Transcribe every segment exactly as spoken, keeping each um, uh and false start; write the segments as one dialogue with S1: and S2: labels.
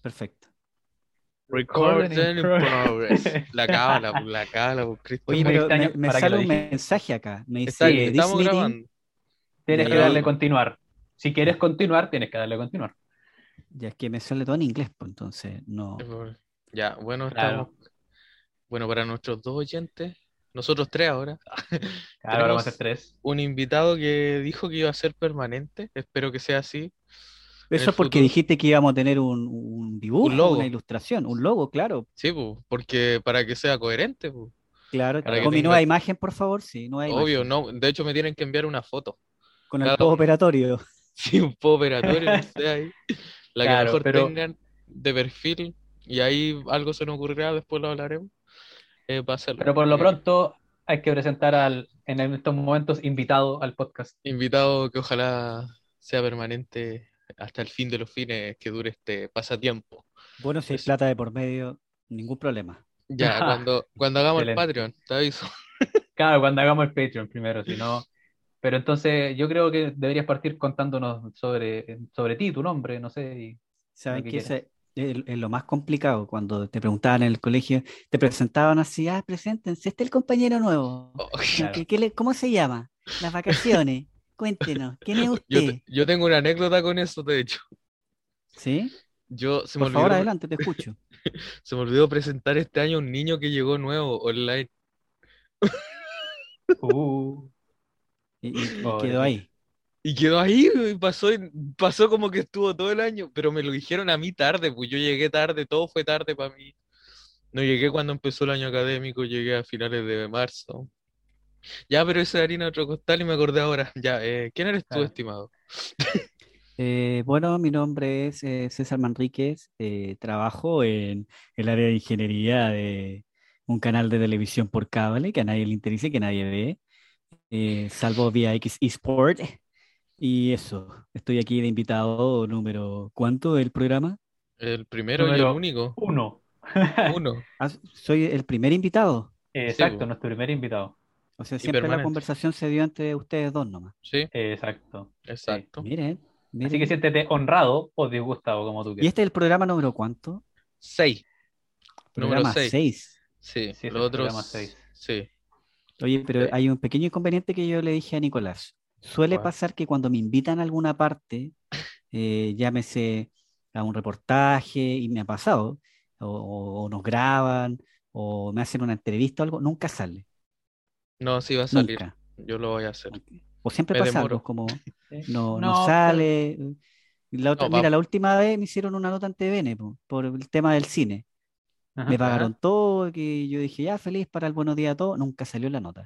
S1: Perfecto.
S2: Recording in progress. La cábala, pues, la cábala, pues, Cristian.
S1: Oye,
S3: Muy
S1: pero
S3: extraño
S1: me, me
S3: para que
S1: sale
S3: lo
S1: un
S3: dije.
S1: mensaje acá. Me
S2: Está,
S1: dice
S3: Sí,
S1: this
S2: estamos
S1: meeting.
S2: grabando.
S3: tienes que
S1: Ya,
S3: darle
S2: Estamos,
S3: continuar. Si quieres continuar, tienes que darle continuar.
S1: ya es que me sale todo en inglés, pues entonces no.
S2: ya, bueno, estamos.
S3: Claro,
S2: Bueno, para nuestros dos oyentes, nosotros tres ahora,
S3: claro, ahora vamos a hacer
S2: tenemos
S3: tres.
S2: un invitado que dijo que iba a ser permanente. Espero que sea así en
S1: Eso
S2: el
S1: es porque
S2: futuro.
S1: dijiste que íbamos a tener un, un
S2: Un
S1: dibujo, una
S2: logo,
S1: ilustración, un logo, claro.
S2: sí, pues, porque para que sea coherente, pues,
S1: Claro.
S2: para que
S3: Claro.
S1: Con mi
S2: tenga,
S1: nueva imagen, por favor, sí, nueva
S2: obvio,
S1: imagen.
S2: no, de hecho me tienen que enviar una foto,
S1: Con el
S2: cada
S1: post
S2: uno,
S1: operatorio.
S2: sí, un poco operatorio, no sé, ahí, la que
S3: Claro,
S2: mejor
S3: pero,
S2: tengan de perfil, y ahí algo se nos ocurrirá, después lo hablaremos, eh, para hacerlo.
S3: pero por lo
S2: Eh,
S3: pronto hay que presentar al, en estos momentos invitado al podcast.
S2: invitado que ojalá sea permanente hasta el fin de los fines, que dure este pasatiempo.
S1: Bueno, si hay
S2: Es-
S1: plata de por medio, ningún problema.
S2: ya, cuando, cuando hagamos el
S3: Excelente.
S2: Patreon, te aviso.
S3: Claro, cuando hagamos el Patreon primero, si no. Pero entonces yo creo que deberías partir contándonos sobre, sobre ti, tu nombre, no sé, y lo
S1: ¿Saben
S3: que
S1: qué
S3: quieras.
S1: es, es es lo más complicado cuando te preguntaban en el colegio, te presentaban así, ah, preséntense, este es el compañero nuevo.
S2: Oh,
S1: ¿Qué-
S3: Claro.
S1: qué- qué le- ¿Cómo se llama? Las vacaciones. Cuéntenos, ¿quién es
S2: yo, te-
S1: usted?
S2: yo tengo una anécdota con eso, de hecho.
S1: ¿Sí?
S2: Yo se me
S1: Por favor,
S2: olvidó, pre-
S1: adelante, te escucho.
S2: se me olvidó presentar este año a un niño que llegó nuevo online.
S3: Uh,
S1: Y, y- y quedó
S3: pobrecito.
S1: ahí.
S2: Y quedó ahí, y pasó, pasó como que estuvo todo el año, pero me lo dijeron a mí tarde, pues yo llegué tarde, todo fue tarde para mí. No llegué cuando empezó el año académico, llegué a finales de marzo. Ya, pero eso es harina de otro costal y me acordé ahora. Ya, eh, ¿quién eres tú,
S3: Claro.
S2: estimado?
S1: Eh, bueno, mi nombre es eh, César Manríquez. Eh, trabajo en el área de ingeniería de un canal de televisión por cable que a nadie le interesa y que nadie ve, eh, salvo vía X eSport. Y eso, estoy aquí de invitado número ¿cuánto del programa?
S2: El primero y el
S3: Número
S2: único.
S3: uno.
S2: Uno.
S1: Ah, soy el primer invitado.
S2: Sí,
S3: Exacto,
S2: po.
S3: nuestro primer invitado.
S1: O sea,
S2: Y
S1: siempre la
S2: permanente.
S1: conversación se dio entre ustedes dos nomás.
S2: Sí,
S3: Exacto, sí.
S2: exacto.
S1: Miren,
S3: Así que
S1: miren.
S3: siéntete honrado o disgustado, como tú
S1: ¿Y
S3: quieras.
S1: este es el programa número cuánto?
S2: Seis. Número
S1: Programa
S2: seis.
S1: seis.
S2: Sí,
S3: Sí, es
S2: los
S3: el programa
S2: otros.
S3: seis.
S2: Sí.
S1: Oye, pero
S2: Eh,
S1: hay un pequeño inconveniente que yo le dije a Nicolás. Suele
S3: ¿Cuál?
S1: pasar que cuando me invitan a alguna parte, eh, llámese a un reportaje, y me ha pasado, o, o- o nos graban, o me hacen una entrevista o algo, nunca sale,
S2: no, sí va a salir.
S1: nunca.
S2: Yo lo voy a hacer.
S1: O siempre
S2: Me
S1: pasa algo, es
S2: demoro.
S1: como
S3: Sí.
S1: no, no
S3: No, pero
S1: sale. Y La otra,
S2: No,
S1: mira,
S2: va.
S1: la última vez me hicieron una nota en T V N po, por el tema del cine. Me
S3: ajá.
S1: pagaron
S2: ¿Ya?
S1: todo, que yo dije, ya, feliz para el buenos días a todos, nunca salió la nota.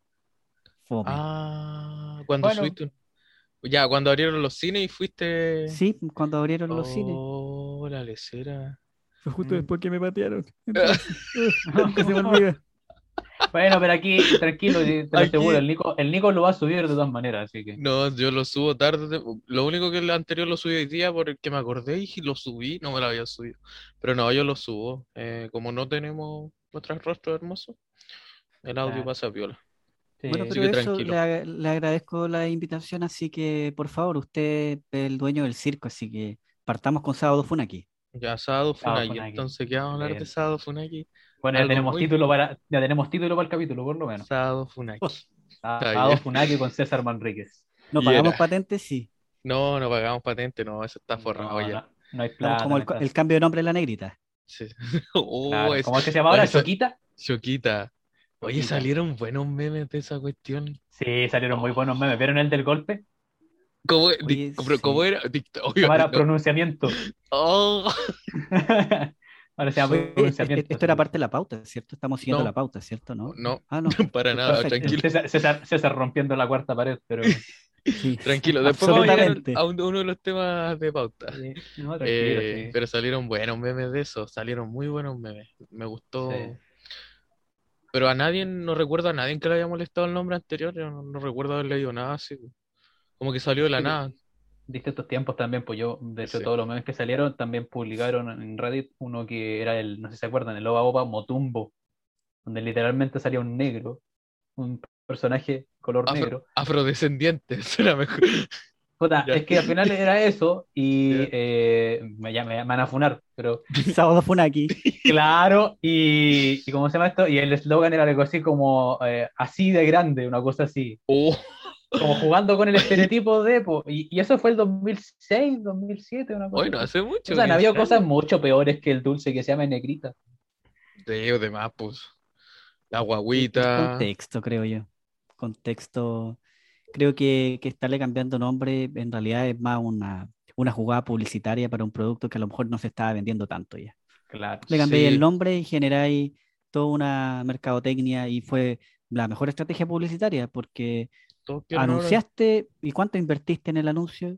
S1: Fome.
S2: Ah, cuando
S3: Bueno,
S2: subiste un... Ya, cuando abrieron los cines y fuiste...
S1: Sí, cuando abrieron los cines.
S2: Oh, la lecera.
S1: Fue justo
S3: mm.
S1: después que me patearon. Entonces, ugh, nunca se me olvida.
S3: Bueno, pero aquí, tranquilo, y te lo aseguro,
S2: Aquí...
S3: el Nico, el Nico lo va a subir de todas maneras, así que.
S2: No, yo lo subo tarde. Lo único que el anterior lo subí hoy día porque me acordé y lo subí, no me lo había subido. Pero no, yo lo subo. Eh, como no tenemos nuestros rostros hermosos, el audio
S3: Claro,
S2: pasa piola.
S1: Bueno,
S3: sí,
S2: Así
S1: pero
S2: que
S3: sí.
S1: eso le,
S2: tranquilo.
S1: ag- le agradezco la invitación, así que por favor, usted es el dueño del circo, así que partamos con Sábado Funaki.
S2: Ya, Sábado
S3: Chao,
S2: Funaki.
S3: Funaki.
S2: Entonces, ¿qué vamos a hablar de
S3: Excelente.
S2: Sábado Funaki?
S3: Bueno, ya
S2: Algo
S3: tenemos
S2: muy
S3: título para, ya tenemos título para el capítulo, por lo menos.
S2: Sábado Funaki. Está
S3: Sábado
S2: bien.
S3: Funaki con César Manríquez.
S1: No
S2: Y
S1: pagamos
S2: era.
S1: patentes, sí.
S2: No, no pagamos patente, no, eso está forrado
S3: No,
S2: ya.
S3: no, no hay
S1: Estamos
S3: plata,
S1: como
S3: no
S1: el, co-
S3: está.
S1: el cambio de nombre de la negrita.
S2: Sí. Oh,
S3: Claro.
S2: es...
S3: ¿Cómo es que se llama
S2: Oye,
S3: ahora?
S2: esa...
S3: ¿Choquita?
S2: Choquita. Oye,
S3: Choquita.
S2: salieron buenos memes de esa cuestión.
S3: Sí, salieron muy
S2: Oh.
S3: buenos memes. ¿Vieron el del golpe?
S2: ¿Cómo, dic-
S1: Oye,
S2: pero cómo
S1: sí.
S2: era? Dict-
S3: Se
S2: obvio,
S3: llama
S2: di-
S3: ahora
S2: no.
S3: pronunciamiento.
S2: Oh.
S3: Ahora se llama
S1: Oye, e- e-
S3: pronunciamiento
S1: esto
S3: ese
S1: era
S3: tipo.
S1: parte de la pauta, ¿cierto? Estamos siguiendo la
S2: No,
S1: pauta, ¿cierto? ¿No?
S2: no,
S1: Ah, no.
S2: para nada,
S3: Después,
S2: tranquilo.
S3: César, César, César rompiendo la cuarta pared, pero
S1: Sí,
S2: Tranquilo, después vamos a llegar a un-
S1: absolutamente.
S2: a un- uno de los temas de pauta.
S3: sí, no, tranquilo,
S2: Eh,
S3: sí.
S2: pero salieron buenos memes de eso, salieron muy buenos memes. Me
S3: Sí.
S2: gustó. Pero a nadie, no recuerdo a nadie que le haya molestado el nombre anterior, yo no, no recuerdo haber leído nada así. Como que salió de la
S3: Sí, de-
S2: nada.
S3: distintos tiempos también, pues yo, de hecho,
S2: Sí.
S3: todos los memes que salieron también publicaron en Reddit uno que era el, no sé si se acuerdan, el Oba Oba Motumbo, donde literalmente salía un negro, un personaje color
S2: Afro-
S3: negro.
S2: afrodescendiente, suena mejor.
S3: Puta,
S2: Ya,
S3: es que al final era eso y
S2: ya.
S3: eh, me, ya me, me van a funar, pero
S1: Sábado Funaki.
S3: claro, y, y ¿cómo se llama esto? Y el eslogan era algo así como eh, así de grande, una cosa así,
S2: Oh,
S3: como jugando con el estereotipo de, po, y, y eso fue el dos mil seis, dos mil siete, una cosa
S2: bueno,
S3: así.
S2: hace
S3: O
S2: mucho,
S3: sea, han habido
S2: quince
S3: cosas
S2: años.
S3: mucho peores que el dulce que se llama negrita.
S2: De, de más, pues. La
S1: Es, es
S2: guagüita.
S1: contexto, creo yo. Contexto. Creo que, que estarle cambiando nombre en realidad es más una, una jugada publicitaria para un producto que a lo mejor no se estaba vendiendo tanto ya.
S3: Claro.
S1: Le cambiáis el
S2: Sí,
S1: nombre y generáis toda una mercadotecnia y fue la mejor estrategia publicitaria porque
S2: todos quieren ahora.
S1: anunciaste y cuánto invertiste en el anuncio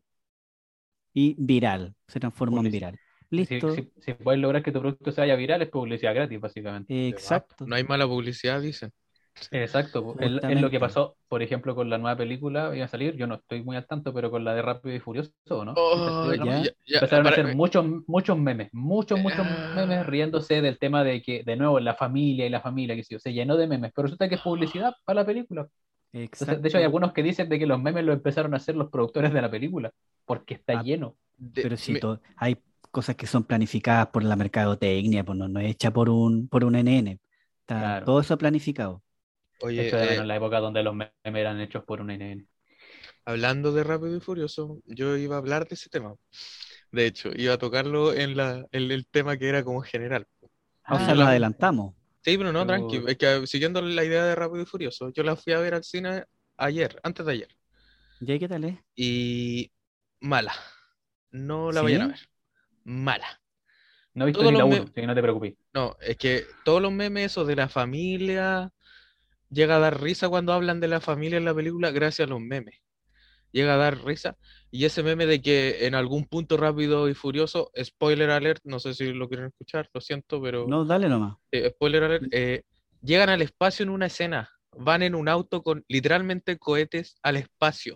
S1: y viral, se transformó en
S3: Publici-
S1: viral.
S3: si,
S1: Listo,
S3: si, si puedes lograr que tu producto se vaya viral, es publicidad gratis, básicamente.
S2: De más, po.
S1: exacto,
S2: No hay mala publicidad, dicen.
S3: Exacto, po. es, es lo que
S1: justamente.
S3: pasó, por ejemplo, con la nueva película, iba a salir, yo no estoy muy al tanto, pero con la de Rápido y Furioso, ¿no? ¿Sí
S2: Oh,
S3: salió, no?
S2: ya,
S1: ¿Ya?
S2: ya,
S3: Empezaron a
S2: para,
S3: hacer muchos, muchos memes, muchos, muchos memes
S2: ah,
S3: riéndose del tema de que, de nuevo, la familia y la familia, que sí, se llenó de memes, pero resulta que es publicidad para la película. Entonces, de hecho, hay
S1: Exacto.
S3: algunos que dicen de que los memes los empezaron a hacer los productores de la película, porque está
S1: Ah,
S3: lleno.
S2: de-
S1: pero sí,
S2: me-
S1: to- hay cosas que son planificadas por la mercadotecnia, pues no, no es hecha por un, por un N N. Está
S3: Claro.
S1: todo eso planificado.
S2: oye,
S3: Echo de
S2: eh,
S3: menos la época donde los memes eran hechos por un N N.
S2: hablando de Rápido y Furioso, yo iba a hablar de ese tema. De hecho, iba a tocarlo en la, en el tema que era como general.
S1: Ah, o
S2: Y
S3: Ah,
S2: yo
S1: sea, nos
S2: la,
S3: ya.
S1: adelantamos.
S2: sí, pero no, tranqui.
S3: Chuta.
S2: Es que siguiendo la idea de Rápido y Furioso, yo la fui a ver al cine ayer, antes de ayer.
S1: ¿Ya qué tal es?
S2: Y mala. No la vayan a
S1: ¿Sí?
S2: ver. Mala.
S3: No he visto
S2: Todos
S3: ni
S2: los
S3: la uno,
S2: memes,
S3: así que no te preocupes.
S2: no, es que todos los memes esos de la familia, llega a dar risa cuando hablan de la familia en la película gracias a los memes. Llega a dar risa. Y ese meme de que en algún punto Rápido y Furioso, spoiler alert, no sé si lo quieren escuchar, lo siento, pero
S1: No, dale nomás.
S2: eh, spoiler alert, eh, llegan al espacio en una escena, van en un auto con literalmente cohetes al espacio.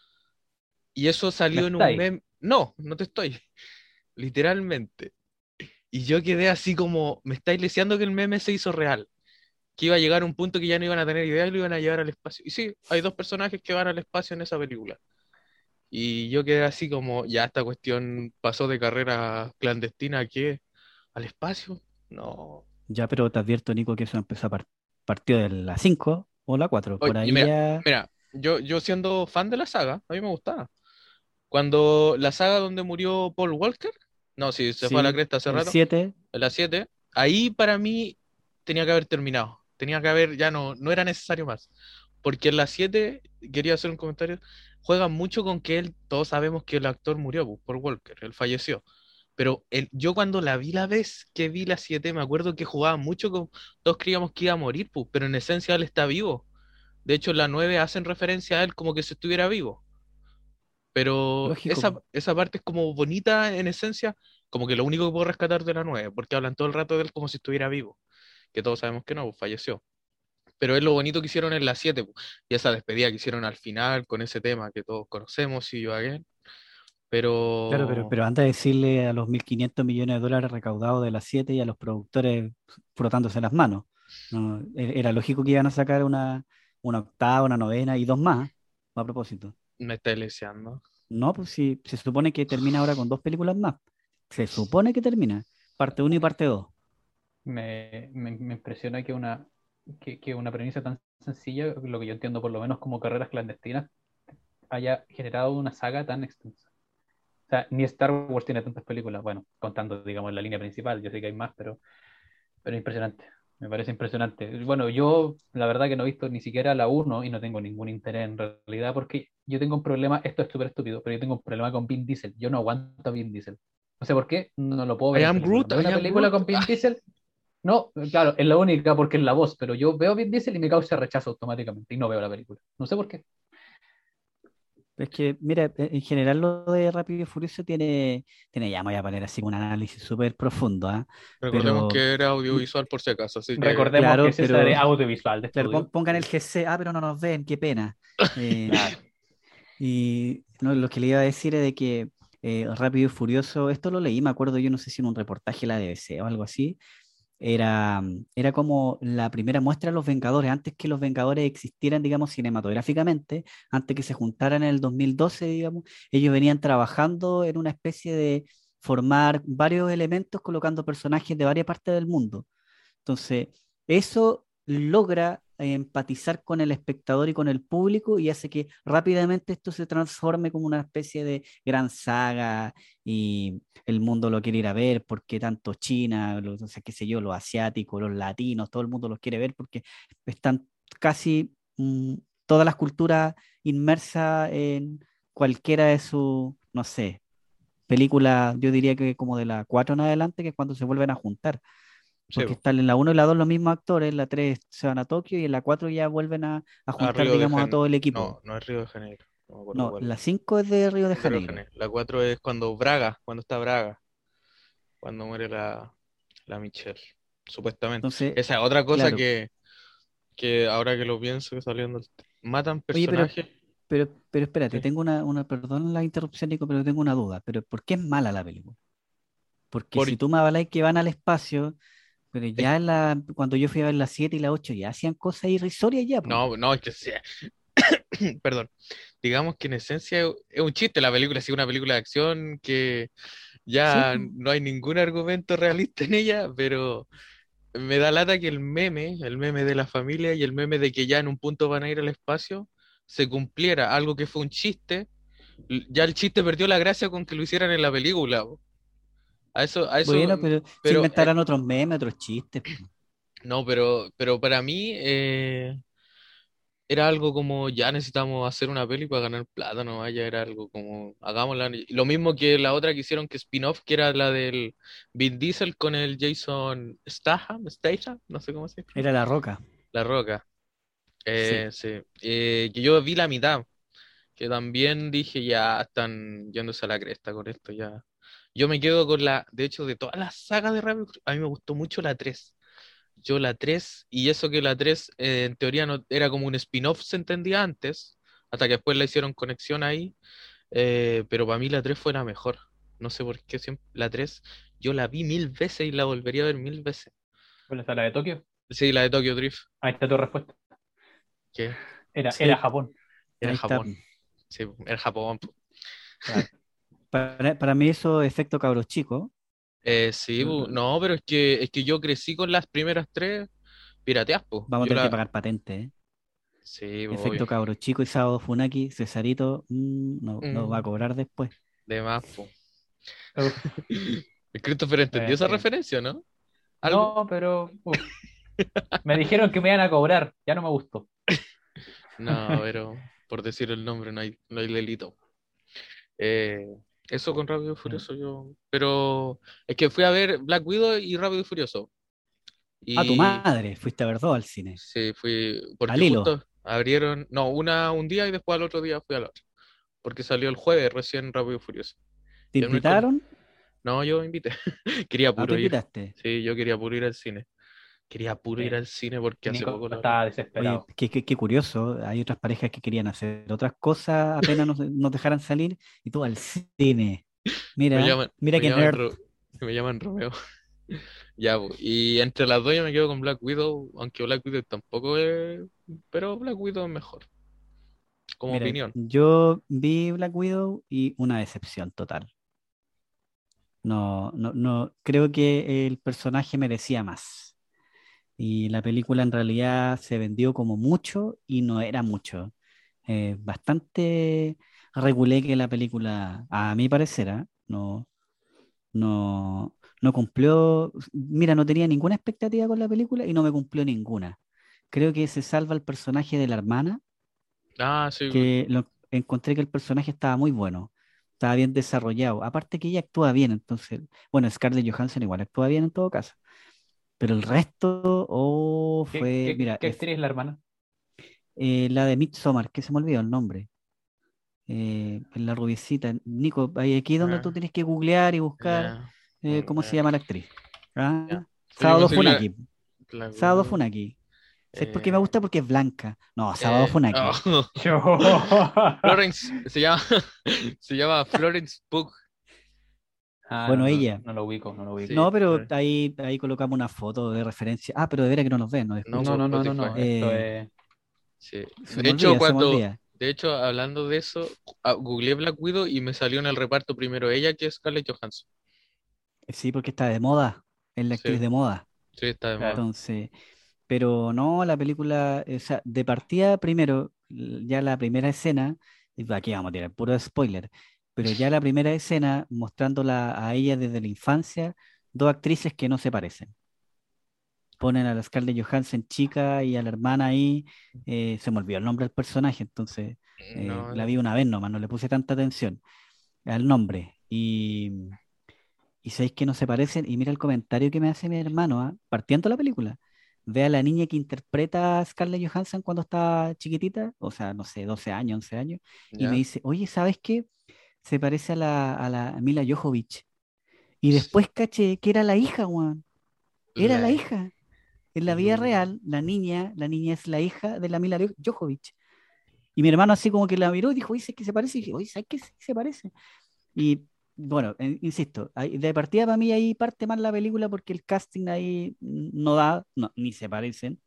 S2: Y eso
S3: ¿Me
S2: salió en un
S3: estáis?
S2: meme. No, no te estoy, literalmente. Y yo quedé así como, me estáis leseando que el meme se hizo real, que iba a llegar a un punto que ya no iban a tener idea y lo iban a llevar al espacio. Y sí, hay dos personajes que van al espacio en esa película. Y yo quedé así como, ya esta cuestión pasó de carrera clandestina a qué, al espacio. No.
S1: Ya, pero te advierto, Nico, que eso empezó a par- partió de la cinco o la cuatro.
S2: Oye,
S1: Por
S2: y
S1: ahí
S2: mira,
S1: ya.
S2: mira, yo, yo siendo fan de la saga, a mí me gustaba. Cuando la saga donde murió Paul Walker, no, sí, se fue a la
S1: Sí,
S2: cresta hace
S1: el
S2: rato,
S1: siete.
S2: en la siete ahí para mí tenía que haber terminado. Tenía que haber, ya no, no era necesario más. Porque en la siete quería hacer un comentario, juegan mucho con que él, todos sabemos que el actor murió, pues, Paul Walker, él falleció. Pero él, yo cuando la vi la vez que vi la siete me acuerdo que jugaba mucho con, todos creíamos que iba a morir, pues, pero en esencia él está vivo. De hecho, en la nueve hacen referencia a él como que si estuviera vivo. Pero esa,
S1: Lógico.
S2: esa parte es como bonita en esencia, como que lo único que puedo rescatar de la nueve, porque hablan todo el rato de él como si estuviera vivo, que todos sabemos que no, pues, falleció. Pero es lo bonito que hicieron en la siete pues, y esa despedida que hicieron al final con ese tema que todos conocemos, y yo again.
S1: Claro, pero,
S2: Pero
S1: pero anda a decirle a los mil quinientos millones de dólares recaudados de las siete y a los productores frotándose las manos. No, e- era lógico que iban a sacar una, una octava, una novena y dos más, a propósito.
S2: me está leseando.
S1: No, pues sí, se supone que termina ahora con dos películas más. Se supone que termina. Parte uno y parte dos.
S3: Me, me, me impresiona que una, que, que una premisa tan sencilla, lo que yo entiendo por lo menos como carreras clandestinas, haya generado una saga tan extensa. O sea, ni Star Wars tiene tantas películas, bueno, contando, digamos, la línea principal, yo sé que hay más, pero, pero impresionante, me parece impresionante. Bueno, yo la verdad que no he visto ni siquiera la uno y no tengo ningún interés en realidad porque yo tengo un problema, esto es súper estúpido, pero yo tengo un problema con Vin Diesel, yo no aguanto a Vin Diesel. No sé por qué, no lo puedo
S2: I
S3: ver en
S2: am
S3: película.
S2: Groot,
S3: Veo
S2: I
S3: una
S2: am
S3: película
S2: Groot.
S3: con Vin Diesel. No, claro, es la única porque es la voz, pero yo veo Vin Diesel y me causa rechazo automáticamente y no veo la película. No sé por qué.
S1: Es que, mira, e- en general lo de Rápido y Furioso tiene, tiene ya, me voy a poner así un análisis súper profundo, ¿ah?
S2: Recordemos
S1: Pero,
S2: que era
S1: mm,
S2: audiovisual por si acaso, así que
S3: Recordemos que
S1: claro,
S3: César
S1: pero,
S3: es audiovisual de
S1: claro, pon-
S3: estudio.
S1: pongan el G C, ah, pero no nos ven, qué pena. Eh,
S3: Claro.
S1: y no, lo que le iba a decir es de que eh, Rápido y Furioso, esto lo leí, me acuerdo yo, no sé si en un reportaje de la B B C o algo así, era, era como la primera muestra de los Vengadores, antes que los Vengadores existieran, digamos, cinematográficamente, antes que se juntaran en el dos mil doce, digamos, ellos venían trabajando en una especie de formar varios elementos colocando personajes de varias partes del mundo. Entonces, eso logra eh, empatizar con el espectador y con el público y hace que rápidamente esto se transforme como una especie de gran saga y el mundo lo quiere ir a ver porque tanto China, los, o sea, qué sé yo, los asiáticos, los latinos, todo el mundo los quiere ver porque están casi mm, todas las culturas inmersas en cualquiera de sus, no sé, películas, yo diría que como de la cuatro en adelante, que es cuando se vuelven a juntar
S2: Sí,
S1: porque
S2: po,
S1: están en la uno y la dos los mismos actores, en la tres se van a Tokio y en la cuatro ya vuelven a, a
S2: a
S1: juntar,
S2: Río de
S1: digamos, a
S2: Janeiro.
S1: todo el equipo.
S2: No, no es Río de Janeiro. No me acuerdo
S1: No,
S2: cuál es.
S1: la cinco es de Río de
S2: Es de Río de
S1: Janeiro.
S2: Janeiro. La cuatro es cuando Braga, cuando está Braga, cuando muere la, la Michelle, supuestamente.
S1: Entonces,
S2: Esa es otra cosa
S1: claro.
S2: que, que ahora que lo pienso, que saliendo, el te- matan
S1: Oye, pero,
S2: personajes.
S1: pero, pero espérate,
S2: Sí.
S1: tengo una, una, perdón la interrupción, Nico, pero tengo una duda. Pero ¿por qué es mala la película? Porque
S2: Por,
S1: si tú me hablas que van al espacio, pero
S2: es-
S1: ya en la, cuando yo fui a ver la siete y la ocho ya hacían cosas irrisorias ya, pues.
S2: no, no, es que sea, perdón, digamos que en esencia es un chiste la película, sí, una película de acción que
S1: Sí,
S2: ya
S1: pues.
S2: no hay ningún argumento realista en ella, pero me da lata que el meme, el meme de la familia y el meme de que ya en un punto van a ir al espacio, se cumpliera, algo que fue un chiste, l- ya el chiste perdió la gracia con que lo hicieran en la película. Po. A eso, a eso,
S1: Bueno, pero se
S2: pero eh,
S1: inventarán otros memes, otros chistes, po.
S2: no, pero, pero para mí eh, era algo como ya necesitamos hacer una peli para ganar plata, no vaya, era algo como hagámosla. Lo mismo que la otra que hicieron que spin-off, que era la del Vin Diesel con el Jason Statham, Statham, no sé cómo se llama,
S1: Era La Roca,
S2: La Roca.
S1: sí.
S2: Eh, sí, Eh, que yo vi la mitad, que también dije ya están yéndose a la cresta con esto ya. Yo me quedo con la, de hecho, de todas las sagas de Rápido, y Furioso, a mí me gustó mucho la tres. Yo la tres y eso que la tres eh, en teoría no era como un spin-off, se entendía antes, hasta que después la hicieron conexión ahí, eh, pero para mí la tres fue la mejor. No sé por qué siempre, la tres yo la vi mil veces y la volvería a ver mil veces.
S3: ¿Cuál es la de Tokio?
S2: Sí, la de Tokyo Drift,
S3: Ahí está tu respuesta.
S2: que
S3: Era, era
S1: Sí,
S3: Japón.
S2: era
S1: ahí está.
S2: Japón. Sí, era Japón.
S3: Claro.
S1: Para, para mí eso es efecto cabros chicos.
S2: Eh, sí, bu,
S1: L-
S2: no, pero es que, es que yo crecí con las primeras tres pirateas, pues.
S1: Vamos a
S2: Yo
S1: tener que
S2: la.
S1: pagar patente, ¿eh?
S2: Sí, bu, obvio.
S1: Efecto cabros chico y sábado Funaki, Cesarito, mm, no, no va a
S2: Mm,
S1: cobrar después.
S2: de más, po.
S3: Uf,
S2: El Christopher entendió
S3: en
S2: esa
S3: fin.
S2: referencia, ¿no? Algo.
S3: No, pero uf, me dijeron que me iban a cobrar. Ya no me gustó.
S2: No, pero por decir el nombre no hay, no hay delito. Eh, eso con Rápido y
S3: Sí.
S2: Furioso yo. Pero es que fui a ver Black Widow y Rápido y Furioso.
S1: A tu
S2: Y
S1: madre, fuiste a ver dos al cine.
S2: sí, fui. Porque
S1: Al hilo.
S2: justo abrieron. No, una un día y después al otro día fui al otro. Porque salió el jueves recién Rápido y Furioso.
S1: ¿Te
S2: Y el miércoles.
S1: invitaron?
S2: No, yo invité. Quería
S1: Ah, tú
S2: puro ir.
S1: invitaste.
S2: Sí, yo quería puro ir al cine. Quería puro ir
S3: Sí.
S2: al cine porque hace
S3: Nico
S2: poco lo abrí.
S3: estaba
S1: Oye,
S3: desesperado.
S1: qué, qué- qué curioso. Hay otras parejas que querían hacer otras cosas, apenas nos, nos dejaran salir y tú al cine.
S2: Me
S1: Mira,
S2: llaman,
S1: mira
S2: me
S1: qué
S2: llaman,
S1: nerd.
S2: Ro- me llaman Romeo. Ya, po. Y entre las dos yo me quedo con Black Widow, aunque Black Widow tampoco es, pero Black Widow es mejor, como
S1: Mira,
S2: opinión.
S1: yo vi Black Widow y una decepción total. No, no, no, creo que el personaje merecía más. Y la película en realidad se vendió como mucho y no era mucho. Eh, bastante regulé que la película, a mi parecer, ¿ah? No, no, no cumplió. Mira, no tenía ninguna expectativa con la película y no me cumplió ninguna. Creo que se salva el personaje de la hermana,
S2: Ah, sí,
S1: que lo, encontré que el personaje estaba muy bueno, estaba bien desarrollado. Aparte que ella actúa bien, entonces, bueno, Scarlett Johansson igual actúa bien en todo caso. Pero el resto, oh,
S3: ¿Qué,
S1: fue,
S3: qué,
S1: mira,
S3: qué
S1: es,
S3: actriz es la hermana?
S1: eh, la de Midsommar, que se me olvidó el nombre. Eh, la rubiecita. Nico, ahí aquí donde tú
S2: ah,
S1: tienes que googlear y buscar
S2: ya,
S1: eh,
S2: mm,
S1: cómo se
S2: eh,
S1: llama la actriz.
S2: ya.
S1: Ah,
S2: Pues yo
S1: Sábado
S2: pensé que la,
S1: Funaki.
S2: Black
S1: Sábado
S2: Widow,
S1: Funaki. ¿Sabes por qué me
S2: eh,
S1: gusta? Porque es blanca. No, Sábado
S2: eh,
S1: Funaki.
S2: oh,
S3: Yo.
S2: Florence, se llama, se llama Florence Pugh,
S3: Ah, no,
S1: Bueno,
S3: no,
S1: ella.
S3: no lo ubico, no lo ubico.
S2: Sí,
S1: No, pero
S2: eh,
S1: ahí, ahí colocamos una foto de referencia. Ah, pero de veras que no nos ven, nos
S2: no
S3: No,
S1: escuchan.
S2: por
S3: no, no, no,
S2: Spotify.
S3: no. Esto
S1: Eh,
S3: es.
S2: Sí.
S1: se
S2: De
S1: me
S2: hecho,
S1: olvida, se me
S2: cuando,
S1: olvida.
S2: de hecho, hablando de eso, ah, googleé Black Widow y me salió en el reparto primero ella que Scarlett Johansson.
S1: Sí, porque está de moda, es la actriz
S2: Sí,
S1: de moda.
S2: sí, está de
S3: Claro.
S2: moda.
S1: Entonces, pero no, la película, o sea, de partida primero, l- ya la primera escena, y aquí vamos a tirar puro spoiler, pero ya la primera escena mostrándola a ella desde la infancia, dos actrices que no se parecen. Ponen a la Scarlett Johansson chica y a la hermana ahí, eh, se me olvidó el nombre del personaje, entonces eh,
S2: No,
S1: la vi una vez nomás, no le puse tanta atención al nombre. Y, y sabéis que no se parecen, y mira el comentario que me hace mi hermano, ¿ah? Partiendo la película. Ve a la niña que interpreta a Scarlett Johansson cuando está chiquitita, o sea, no sé, doce años, once años, y me
S2: ¿ya?
S1: dice, oye, ¿sabes qué? Se parece a la, a la Mila Jovovich. Y después caché que era la hija, Juan. Era la
S2: La...
S1: hija. En la vida
S2: Lu-
S1: real, la niña, la niña es la hija de la Mila Jovovich. Y mi hermano así como que la miró y dijo, oye, ¿sabes qué se parece? Y dije, oye, ¿sabes qué se se parece? Y bueno, eh, insisto, ahí- de partida para mí ahí parte mal la película porque el casting ahí no da, no, ni se parecen.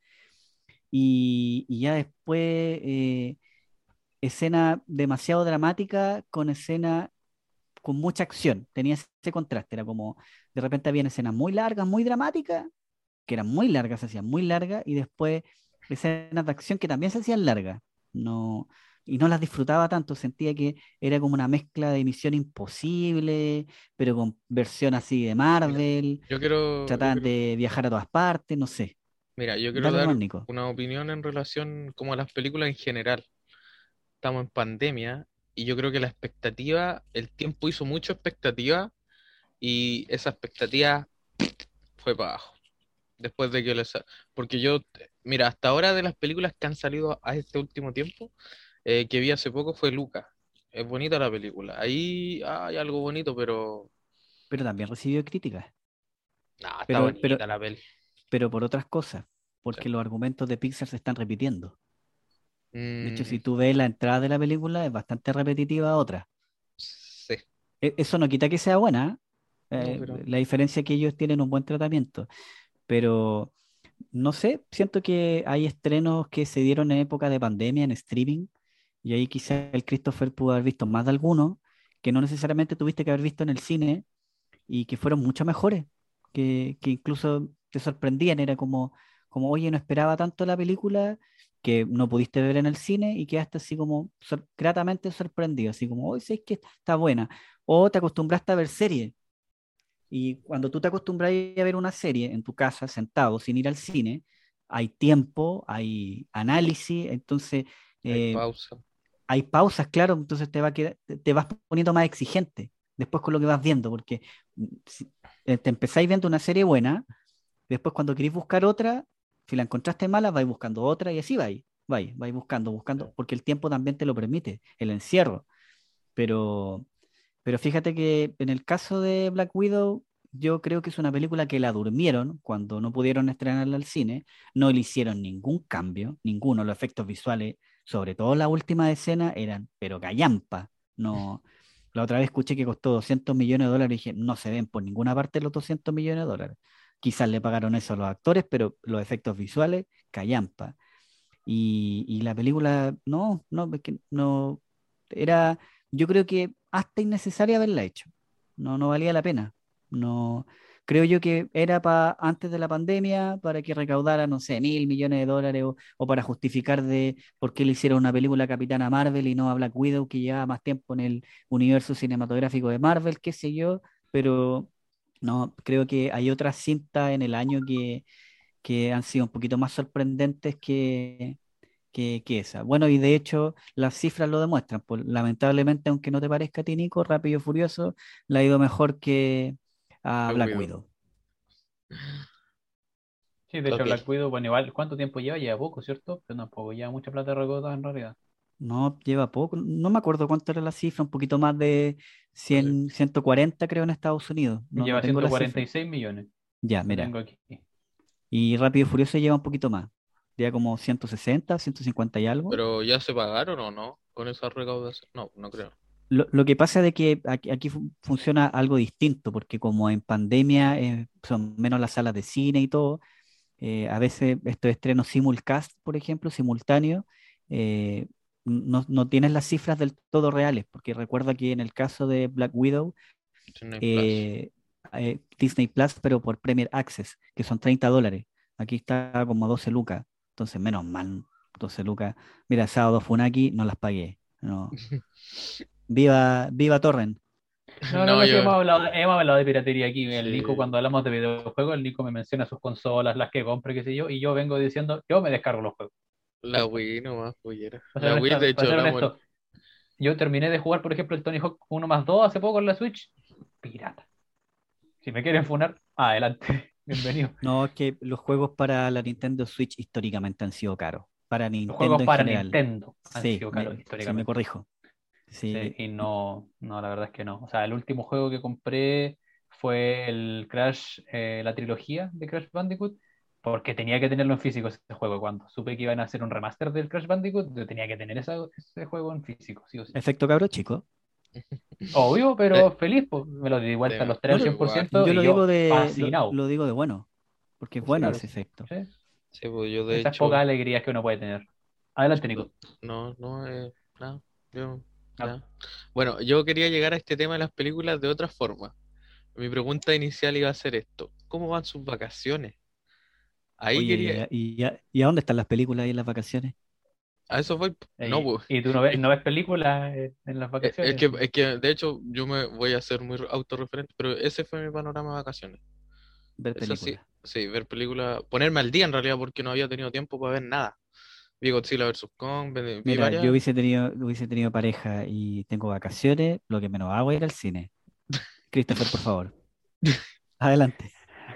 S1: Y, y ya después, eh, escena demasiado dramática con escena con mucha acción. Tenía ese contraste, era como, de repente había escenas muy largas, muy dramáticas, que eran muy largas, se hacían muy largas, y después escenas de acción que también se hacían largas. No, y no las disfrutaba tanto, sentía que era como una mezcla de Misión Imposible, pero con versión así de
S2: Mira,
S1: Marvel,
S2: yo quiero, yo
S1: trataban
S2: quiero,
S1: de viajar a todas partes, no sé.
S2: mira, yo quiero
S1: Dale nomás,
S2: dar
S1: Nico.
S2: una opinión en relación como a las películas en general. Estamos en pandemia y yo creo que la expectativa, el tiempo hizo mucha expectativa y esa expectativa fue para abajo. Después de que les... Porque yo, mira, hasta ahora de las películas que han salido a este último tiempo, eh, que vi hace poco fue Luca. Es bonita la película. Ahí hay algo bonito, pero...
S1: Pero también recibió críticas,
S2: No, está
S1: pero, pero,
S2: bonita la peli.
S1: pero por otras cosas,
S2: Sí.
S1: porque los argumentos de Pixar se están repitiendo. De hecho,
S2: Mm,
S1: si tú ves la entrada de la película, es bastante repetitiva a otra.
S2: sí.
S1: E- Eso no quita que sea buena,
S2: No,
S1: ¿eh?
S2: pero...
S1: Eh, la diferencia es que ellos tienen un buen tratamiento, pero no sé, siento que hay estrenos que se dieron en época de pandemia en streaming, y ahí quizá el Christopher pudo haber visto más de algunos que no necesariamente tuviste que haber visto en el cine y que fueron mucho mejores, que, que incluso te sorprendían, era como, como, oye, no esperaba tanto la película que no pudiste ver en el cine y quedaste así como sor- gratamente sorprendido, así como, oye, sí, es que está buena. O te acostumbraste a ver series y cuando tú te acostumbras a ver una serie en tu casa sentado sin ir al cine, hay tiempo, hay análisis, entonces
S2: Hay
S1: eh,
S2: pausa.
S1: hay pausas, claro, entonces te va a quedar- te te vas poniendo más exigente después con lo que vas viendo, porque mm, si eh, te empezáis viendo una serie buena, después cuando queréis buscar otra, si la encontraste mala, vais buscando otra y así vais, vais, vais buscando,
S2: Sí.
S1: buscando, porque el tiempo también te lo permite, el encierro. Pero, pero fíjate que en el caso de Black Widow, yo creo que es una película que la durmieron cuando no pudieron estrenarla al cine, no le hicieron ningún cambio, ninguno, los efectos visuales, sobre todo la última escena, eran, pero callampa, no. La otra vez escuché que costó doscientos millones de dólares y dije, no se ven por ninguna parte los doscientos millones de dólares. Quizás le pagaron eso a los actores, pero los efectos visuales, callampa. Y, y la película, no, no, es que no, era, yo creo que hasta innecesaria haberla hecho. No, no valía la pena. No, creo yo que era para antes de la pandemia, para que recaudara, no sé, mil millones de dólares o, o para justificar de por qué le hicieron una película a Capitana Marvel y no a Black Widow, que llevaba más tiempo en el universo cinematográfico de Marvel, qué sé yo, pero no, creo que hay otras cintas en el año que que han sido un poquito más sorprendentes que, que, que esa. Bueno, y de hecho las cifras lo demuestran. Pues, lamentablemente, aunque no te parezca a ti, Nico, Rápido y Furioso le ha ido mejor que a
S2: Black
S1: Black
S2: Widow.
S1: Widow.
S3: Sí, de hecho,
S2: Ok.
S3: Black Widow, bueno, igual, ¿cuánto tiempo lleva? Lleva poco, ¿cierto? Pero tampoco lleva mucha plata recaudada en realidad.
S1: No lleva poco, no me acuerdo cuánto era la cifra, un poquito más de
S2: Vale.
S1: cien ciento cuarenta creo en Estados Unidos. No, no
S3: Lleva
S1: tengo
S3: ciento
S1: la
S3: cuarenta
S1: cifra.
S3: y seis millones.
S1: Ya,
S3: Lo
S1: mira.
S3: tengo aquí.
S1: Y Rápido y Furioso lleva un poquito más. Lleva como ciento sesenta ciento cincuenta y algo.
S2: Pero ya se pagaron o no con esa recaudación. No, no creo.
S1: Lo, lo que pasa de que aquí, aquí fu- funciona algo distinto, porque como en pandemia eh, son menos las salas de cine y todo, eh, a veces estos estrenos simulcast, por ejemplo, simultáneos, eh, no, no tienes las cifras del todo reales, porque recuerda que en el caso de Black Widow,
S2: Disney Plus.
S1: eh, eh, Disney Plus, pero por Premier Access, que son treinta dólares. Aquí está como doce lucas, entonces menos mal, doce lucas. Mira, sábado Funaki no las pagué. No. Viva, viva Torrent.
S3: No, no,
S2: No,
S3: no, sí,
S2: yo,
S3: hemos hablado, hemos hablado de piratería aquí. El Nico,
S2: sí,
S3: cuando hablamos de videojuegos, el Nico me menciona sus consolas, las que compre, qué sé yo, y yo vengo diciendo, yo me descargo los juegos.
S2: la
S3: Punto.
S2: Wii nomás, pollera.
S3: Para ser
S2: La Wii, de
S3: honesto,
S2: hecho,
S3: para ser
S2: hablamos.
S3: honesto, yo terminé de jugar, por ejemplo, el Tony Hawk uno más dos hace poco en la Switch. Pirata. Si me quieren funar, adelante. Bienvenido.
S1: No, es que los juegos para la Nintendo Switch históricamente han sido caros. Para
S3: Los
S1: Nintendo
S3: juegos
S1: en
S3: para
S1: general.
S3: Nintendo han
S1: Sí,
S3: sido caros
S1: me, sí, me
S3: históricamente.
S1: corrijo.
S3: Sí,
S1: Sí,
S3: y no, no, la verdad es que no. O sea, el último juego que compré fue el Crash, eh, la trilogía de Crash Bandicoot, porque tenía que tenerlo en físico ese juego. Cuando supe que iban a hacer un remaster del Crash Bandicoot, yo tenía que tener esa- ese juego en físico, sí o sí.
S1: efecto cabro chico.
S3: Obvio,
S2: Eh,
S3: pero feliz, pues. Me lo di vuelta a
S2: de-
S3: los tres
S1: No,
S3: al
S1: no,
S3: cien por
S2: igual.
S3: ciento
S1: yo
S3: y
S1: lo digo
S3: yo
S1: de, lo,
S3: fascinado.
S1: lo digo de bueno, porque es
S3: Sí,
S1: bueno
S3: claro,
S1: ese
S3: sí.
S1: efecto.
S3: Sí.
S2: Sí, pues yo de
S3: Esas
S2: hecho,
S3: pocas alegrías que uno puede tener. Adelante, Nico.
S2: no, no, eh, nada, yo,
S3: Ah,
S2: nada. Bueno, yo quería llegar a este tema de las películas de otra forma. Mi pregunta inicial iba a ser esto: ¿cómo van sus vacaciones? Ahí quería,
S1: Oye, ¿y, y, a- y a dónde están las películas y las vacaciones?
S2: a eso voy. No,
S3: y,
S2: pues,
S3: y tú no ves,
S2: es,
S3: no ves películas eh, en las
S2: es- es
S3: vacaciones.
S2: que, es que, de hecho, yo me voy a hacer muy autorreferente, pero ese fue mi panorama de vacaciones.
S1: Ver
S2: Es así,
S1: películas.
S2: sí, ver películas, ponerme al día en realidad, porque no había tenido tiempo para ver nada. Vi Godzilla versus Kong, vi, vi
S1: Mira, yo
S2: varias.
S1: hubiese tenido, hubiese tenido pareja y tengo vacaciones, lo que menos hago es ir al cine. Christopher, por favor. Adelante.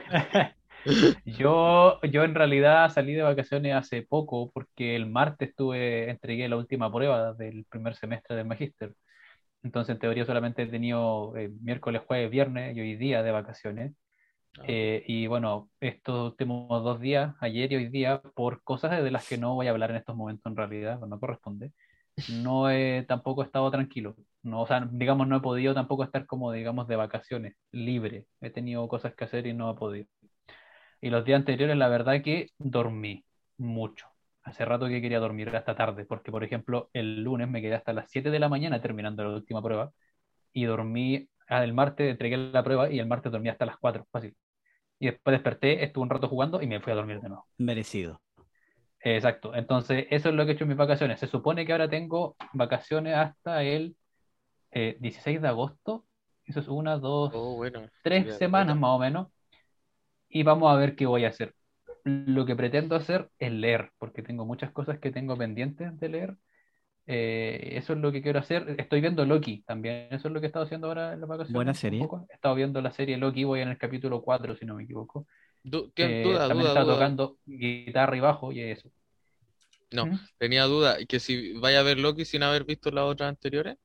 S3: Yo, yo en realidad salí de vacaciones hace poco porque el martes tuve, entregué la última prueba del primer semestre del magíster. Entonces, en teoría, solamente he tenido eh, miércoles, jueves, viernes y hoy día de vacaciones.
S2: Ah,
S3: Eh, y bueno, estos últimos dos días, ayer y hoy día, por cosas de las que no voy a hablar en estos momentos en realidad, no corresponde, no he tampoco estado tranquilo. No, o sea, digamos, no he podido tampoco estar como, digamos, de vacaciones, libre. He tenido cosas que hacer y no he podido. Y los días anteriores, la verdad que dormí mucho. Hace rato que quería dormir hasta tarde, porque por ejemplo, el lunes me quedé hasta las siete de la mañana terminando la última prueba y dormí, ah, el martes entregué la prueba y el martes dormí hasta las cuatro fácil. Y después desperté, estuve un rato jugando y me fui a dormir de nuevo.
S1: Merecido.
S3: Exacto. Entonces, eso es lo que he hecho en mis vacaciones. Se supone que ahora tengo vacaciones hasta el eh, dieciséis de agosto. Eso es una, dos,
S2: oh, bueno,
S3: tres
S2: ya
S3: semanas
S2: caleta.
S3: más o menos. Y vamos a ver qué voy a hacer. Lo que pretendo hacer es leer, porque tengo muchas cosas que tengo pendientes de leer. Eh, eso es lo que quiero hacer. Estoy viendo Loki también. Eso es lo que he estado haciendo ahora en las
S1: Buena
S3: vacaciones, un
S1: serie.
S3: poco. He estado viendo la serie Loki, voy en el capítulo cuatro si no me equivoco.
S2: Du- tien-
S3: Eh,
S2: duda,
S3: también he
S2: duda,
S3: estado
S2: duda.
S3: tocando guitarra y bajo y eso.
S2: No,
S3: ¿Mm?
S2: tenía duda. Que si vaya a ver Loki sin haber visto las otras anteriores.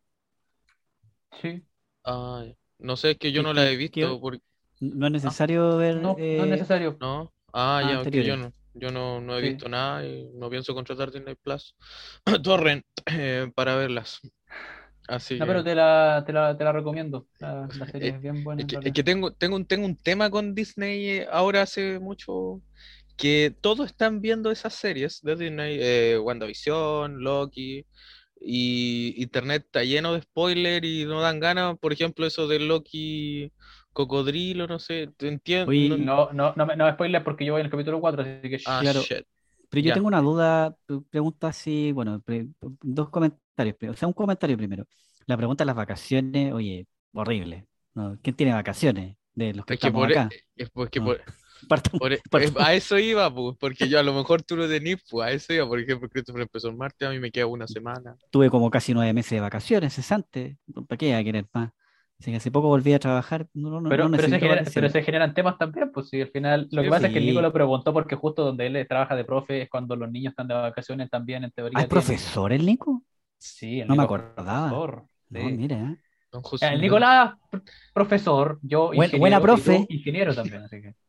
S3: Sí.
S2: Ah, ya. No sé, es que yo
S1: Que,
S2: no la he
S1: que,
S2: visto.
S1: que
S2: Porque...
S1: no es
S3: Ah,
S1: necesario ver
S3: no, no es
S1: eh,
S3: necesario.
S2: ¿No? Ah, ya, es que yo
S1: anteriores.
S2: no. Yo no, no he
S3: Sí.
S2: visto nada y no pienso contratar Disney Plus. Torrent eh, para verlas. Así
S3: No, pero
S2: que.
S3: te la, te la, te la recomiendo. La, la serie
S2: eh,
S3: es bien buena
S2: es
S3: en
S2: que, es
S3: realidad.
S2: que tengo, tengo, un, tengo un tema con Disney eh, ahora hace mucho. Que todos están viendo esas series de Disney, eh, WandaVision, Loki, y Internet está lleno de spoilers y no dan ganas, por ejemplo, eso de Loki cocodrilo, no sé, te
S1: Oye,
S2: entiendo.
S1: y
S3: No, no, no me, no me spoiles porque yo voy en el capítulo cuatro así que
S2: Ah,
S3: shh.
S1: claro,
S2: shit,
S1: pero yo
S2: ya.
S1: tengo una duda, pre- pregunta así, bueno, pre- dos comentarios. O sea, un comentario primero. La pregunta de las vacaciones, oye, horrible. ¿No? ¿Quién tiene vacaciones de los que
S2: Es que
S1: estamos
S2: por, e-
S1: acá?
S2: es porque
S1: No,
S2: por,
S1: partamos,
S2: por e- es-
S1: partamos.
S2: a eso iba, pues, porque yo a lo mejor tú no tenés, pues, a eso iba, por ejemplo, Christopher empezó el martes, a mí me queda una semana.
S1: Tuve como casi nueve meses de vacaciones cesantes. ¿Para qué iba a querer más? Así que hace poco volví a trabajar, no, no, no
S3: Pero, pero, se
S1: necesito
S3: genera- pero
S1: vacaciones.
S3: se generan temas también, pues sí, al final. Lo que
S2: Sí,
S3: pasa
S2: pues,
S3: es que el Nico
S1: Sí.
S3: lo preguntó porque justo donde él trabaja de profe es cuando los niños están de vacaciones también, en
S1: Ah, ¿es
S3: teoría tienen.
S1: profesor el Nico?
S3: Sí, el
S1: No me
S3: Nico es
S1: acordaba.
S3: profesor.
S1: No,
S3: Sí.
S1: mira.
S2: don
S3: El
S2: Josué.
S3: Nicolás, pr- profesor, yo
S1: Buen- buena
S3: ingeniero y tú
S1: profe.
S3: ingeniero también, así que.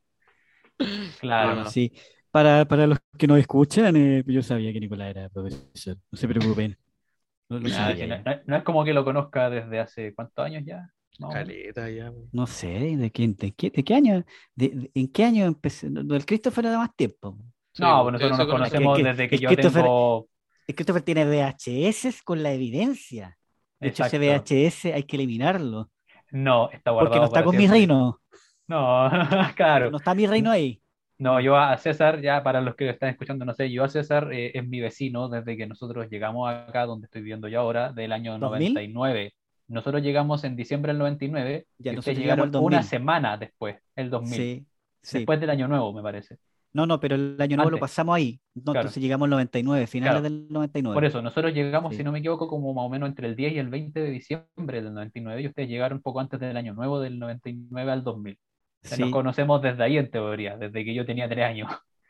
S2: No,
S1: Bueno,
S3: Claro.
S2: no.
S1: sí. Para, para los que nos escuchan, eh, yo sabía que Nicolás era profesor. No se preocupen. Lo, lo
S3: Nada,
S1: sabía
S3: si no,
S1: ya.
S3: no- no es como que lo conozca desde hace cuántos años ya, más o menos.
S2: Caleta ya, po.
S1: No sé, ¿de qué, de qué, de qué año? De- de- ¿en qué año empecé? No, no, el Christopher era más tiempo.
S2: Sí,
S3: No,
S2: pues
S3: pues
S2: ustedes
S3: nosotros
S2: se
S3: nos
S1: Es que,
S2: conocen.
S3: conocemos
S1: que
S3: desde que
S1: el
S3: yo
S1: Christopher,
S3: tengo.
S1: el Christopher tiene V H S con la evidencia. De hecho, ese
S3: Exacto.
S1: V H S hay que eliminarlo,
S3: No, está
S1: porque no
S3: guardado
S1: está
S3: para
S1: con mi
S3: siempre.
S1: reino.
S3: No, claro.
S1: No está mi reino ahí.
S3: No, yo a César, ya para los que están escuchando, no sé, yo a César eh, es mi vecino desde que nosotros llegamos acá, donde estoy viviendo yo ahora, del año
S1: ¿dos
S3: noventa
S1: mil?
S3: y nueve. Nosotros llegamos en diciembre del noventa y nueve
S1: Ya,
S3: y ustedes
S1: nosotros llegamos
S3: llegaron
S1: al dos
S3: una
S1: mil.
S3: semana después, el dos mil,
S1: Sí, sí.
S3: después del año nuevo, me parece.
S1: No, no, pero el año nuevo lo
S3: Antes,
S1: pasamos ahí. No,
S3: claro,
S1: entonces llegamos al noventa y nueve, finales
S3: claro.
S1: del noventa y
S3: Por
S1: nueve.
S3: eso, nosotros llegamos, si
S1: Sí,
S3: no me equivoco, como más o menos entre el diez y el veinte de diciembre del noventa y nueve y ustedes llegaron un poco antes del año nuevo del noventa y nueve al dos mil. O sea, nos
S1: sí.
S3: conocemos desde ahí en teoría, desde que yo tenía tres años.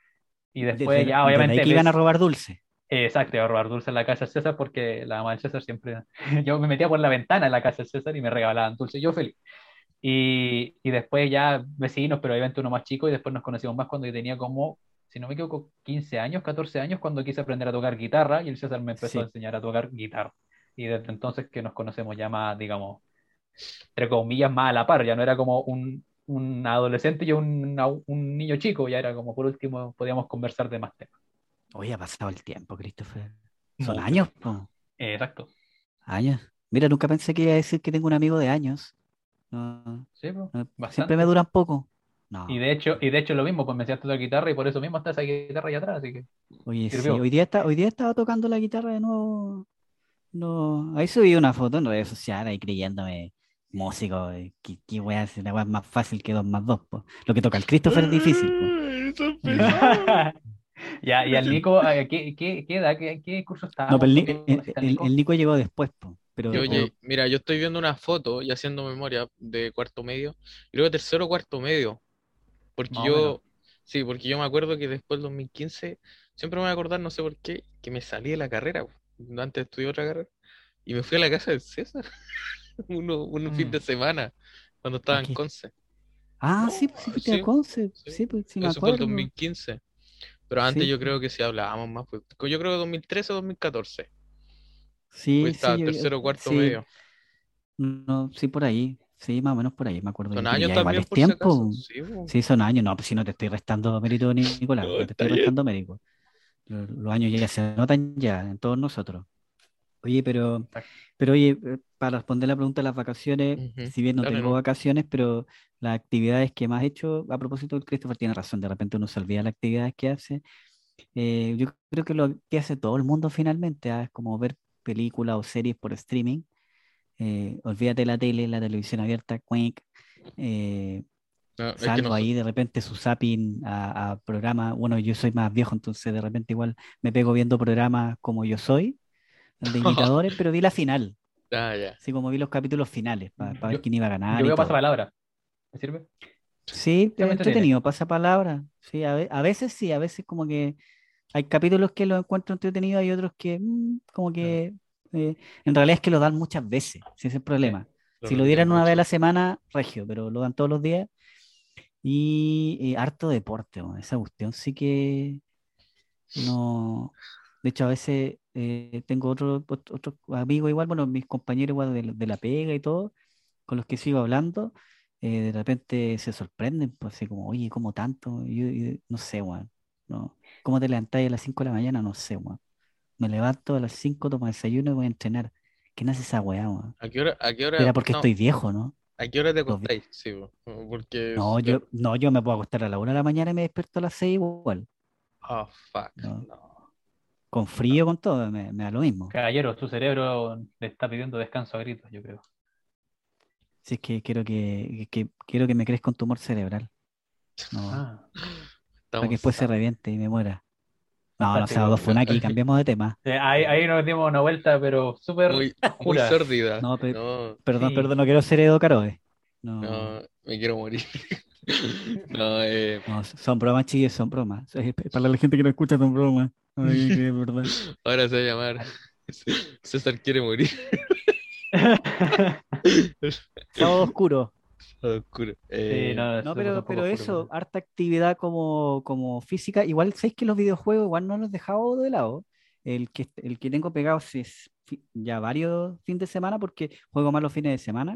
S3: Y después
S1: Desde,
S3: ya
S1: desde ahí
S3: obviamente
S1: que iban a
S3: ves,
S1: robar dulce.
S3: eh, exacto, iba a robar dulce en la casa de César porque la mamá del César siempre, yo me metía por la ventana en la casa de César y me regalaban dulce, yo feliz. Y, y después ya vecinos, pero obviamente uno más chico y después nos conocimos más cuando yo tenía como, si no me equivoco, quince años, catorce años, cuando quise aprender a tocar guitarra y el César me empezó a
S1: Sí.
S3: enseñar a tocar guitarra. Y desde entonces que nos conocemos ya más, digamos, entre comillas, más a la par, ya no era como un, un adolescente y un, un niño chico, ya era como por último podíamos conversar de más temas.
S1: Hoy ha pasado el tiempo, Christopher. Son
S3: Mucho
S1: años,
S3: tiempo.
S1: po.
S3: Eh, exacto.
S1: Años. Mira, nunca pensé que iba a decir que tengo un amigo de años. No,
S3: Sí, pues,
S1: no, siempre me
S3: bastante.
S1: duran poco.
S3: Y
S1: No.
S3: de hecho, y de hecho lo mismo, pues me enseñaste la guitarra y por eso mismo está esa guitarra allá atrás, así que
S1: Oye, sí,
S3: sirvió.
S1: hoy día está, hoy día estaba tocando la guitarra de nuevo. No, ahí subí una foto en redes sociales ahí creyéndome músico. eh, ¿Qué, qué wea es? La wea es más fácil que dos más dos, po. Lo que toca el Christopher es difícil, po.
S2: Son
S1: Eh,
S2: pesados.
S3: Ya, y al Nico, eh, ¿qué, qué, qué edad, qué, qué curso
S1: no, pero
S3: estábamos?
S1: el,
S3: ¿Tú
S1: Ni- el,
S3: conociste al
S1: el- el
S3: Nico?
S1: Nico llegó después, po.
S2: Y
S1: Pero, pero
S2: oye, mira, yo estoy viendo una foto y haciendo memoria de cuarto medio, y luego tercero cuarto medio, porque
S3: Más o menos.
S2: yo, sí, porque yo me acuerdo que después del dos mil quince, siempre me voy a acordar, no sé por qué, que me salí de la carrera, antes estudié otra carrera, y me fui a la casa del César, uno, un fin
S3: Mm.
S2: de semana, cuando
S1: ¿a
S2: estaba en
S1: qué?
S2: Conce.
S1: Ah,
S2: No,
S1: sí, pues sí fuiste a
S2: sí,
S1: Conce.
S2: sí,
S1: Sí, pues sí me
S2: eso fue el
S1: acuerdo.
S2: dos mil quince, pero antes
S1: Sí,
S2: yo
S1: pues.
S2: creo que sí hablábamos más, pues, yo creo que dos mil trece o dos mil catorce,
S1: Sí,
S2: fuiste
S1: sí,
S2: a
S1: yo, yo-
S2: tercero cuarto
S1: sí,
S2: medio.
S1: no, sí, por ahí. Sí, más o menos por ahí, me acuerdo
S2: ¿Son
S1: yo. Pero
S2: años
S1: ya igual
S2: también
S1: es
S2: por si acaso?
S1: tiempo.
S2: Sí, po.
S1: Sí, son años. No, pues si no te estoy restando mérito, Nicolás.
S2: No,
S1: No te
S2: está
S1: estoy
S2: bien.
S1: restando mérito. Lo- Los años ya se notan ya en todos nosotros. Oye, pero, pero oye, eh, para responder la pregunta de las vacaciones,
S2: Ujú.
S1: si bien no
S2: Dale,
S1: tengo
S2: no.
S1: vacaciones, pero las actividades que más he hecho, a propósito, el Christopher tiene razón, de repente uno se olvida las actividades que hace. Eh, yo creo que lo que hace todo el mundo finalmente, ah, es como ver películas o series por streaming. Eh, olvídate de la tele, la televisión abierta, cuic, eh,
S2: No, es que no.
S1: salvo ahí de repente su zapping a, a programas. Bueno, yo soy más viejo, entonces de repente igual me pego viendo programas como Yo Soy, de imitadores, pero vi la final,
S2: Ah, ya.
S1: así como vi los capítulos finales, para ver
S3: Yo,
S1: quién iba a
S3: yo
S1: ganar y
S3: veo
S1: todo.
S3: pasapalabra. ¿Me sirve?
S1: Sí,
S3: Ya
S1: eh,
S3: me entretiene.
S1: entretenido, pasa palabra. Sí, a, ve- a veces sí, a veces como que hay capítulos que los encuentro entretenidos, hay otros que mm, como
S3: Claro.
S1: que eh, en realidad es que lo dan muchas veces, ese es el
S3: Sí.
S1: problema.
S2: Lo
S1: Si lo
S2: repiten
S1: dieran una vez a
S2: mucho.
S1: la semana, regio, pero lo dan todos los días. Y eh, harto deporte, weón. Esa cuestión sí que no. De hecho, a veces eh, tengo otro, otro, otro amigo igual, bueno, mis compañeros igual de, la de la pega y todo, con los que sigo hablando, eh, de repente se sorprenden, pues así como, oye, ¿cómo tanto? Y yo, y no sé, weón. No. ¿Cómo te levantáis a las cinco de la mañana? No sé, weón. Me levanto a las cinco, tomo desayuno y voy a entrenar. ¿Qué nace esa weá, weón?
S2: ¿A qué hora? ¿A qué hora?
S1: ¿Será porque
S2: No.
S1: estoy viejo, no?
S2: ¿A qué hora te
S1: Los vie-
S2: acostáis? Sí, po. Porque
S1: No,
S2: es- yo.
S1: yo, no, yo me puedo acostar a la una de la mañana y me despierto a las seis igual.
S2: Oh, fuck.
S1: No.
S2: No.
S1: Con
S3: No.
S1: frío, con todo, me, me da lo mismo.
S3: Caballero, su cerebro le está pidiendo descanso a gritos, yo creo.
S1: Si es que quiero que, que- quiero que me crezca un tumor cerebral. No,
S3: Ah,
S1: para que
S2: Estamos
S1: después se
S2: a-
S1: reviente y me muera. No, no sea
S3: fantástico.
S1: dos funaki, cambiemos de tema.
S3: Eh, ahí, ahí nos dimos una vuelta, pero súper
S2: muy, muy
S3: oscura.
S2: sórdida.
S1: No, pe-
S2: No,
S1: perdón,
S3: Sí.
S1: perdón, no quiero ser Edo Caroe. No,
S2: no, me quiero morir. No, eh,
S1: no, son bromas, chiquillos, son bromas. Es- Para la gente que no escucha, son bromas. Ay, que es verdad.
S2: ahora se va a llamar César quiere morir.
S1: Sábado oscuro.
S2: Oscuro.
S3: Sí,
S2: Eh,
S3: no,
S1: No,
S3: se puso
S1: pero,
S3: un poco
S1: pero
S3: oscuro,
S1: eso,
S3: pero-
S1: harta actividad como, como física. Igual, ¿sabéis que los videojuegos igual no los he dejado de lado? el que, el que tengo pegado es fi- ya varios fines de semana porque juego más los fines de semana.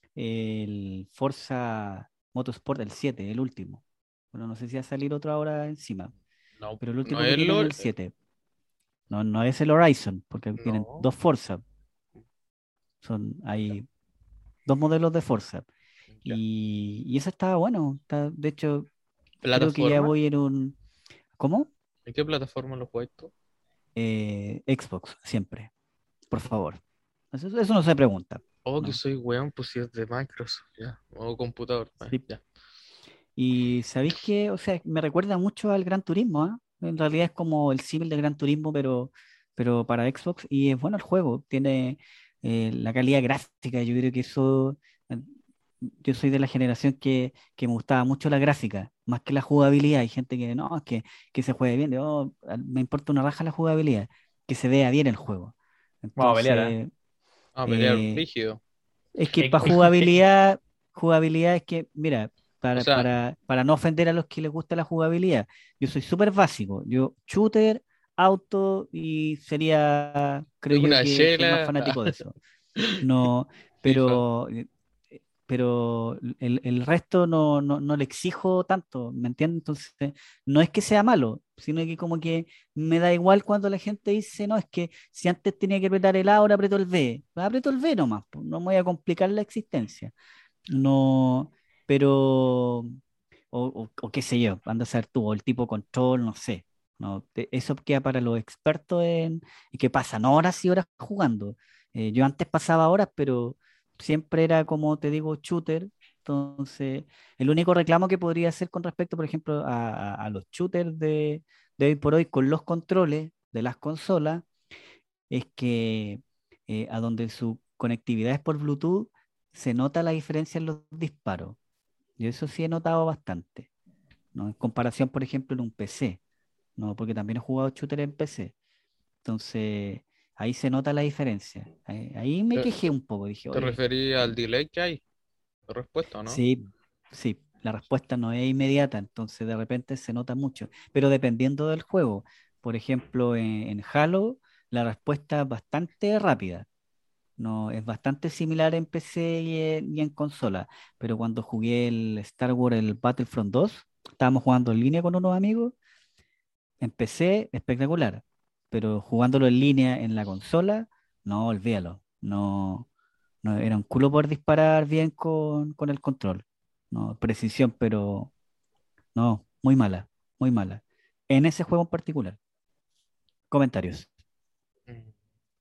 S1: El Forza Motorsport, el siete el último. Bueno, no sé si va a salir otro ahora encima,
S2: No,
S1: pero el
S2: no
S1: último que
S2: es
S1: tienen es
S2: LOL.
S1: el siete. No, no es el Horizon, porque tienen
S2: No,
S1: dos Forza. Son, hay dos modelos de Forza.
S2: ya.
S1: Y, y eso estaba bueno. Está- de hecho, creo que ya
S2: ¿Plataforma?
S1: voy en un... ¿Cómo?
S2: ¿En qué plataforma lo juegas tú?
S1: Eh, Xbox, siempre, por favor. Eso, eso no se pregunta,
S2: Oh, que
S1: ¿no?
S2: soy weón, pues si es de Microsoft, ya. O computador, eh,
S1: Sí.
S2: ya.
S1: Y ¿sabéis qué? O sea, me recuerda mucho al Gran Turismo, ¿ah? En realidad es como el símil del Gran Turismo, pero, pero para Xbox. Y es bueno el juego. Tiene eh, la calidad gráfica. Yo creo que eso... eh, Yo soy de la generación que, que me gustaba mucho la gráfica, más que la jugabilidad. Hay gente que no, que, que se juegue bien. Yo, a- me importa una raja la jugabilidad, que se vea bien el juego.
S3: Vamos a pelear, ¿eh?
S1: Entonces,
S2: Ah, pelear
S1: eh,
S2: rígido.
S1: es que
S3: Es
S1: para
S3: que- es que-
S1: jugabilidad, jugabilidad es que, mira,
S2: O
S1: para,
S2: sea,
S1: para, para no ofender a los que les gusta la jugabilidad, yo soy súper básico. Yo, shooter, auto y sería, creo yo
S2: una
S1: que, que el más
S2: chela,
S1: fanático de eso. No,
S2: FIFA.
S1: pero, eh, pero el, el resto no, no, no le exijo tanto, ¿me entiendes? Entonces, no es que sea malo, sino que como que me da igual cuando la gente dice, no, es que si antes tenía que apretar el A, ahora aprieto el B. Pues aprieto el B nomás, pues, no me voy a complicar la existencia. No, pero, o, o- o qué sé yo, anda a ser tú, o el tipo control, no sé. No, Te- eso queda para los expertos en, y que pasan horas y horas jugando. Eh, yo antes pasaba horas, pero siempre era como te digo, shooter. Entonces, el único reclamo que podría hacer con respecto, por ejemplo, a, a- a los shooters de, de hoy por hoy con los controles de las consolas, es que eh, a donde su conectividad es por Bluetooth, se nota la diferencia en los disparos. Yo eso sí he notado bastante, ¿no? En comparación, por ejemplo, en un P C, ¿no? Porque también he jugado shooter en P C. Entonces, ahí se nota la diferencia. Ahí, ahí me
S2: ¿Te,
S1: quejé
S2: te,
S1: un poco, dije,
S2: te
S1: oye,
S2: referí al delay que hay de respuesta, o no?
S1: sí, sí, la respuesta no es inmediata, entonces de repente se nota mucho, pero dependiendo del juego. Por ejemplo, en, en Halo, la respuesta es bastante rápida. No, es bastante similar en P C y en, y en consola, pero cuando jugué el Star Wars, el Battlefront dos, estábamos jugando en línea con unos amigos, en P C espectacular, pero jugándolo en línea en la consola, no, olvídalo, no, no era un culo poder disparar bien con, con el control, no, precisión, pero no, muy mala, muy mala. En ese juego en particular. Comentarios.
S2: Mm.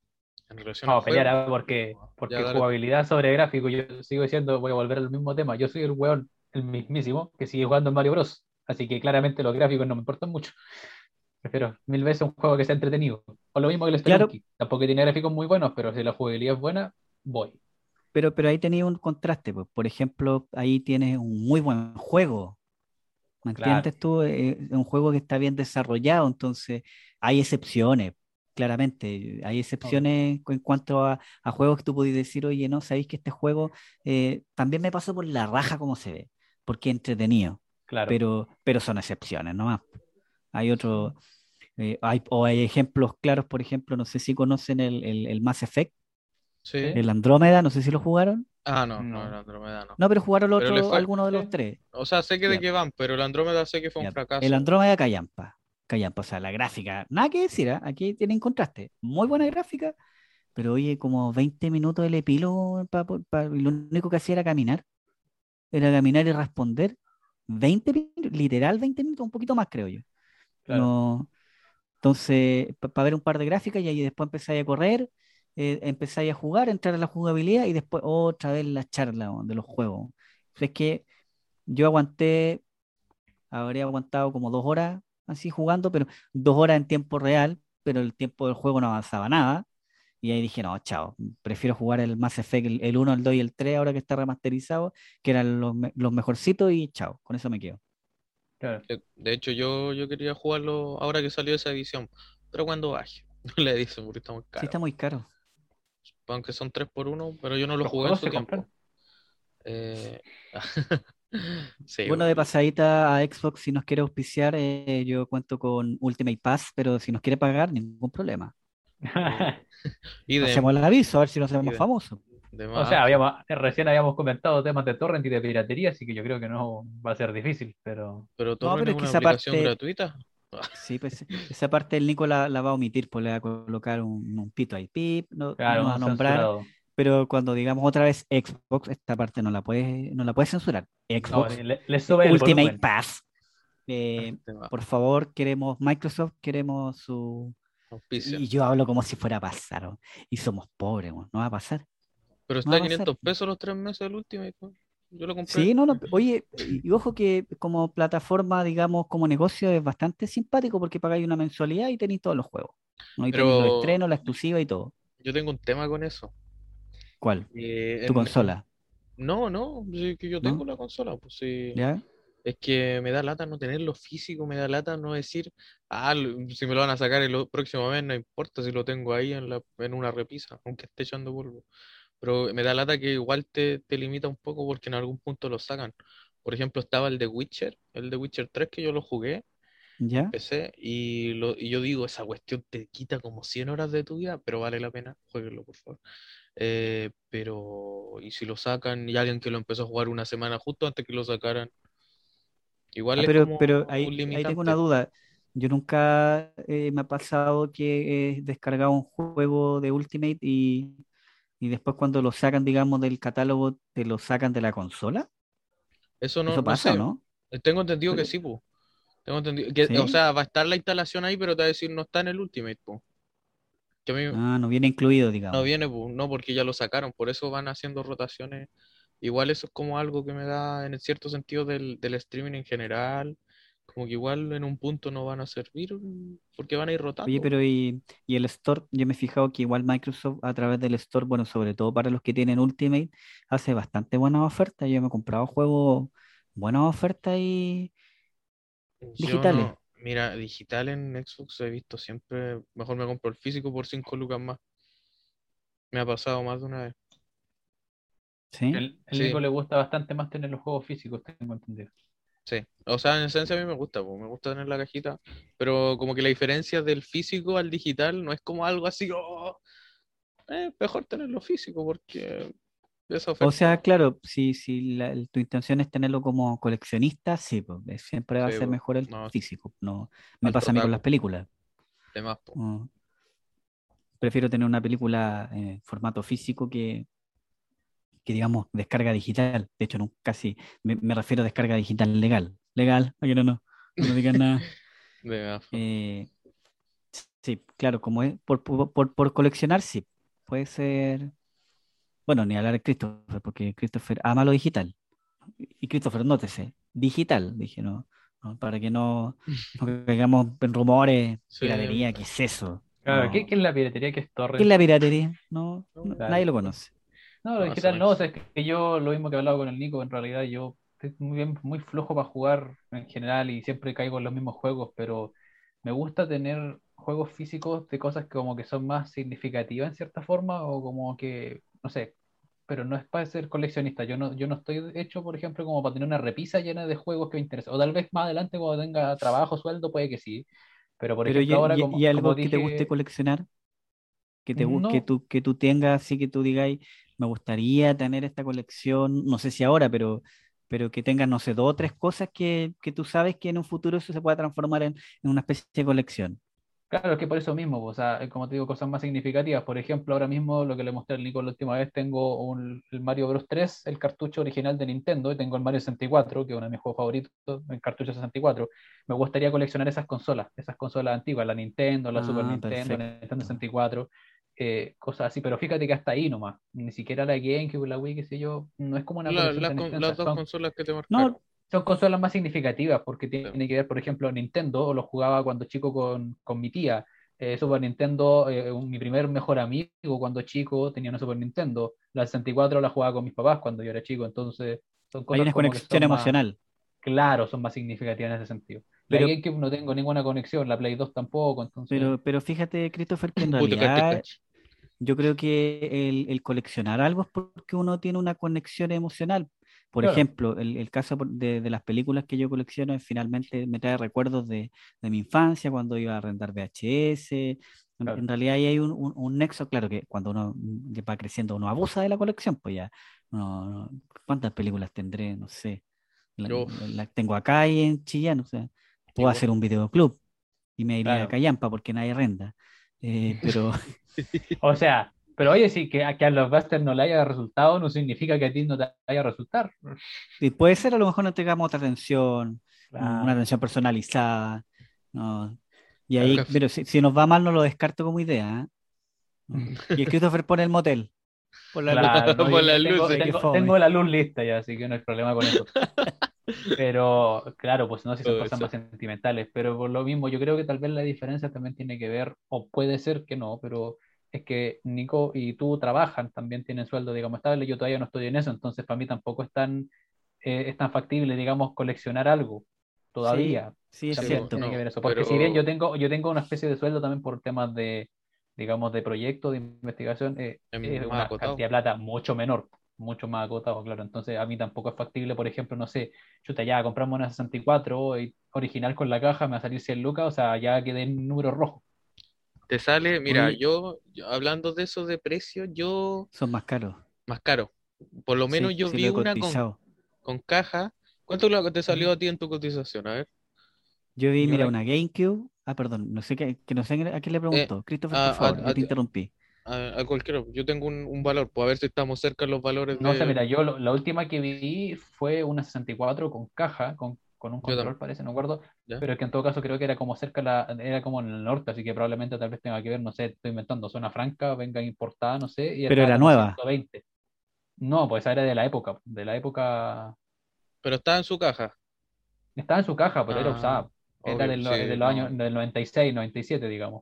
S2: En relación al
S3: Vamos a pelear,
S2: juego.
S3: ¿eh? Porque,
S2: Ya,
S3: porque
S2: dale tú.
S3: jugabilidad sobre gráfico, yo sigo diciendo, voy a volver al mismo tema. Yo soy el weón, el mismísimo, que sigue jugando en Mario Bros. Así que claramente los gráficos no me importan mucho. Prefiero mil veces un juego que sea entretenido. O lo mismo que el
S1: Claro,
S3: Spelunky. Tampoco tiene gráficos muy buenos, pero si la jugabilidad es buena, voy.
S1: pero, pero ahí tenía un contraste, pues. Por ejemplo, ahí tienes un muy buen juego. ¿Me
S3: Claro.
S1: entiendes tú? Eh, Es un juego que está bien desarrollado, entonces hay excepciones, claramente. Hay
S3: Obvio.
S1: excepciones en cuanto a, a juegos que tú podés decir, oye, no, sabéis que este juego eh, también me pasó por la raja como se ve, porque es entretenido,
S3: Claro.
S1: pero, pero son excepciones nomás. Hay otro, eh, hay, o hay ejemplos claros, por ejemplo, no sé si conocen el, el, el Mass Effect,
S2: Sí.
S3: ¿Sí?
S1: el Andrómeda, no sé si lo jugaron.
S2: Ah, no, no, el
S3: No.
S2: Andrómeda no.
S1: No, pero jugaron los
S2: Pero le
S1: otros,
S2: fue.
S1: alguno de los
S3: Sí.
S1: tres.
S2: O sea, sé que de
S1: Ya,
S2: qué van, pero el Andrómeda sé que fue un
S1: ya. El
S2: fracaso.
S1: Andrómeda Callampa. Callampa, o sea, la gráfica, nada que decir, ¿ah? Aquí tienen contraste. Muy buena gráfica, pero oye, como veinte minutos el epílogo, pa- pa- pa- y lo único que hacía era caminar. Era caminar y responder. veinte minutos, literal veinte minutos, un poquito más, creo yo.
S3: Claro.
S1: No, entonces, para ver un par de gráficas y ahí después empezáis a correr, eh, empezáis a jugar, entrar a la jugabilidad y después otra vez la charla weón, de los juegos. O sea, es que yo aguanté, habría aguantado como dos horas así jugando, pero dos horas en tiempo real, pero el tiempo del juego no avanzaba nada. Y ahí dije, no, chao, prefiero jugar el Mass Effect, el, el uno, el dos y el tres ahora que está remasterizado, que eran los, me- los mejorcitos y chao, con eso me quedo.
S3: Claro.
S2: De, de hecho, yo, yo quería jugarlo ahora que salió esa edición, pero cuando baje. No le dicen porque está muy
S1: Sí,
S2: caro.
S1: está muy caro.
S2: Aunque son tres por uno, pero yo no lo
S3: Los
S2: jugué en
S3: juegos
S2: su
S3: se compran.
S2: tiempo. Eh, Sí,
S1: Bueno, de
S2: pues.
S1: pasadita a Xbox, si nos quiere auspiciar, eh, yo cuento con Ultimate Pass, pero si nos quiere pagar, ningún problema.
S2: Eh, idem,
S1: Hacemos el aviso, a ver si nos hacemos
S2: idem.
S1: famosos.
S2: De
S3: O
S2: más,
S3: sea,
S2: po.
S3: habíamos, recién habíamos comentado temas de torrent y de piratería, así que yo creo que no va a ser difícil, pero
S2: Pero
S1: No,
S2: Torrent
S1: pero
S2: es
S1: es que
S2: una
S1: esa
S2: aplicación
S1: parte,
S2: gratuita.
S1: sí, pues esa parte el Nico la, la va a omitir, pues le va a colocar un, un pito ahí, pip, no, no
S3: claro,
S1: va a
S3: un
S1: nombrar,
S3: censurado.
S1: pero cuando digamos otra vez Xbox, esta parte no la puede, no la puede censurar.
S3: No,
S1: Xbox,
S3: le, le
S1: eh,
S3: sube el
S1: Ultimate
S3: volumen.
S1: Pass. Eh,
S2: De más.
S1: por favor, queremos Microsoft, queremos su...
S2: Auspicia.
S1: Y yo hablo como si fuera a pasar, ¿o? Y somos pobres, ¿o? No va a pasar,
S2: Pero
S1: no va
S2: está
S1: a
S2: a
S1: pasar.
S2: quinientos pesos los tres meses del Ultimate, po. Yo lo compré.
S1: Sí, no, no, oye, y, y ojo que como plataforma, digamos, como negocio es bastante simpático porque pagáis una mensualidad y tenéis todos los juegos, ¿no? Y tenéis los
S2: Pero
S1: estrenos, la exclusiva y todo.
S2: yo tengo un tema con eso.
S1: ¿Cuál?
S2: Eh,
S1: Tu
S2: en, en-
S1: consola,
S2: no, no, sí que yo tengo
S1: ¿no?
S2: la consola, pues sí.
S1: ¿Ya?
S2: Es que me da lata no tenerlo físico, me da lata no decir, ah, lo- si me lo van a sacar el o- próximo mes, no importa si lo tengo ahí en la, en una repisa, aunque esté echando polvo. Pero me da lata que igual te, te limita un poco porque en algún punto lo sacan. Por ejemplo, estaba el de Witcher, el de Witcher tres que yo lo jugué en
S1: ¿Ya?
S2: P C y, lo, y yo digo, esa cuestión te quita como cien horas de tu vida, pero vale la pena, jueguenlo por favor. Eh, pero, y si lo sacan y alguien que lo empezó a jugar una semana justo antes que lo sacaran, igual
S1: Ah,
S2: es
S1: pero,
S2: como
S1: pero
S2: un
S1: ahí, ahí tengo una
S2: limitante.
S1: duda. Yo nunca eh, me ha pasado que he descargado un juego de Ultimate y, y después cuando lo sacan, digamos, del catálogo, te lo sacan de la consola.
S2: Eso no,
S1: ¿Eso
S2: no
S1: pasa o
S2: sé.
S1: no?
S2: Eh, Tengo entendido que
S1: Pero-
S2: sí, po. Tengo entendido que, o
S1: ¿Sí?
S2: sea, va a estar la instalación ahí, pero te va a decir no está en el Ultimate, po. Que a mí
S1: Ah, no viene incluido,
S2: no
S1: digamos.
S2: viene, po, no, porque ya lo sacaron, por eso van haciendo rotaciones. Igual eso es como algo que me da en cierto sentido del, del streaming en general, como que igual en un punto no van a servir mm, porque van a ir
S1: Oye,
S2: rotando.
S1: pero y, y el Store, yo me he fijado que igual Microsoft a través del Store, bueno, sobre todo para los que tienen Ultimate, hace bastante buenas ofertas. Yo me he comprado juegos, buenas ofertas y
S2: Yo
S1: digitales,
S2: no, mira, digital en Xbox he visto siempre, mejor me compro el físico por cinco lucas más. Me ha pasado más de una vez.
S1: ¿sí?
S3: El, el Nico
S2: Sí,
S3: le gusta bastante más tener los juegos físicos, tengo entendido.
S2: sí. O sea, en esencia a mí me gusta, po, me gusta tener la cajita, pero como que la diferencia del físico al digital no es como algo así, oh, eh, mejor tenerlo físico porque esa
S1: O
S2: oferta,
S1: sea, claro, si, si la- el- tu intención es tenerlo como coleccionista, sí, pues eh, siempre va a
S2: sí,
S1: ser
S2: po,
S1: mejor el
S2: no,
S1: físico. No, me
S2: alto
S1: pasa a mí con las
S2: otaku,
S1: películas.
S2: de más, po.
S1: Mm, prefiero tener una película en formato físico que, que, digamos, descarga digital. De hecho, no, casi me, me refiero a descarga digital legal. Legal, aquí no, no, no me digan nada.
S2: De más, po.
S1: Eh, sí, claro, como es por, por, por- por coleccionar, sí. Puede ser, bueno, ni hablar de Christopher, porque Christopher ama lo digital. Y Christopher, nótese, digital, dije, no, no, para que no, no caigamos en rumores,
S2: Sí,
S1: piratería, ¿qué es eso?
S3: Claro, ¿qué,
S1: No.
S3: qué es la piratería? ¿Qué es
S1: ¿Qué es
S3: torrent?
S1: la piratería? No, no, nadie
S3: Claro.
S1: lo conoce.
S3: No, lo
S2: no, eso
S3: digital
S2: no
S3: no, o sea, es
S2: existe.
S3: que yo lo mismo que he hablado con el Nico, en realidad yo estoy muy bien, muy flojo para jugar en general y siempre caigo en los mismos juegos, pero me gusta tener juegos físicos de cosas que como que son más significativas en cierta forma o como que, no sé, pero no es para ser coleccionista. Yo no, yo no estoy hecho, por ejemplo, como para tener una repisa llena de juegos que me interesan. O tal vez más adelante cuando tenga trabajo, sueldo, puede que sí. Pero por
S1: Pero
S3: ejemplo
S1: y,
S3: ahora,
S1: y- y
S3: como, como
S1: algo que te guste
S3: dije,
S1: coleccionar, que te gu- que
S3: no.
S1: tú, que tú tengas, así que tú digáis, me gustaría tener esta colección, no sé si ahora, pero, pero que tengas, no sé, dos o tres cosas que, que tú sabes que en un futuro eso se pueda transformar en, en una especie de colección.
S3: Claro, es que por eso mismo, o sea, eh, como te digo, cosas más significativas. Por ejemplo, ahora mismo lo que le mostré al Nico la última vez, tengo un, el Mario Bros. tres, el cartucho original de Nintendo, y tengo el Mario sesenta y cuatro, que es uno de mis juegos favoritos, el cartucho sesenta y cuatro. Me gustaría coleccionar esas consolas, esas consolas antiguas, la Nintendo, la Super
S1: Ah,
S3: Nintendo, la Nintendo
S1: perfecto.
S3: sesenta y cuatro, eh, cosas así. Pero fíjate que hasta ahí nomás, ni siquiera la GameCube, la Wii, qué sé yo, no es como una
S2: La-
S3: colección
S2: las
S3: tan
S2: con- las
S3: extensa.
S2: dos
S3: Son
S2: consolas que te
S1: No,
S2: marcaron.
S3: son consolas más significativas porque
S2: Sí.
S3: tiene que ver, por ejemplo, Nintendo, o lo jugaba cuando chico con, con mi tía. Eh, Super Nintendo, eh, un- mi primer mejor amigo cuando chico tenía una Super Nintendo. La sesenta y cuatro la jugaba con mis papás cuando yo era chico, entonces son
S1: hay
S3: cosas
S1: una
S3: como que
S1: conexión
S3: son más,
S1: emocional.
S3: claro, son más significativas en ese sentido. La
S1: Pero,
S3: GameCube no tengo ninguna conexión, la Play dos tampoco, entonces,
S1: pero, pero fíjate, Christopher, que en
S2: Puto Candy
S1: realidad
S2: Crush.
S1: yo creo que el, el coleccionar algo es porque uno tiene una conexión emocional. Por
S3: Claro,
S1: ejemplo, el, el caso por- de, de las películas que yo colecciono es finalmente me trae recuerdos de, de mi infancia, cuando iba a arrendar V H S. En,
S3: claro.
S1: en realidad ahí hay un, un- un nexo, claro que cuando uno mm, ya va creciendo uno abusa de la colección, pues ya, no, no- ¿cuántas películas tendré? No sé, la- la-
S2: Uf,
S1: las tengo acá y en Chillán, o sea, puedo hacer
S2: igual.
S1: un videoclub y me iría a
S3: Claro.
S1: Callampa porque nadie arrenda. Eh, pero
S3: O sea, pero oye, sí, que, a- que a los Busters no le haya resultado no significa que a ti no te vaya a resultar.
S1: y puede ser, a lo mejor no tengamos otra atención, un- una
S3: Claro,
S1: atención personalizada, ¿no? Y
S3: claro.
S1: ahí,
S2: Café.
S1: pero si, si nos va mal, no lo descarto como idea, ¿eh? ¿No? Y el Christopher pone el motel, por la luz.
S3: Claro, no,
S2: Por
S3: yo,
S2: las
S3: yo tengo,
S1: Ay,
S2: luces.
S1: qué
S3: tengo, tengo
S1: fome.
S3: la luz lista ya, así que no hay problema con eso. Pero claro, pues no sé si son
S2: Todo
S3: cosas
S2: eso.
S3: más sentimentales, pero por lo mismo, yo creo que tal vez la diferencia también tiene que ver, o puede ser que no, pero es que Nico y tú trabajan, también tienen sueldo, digamos, estable, yo todavía no estoy en eso, entonces para mí tampoco es tan, eh, es tan factible, digamos, coleccionar algo
S1: Sí,
S3: todavía.
S1: sí, es
S2: Sí,
S3: También
S2: pues,
S1: cierto.
S3: tiene que
S2: no,
S3: ver eso, porque si bien yo
S2: pero
S3: tengo, yo tengo una especie de sueldo también por temas de, digamos, de proyectos, de investigación, eh,
S2: es
S3: es
S2: más
S3: una
S2: acotado.
S3: cantidad de plata mucho menor, mucho más acotado, claro. Entonces a mí tampoco es factible, por ejemplo, no sé, chuta, ya compramos una sesenta y cuatro y- original con la caja, me va a salir cien lucas, o sea, ya quedé en número rojo.
S2: Te sale, mira,
S1: Oye,
S2: yo, yo- hablando de eso de precio, yo
S1: son más caros.
S2: más caro. Por lo menos
S1: Sí,
S2: yo
S1: sí lo
S2: vi
S1: he
S2: una con,
S1: cotizado.
S2: con caja. ¿Cuánto lo que te
S3: Ujú.
S2: salió a ti en tu cotización? A ver.
S1: Yo vi,
S3: Yo
S1: mira,
S3: la,
S1: una GameCube. Ah, perdón, no sé qué, que no sé a quién le
S2: Eh,
S1: preguntó. Christopher,
S2: a,
S1: por
S2: a,
S1: favor, yo
S2: a,
S1: te interrumpí.
S2: a- a cualquiera. Yo tengo un, un valor, pues a ver si estamos cerca de los valores
S3: no sé,
S2: de.
S3: mira, yo lo- la última que vi fue una sesenta y cuatro con caja, con, con un
S2: Yo también,
S3: control, parece, no acuerdo,
S2: ¿ya?
S3: pero que en todo caso creo que era como cerca, la, era como en el norte, así que probablemente tal vez tenga que ver, no sé, estoy inventando, zona franca, venga importada, no sé, y
S1: Pero
S3: estaba
S1: era
S3: como
S1: nueva.
S3: ciento veinte. No, pues esa era de la época, de la época,
S2: Pero estaba en su caja.
S3: estaba en su caja, pero era
S2: Ah,
S3: usada, era de,
S2: obvio,
S3: lo- de
S2: sí,
S3: los años,
S2: no.
S3: del noventa y seis, noventa y siete, digamos.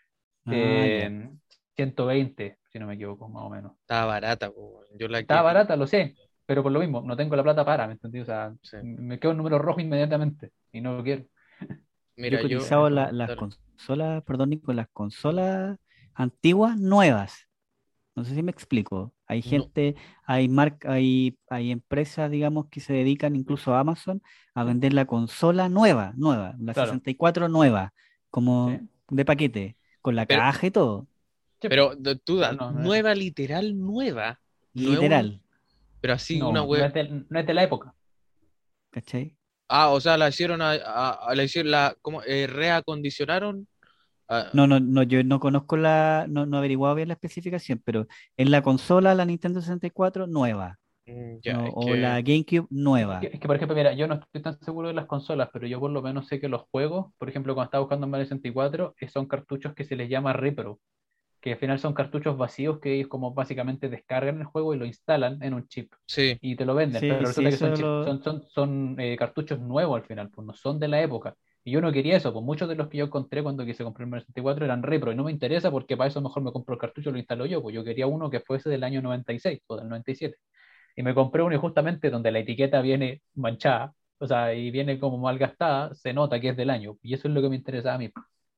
S1: Ah, ya.
S3: Eh, ciento veinte, si no me equivoco, más o menos.
S2: Estaba barata, pues, weón. Yo la
S3: Estaba
S2: que vi.
S3: barata, lo sé, pero por lo mismo, no tengo la plata para, ¿me entendí? O sea,
S2: Sí.
S3: me quedo en número rojo inmediatamente y no lo quiero.
S1: Yo he
S2: Mira, yo.
S1: cotizado la-
S3: Entonces,
S1: las
S2: Dale.
S1: consolas, perdón, Nico, las consolas antiguas nuevas. No sé si me explico. Hay
S2: No.
S1: gente, hay marca, hay, hay empresas, digamos, que se dedican, incluso Amazon, a vender la consola nueva, nueva, la
S3: claro,
S1: sesenta y cuatro nueva,
S3: sí,
S1: como de paquete, con la
S2: Pero,
S1: caja y todo,
S3: sí,
S2: pero de- tú
S3: pero
S2: das,
S3: no, no es,
S2: nueva, literal, nueva. No es un.
S1: literal,
S2: Pero así, una
S3: no, no
S2: web.
S3: es de, no es de la época.
S1: ¿cachai?
S2: Ah, o sea, la hicieron a, a- a- la hicieron la, ¿cómo? Eh, reacondicionaron. Ah,
S1: No, no, no, yo no conozco la, no, no he averiguado bien la especificación, pero en la consola, la Nintendo sesenta y cuatro nueva,
S2: mm, ya,
S1: no,
S2: es
S1: o
S2: que.
S1: la GameCube
S3: Es que,
S1: nueva.
S3: es que, por ejemplo, mira, yo no estoy tan seguro de las consolas, pero yo por lo menos sé que los juegos, por ejemplo, cuando estaba buscando en Mario sesenta y cuatro, eh, son cartuchos que se les llama repro, que al final son cartuchos vacíos que ellos como básicamente descargan el juego y lo instalan en un chip
S2: Sí,
S3: y te lo venden,
S1: Sí,
S3: pero
S1: sí,
S3: resulta que son
S1: eso
S3: chips,
S1: lo...
S3: son, son, son eh, cartuchos nuevos al final, pues no son de la época. Y yo no quería eso, pues muchos de los que yo encontré cuando quise comprar el Mario sesenta y cuatro eran repro y no me interesa porque para eso mejor me compro el cartucho y lo instalo yo, pues yo quería uno que fuese del año noventa y seis o del noventa y siete. Y me compré uno y justamente donde la etiqueta viene manchada, o sea, y viene como mal gastada, se nota que es del año. Y eso es lo que me interesaba a mí,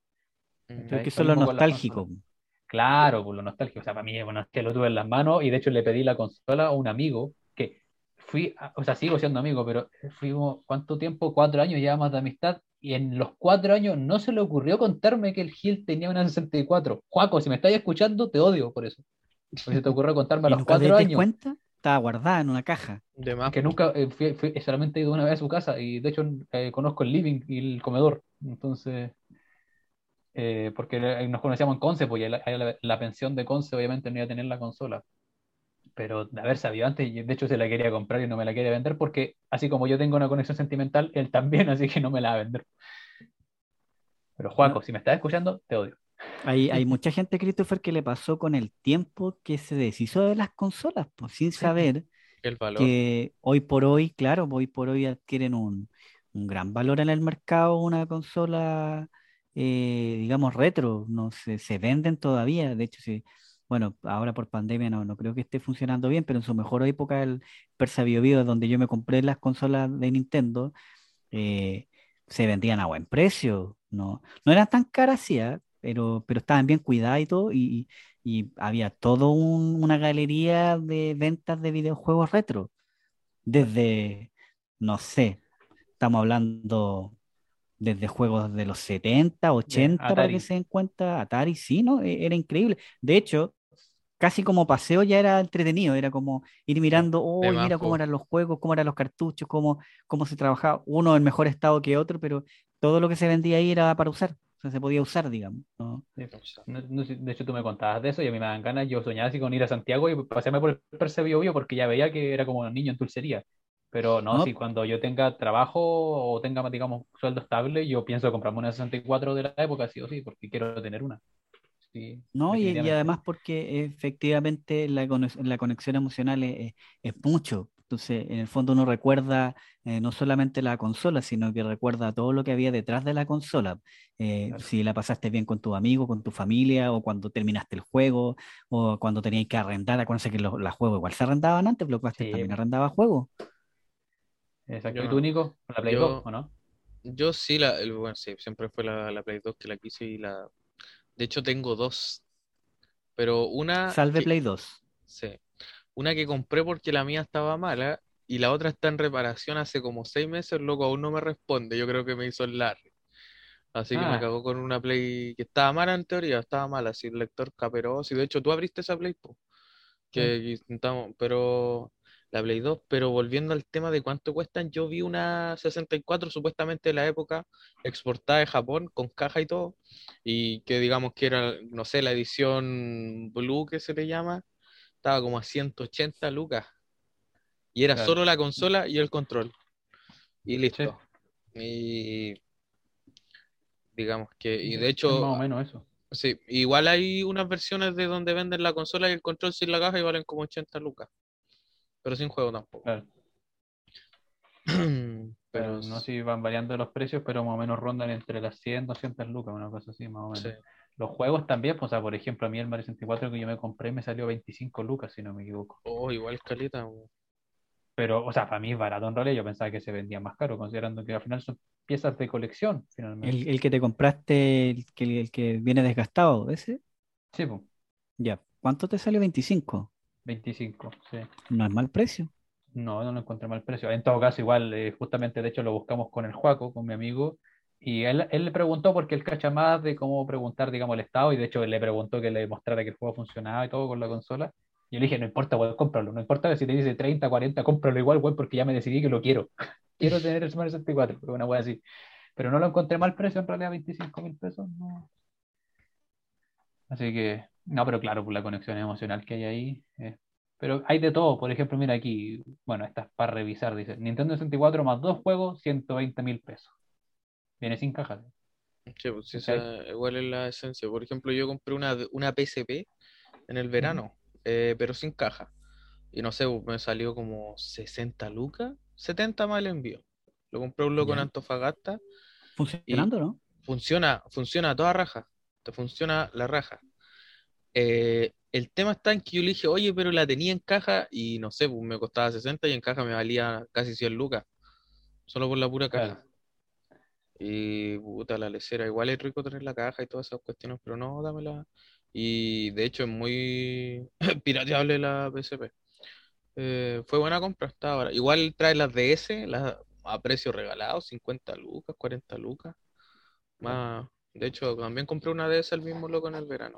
S2: mm,
S1: Creo que
S3: ¿cachai?
S1: eso
S3: Lo
S1: es lo
S3: mismo con las consolas.
S1: nostálgico.
S3: Claro, por lo nostálgico. O sea, para mí, bueno, es que lo tuve en las manos y de hecho le pedí la consola a un amigo que fui, a- o sea, sigo siendo amigo, pero fuimos, ¿cuánto tiempo? Cuatro años ya más de amistad. Y en los cuatro años no se le ocurrió contarme que el Gil tenía una sesenta y cuatro. Juaco, si me estás escuchando, te odio por eso. Porque se te ocurrió contarme a
S1: ¿Y
S3: los
S1: nunca te
S3: cuatro
S1: diste
S3: años.
S1: cuenta? Estaba guardada en una caja.
S2: de
S3: Es
S2: más,
S3: que
S2: po.
S3: nunca eh, fui, fui- solamente he ido una vez a su casa y de hecho eh, conozco el living y el comedor. Entonces, eh, porque eh, nos conocíamos en Conce, pues y la, la- la pensión de Conce obviamente no iba a tener la consola. Pero de haber sabido antes, y de hecho se la quería comprar y no me la quiere vender porque así como yo tengo una conexión sentimental, él también, así que no me la va a vender. Pero
S1: No,
S3: Juaco, si me estás escuchando, te odio.
S1: hay, hay mucha gente, Christopher, que le pasó con el tiempo que se deshizo de las consolas, pues sin
S3: Sí, pues,
S1: saber
S2: El valor.
S1: que hoy por hoy, claro, hoy por hoy adquieren un, un gran valor en el mercado una consola, eh, digamos, retro, no se, se venden todavía, de hecho, sí, bueno, ahora por pandemia no, no creo que esté funcionando bien, pero en su mejor época, el Persa Bio Bio, donde yo me compré las consolas de Nintendo, eh, se vendían a buen precio, no, no eran tan caras, sí, ¿ah? pero, pero estaban bien cuidadas y todo, y, y había toda una galería de ventas de videojuegos retro. desde, no sé, estamos hablando desde juegos de los setenta
S3: De
S1: ochenta para que
S3: Atari.
S1: se den cuenta, Atari, sí, ¿no? E- Era increíble. De hecho, casi como paseo ya era entretenido, era como ir
S2: Sí,
S1: mirando,
S2: de
S1: uy,
S2: más,
S1: mira cómo
S2: po.
S1: eran los juegos, cómo eran los cartuchos, cómo, cómo se trabajaba, uno en mejor estado que otro, pero todo lo que se vendía ahí era para usar, o sea, se podía usar, digamos, ¿no?
S3: Sí.
S2: O sea,
S3: No- no sé, de hecho, tú me contabas de eso y a mí me dan ganas. Yo soñaba así con ir a Santiago y pasearme por el Perse Bio Bio porque ya veía que era como un niño en dulcería. Pero no, si
S1: No,
S3: cuando yo tenga trabajo o tenga, digamos, sueldo estable, yo pienso comprarme una sesenta y cuatro de la época, sí o sí, porque quiero tener una. Sí,
S1: no, y, y
S3: definitivamente.
S1: además porque efectivamente la, cono- la conexión emocional es, es- es mucho. Entonces, en el fondo uno recuerda eh, no solamente la consola, sino que recuerda todo lo que había detrás de la consola. Eh,
S3: Claro.
S1: si la pasaste bien con tus amigos, con tu familia, o cuando terminaste el juego, o cuando tenías que arrendar. Acuérdense que los, los juegos igual se arrendaban antes, Blockbuster
S3: Sí,
S1: también
S3: po.
S1: arrendaba juegos.
S3: Exacto.
S2: yo
S3: ¿Y tú,
S2: no.
S3: Nico? ¿Con la Play dos
S2: Yo,
S3: o no?
S2: yo sí, la, el- bueno, sí, siempre fue la, la Play dos que la quise y la. De hecho, tengo dos, pero una
S1: Salve
S2: que.
S1: Play dos.
S2: Sí, una que compré porque la mía estaba mala y la otra está en reparación hace como seis meses, el loco aún no me responde. Yo creo que me hizo el Larry. Así que me
S3: Ah,
S2: cagó con una Play que estaba mala en teoría, estaba mala, así el lector caperó. Si de hecho tú abriste esa Play, po,
S3: sí.
S2: que intentamos, pero la Play dos, pero volviendo al tema de cuánto cuestan, yo vi una sesenta y cuatro supuestamente de la época exportada de Japón con caja y todo, y que digamos que era, no sé, la edición Blue que se le llama, estaba como a ciento ochenta lucas, y era
S3: Claro.
S2: solo la consola y el control, y
S3: Sí.
S2: listo. Y digamos que, y de
S3: Es
S2: hecho,
S3: más o menos eso.
S2: sí, igual hay unas versiones de donde venden la consola y el control sin la caja y valen como ochenta lucas, pero sin juego tampoco.
S3: Claro.
S2: Pero
S3: Claro, no sé si van variando los precios, pero más o menos rondan entre las cien doscientas lucas, una cosa así, más o
S2: sí,
S3: menos. Los juegos también, pues, o sea, por ejemplo, a mí el Mario sesenta y cuatro que yo me compré me salió veinticinco lucas, si no me equivoco.
S2: oh, igual caleta, weón.
S3: Pero, o sea, para mí es barato en realidad, yo pensaba que se vendía más caro, considerando que al final son piezas de colección, finalmente.
S1: El, el que te compraste, el que, el que viene desgastado, ese,
S3: Sí, pues,
S1: ya. ¿Cuánto te sale? Veinticinco.
S3: veinticinco, sí.
S1: No es mal precio.
S3: No, no lo encontré mal precio. En todo caso, igual, eh, justamente, de hecho, lo buscamos con el Juaco, con mi amigo, y él, él le preguntó porque él cacha más de cómo preguntar, digamos, el estado, y de hecho, él le preguntó que le mostrara que el juego funcionaba y todo con la consola. Y yo le dije, no importa, weón, cómpralo. No importa si te dice treinta cuarenta cómpralo igual, weón, porque ya me decidí que lo quiero. Quiero tener el Mario sesenta y cuatro, una wea así. Pero no lo encontré mal precio, en realidad, veinticinco mil pesos, no. Así que, no, pero claro, por la conexión emocional que hay ahí. eh. Pero hay de todo, por ejemplo, mira aquí, bueno, esta es para revisar, dice, Nintendo sesenta y cuatro más dos juegos, ciento veinte mil pesos. Viene sin caja,
S2: Sí, pues sí,
S3: ¿cachai?
S2: esa igual es la esencia. Por ejemplo, yo compré una, una P S P en el
S3: Ujú.
S2: verano, eh, pero sin caja. Y no sé, me salió como sesenta lucas, setenta más el envío. Lo compré un loco en
S1: Ya.
S2: Antofagasta y
S1: Funcionando, ¿no?
S2: funciona, funciona a toda raja. Te funciona la raja. Eh, el tema está en que yo le dije, oye, pero la tenía en caja y no sé, pues me costaba sesenta y en caja me valía casi cien lucas, solo por la pura
S3: Claro,
S2: caja. Y puta, la lecera, igual es rico tener la caja y todas esas cuestiones, pero no, dámela. Y de hecho es muy pirateable la P S P. Eh, fue buena compra, estaba barata. Igual trae las D S, las a precio regalado, cincuenta lucas, cuarenta lucas. Más, de hecho, también compré una D S el mismo loco en el verano.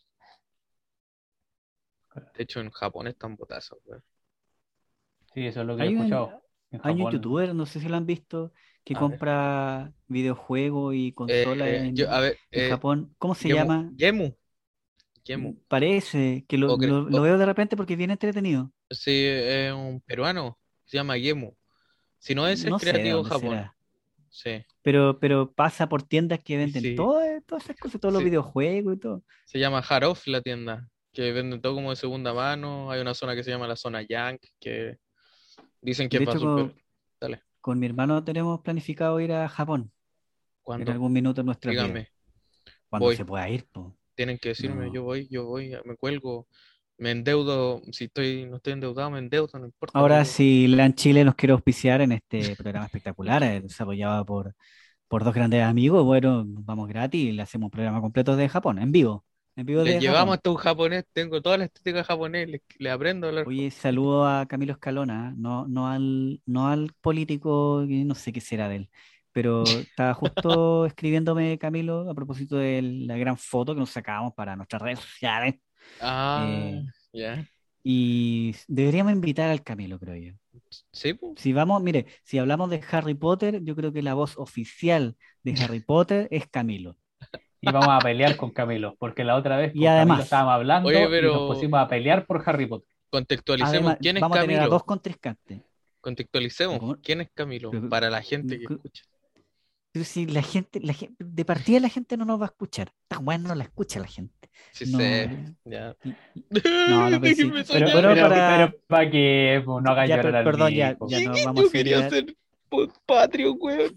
S3: claro.
S2: De hecho, en Japón están botazas, weón.
S3: Sí, eso es lo que yo he
S1: Hay un,
S3: escuchado. En
S1: hay un
S3: Japón,
S1: youtuber, no sé si lo han visto, que
S2: A ver.
S1: compra videojuegos y consolas
S2: Eh, yo, a
S1: en,
S2: ver,
S1: en
S2: eh,
S1: Japón. ¿Cómo se
S2: Gemu,
S1: llama?
S2: Gemu, Gemu.
S1: Parece que lo,
S2: O, cre-
S1: lo, lo
S2: o-
S1: veo de repente porque es bien entretenido.
S2: sí, es un peruano, se llama Gemu. Si no ese es
S1: No sé de
S2: Creativo
S1: dónde
S2: Japón.
S1: será,
S2: Sí,
S1: pero, pero pasa por tiendas que venden
S2: sí,
S1: todas, todas esas cosas, todos los
S2: sí.
S1: videojuegos y todo.
S2: Se llama Haroff la tienda, que venden todo como de segunda mano. Hay una zona que se llama la zona Yank, que dicen que es
S1: De
S2: para
S1: hecho,
S2: super.
S1: con,
S2: Dale,
S1: con mi hermano tenemos planificado ir a Japón en
S2: cuando,
S1: algún minuto de nuestras vidas,
S2: díganme,
S1: cuando
S2: voy.
S1: se pueda ir, pues.
S2: Tienen que decirme, yo
S1: No.
S2: voy, yo voy, me cuelgo, me endeudo. Si estoy, no estoy endeudado, me endeudo, no importa, pero
S1: Ahora,
S2: yo.
S1: si LAN Chile nos quiere auspiciar en este programa espectacular, eh, desarrollado por, por dos grandes amigos, bueno, nos vamos gratis y le hacemos un programa completo de Japón, en vivo. En vivo
S2: Le
S1: de
S2: llevamos
S1: Japón.
S2: hasta un japonés, tengo toda la estética japonés, le, le aprendo a hablar.
S1: Oye, saludo a Camilo Escalona, ¿eh? no, no al, no al político, que no sé qué será de él, pero estaba justo escribiéndome Camilo a propósito de la gran foto que nos sacábamos para nuestras redes sociales.
S2: Ah,
S1: eh,
S2: ya.
S1: y deberíamos invitar al Camilo, creo yo.
S2: Sí, pues.
S1: Si vamos, mire, si hablamos de Harry Potter, yo creo que la voz oficial de Harry Potter es Camilo.
S3: Y vamos a pelear con Camilo, porque la otra vez
S1: Y
S3: con Camilo
S1: además,
S3: estábamos
S2: Oye,
S3: hablando y nos
S2: pero
S3: pusimos a pelear por Harry Potter.
S2: contextualicemos
S1: además,
S2: quién es
S1: vamos a tener a dos
S2: Camilo.
S1: contrincantes. Pero
S2: Contextualicemos
S1: como-
S2: quién es Camilo
S1: pero-
S2: para la gente que
S1: pero-
S2: escucha.
S1: pero si la gente, la gente, de partida la gente no nos va a escuchar. Tan bueno no la escucha la gente.
S2: Sí
S1: No,
S2: sé, ya.
S1: y- y- no, no, pero sí.
S2: Déjenme
S3: Pero,
S2: soñar.
S1: Bueno,
S3: pero,
S1: para,
S3: pero, para que pues, no hagas
S1: ya,
S3: llorar
S1: per-
S3: al
S1: perdón, ya,
S3: Nico.
S1: ya nos
S2: Chiquillo,
S1: vamos a
S2: quería
S1: seriar.
S2: ser Patreon, weón.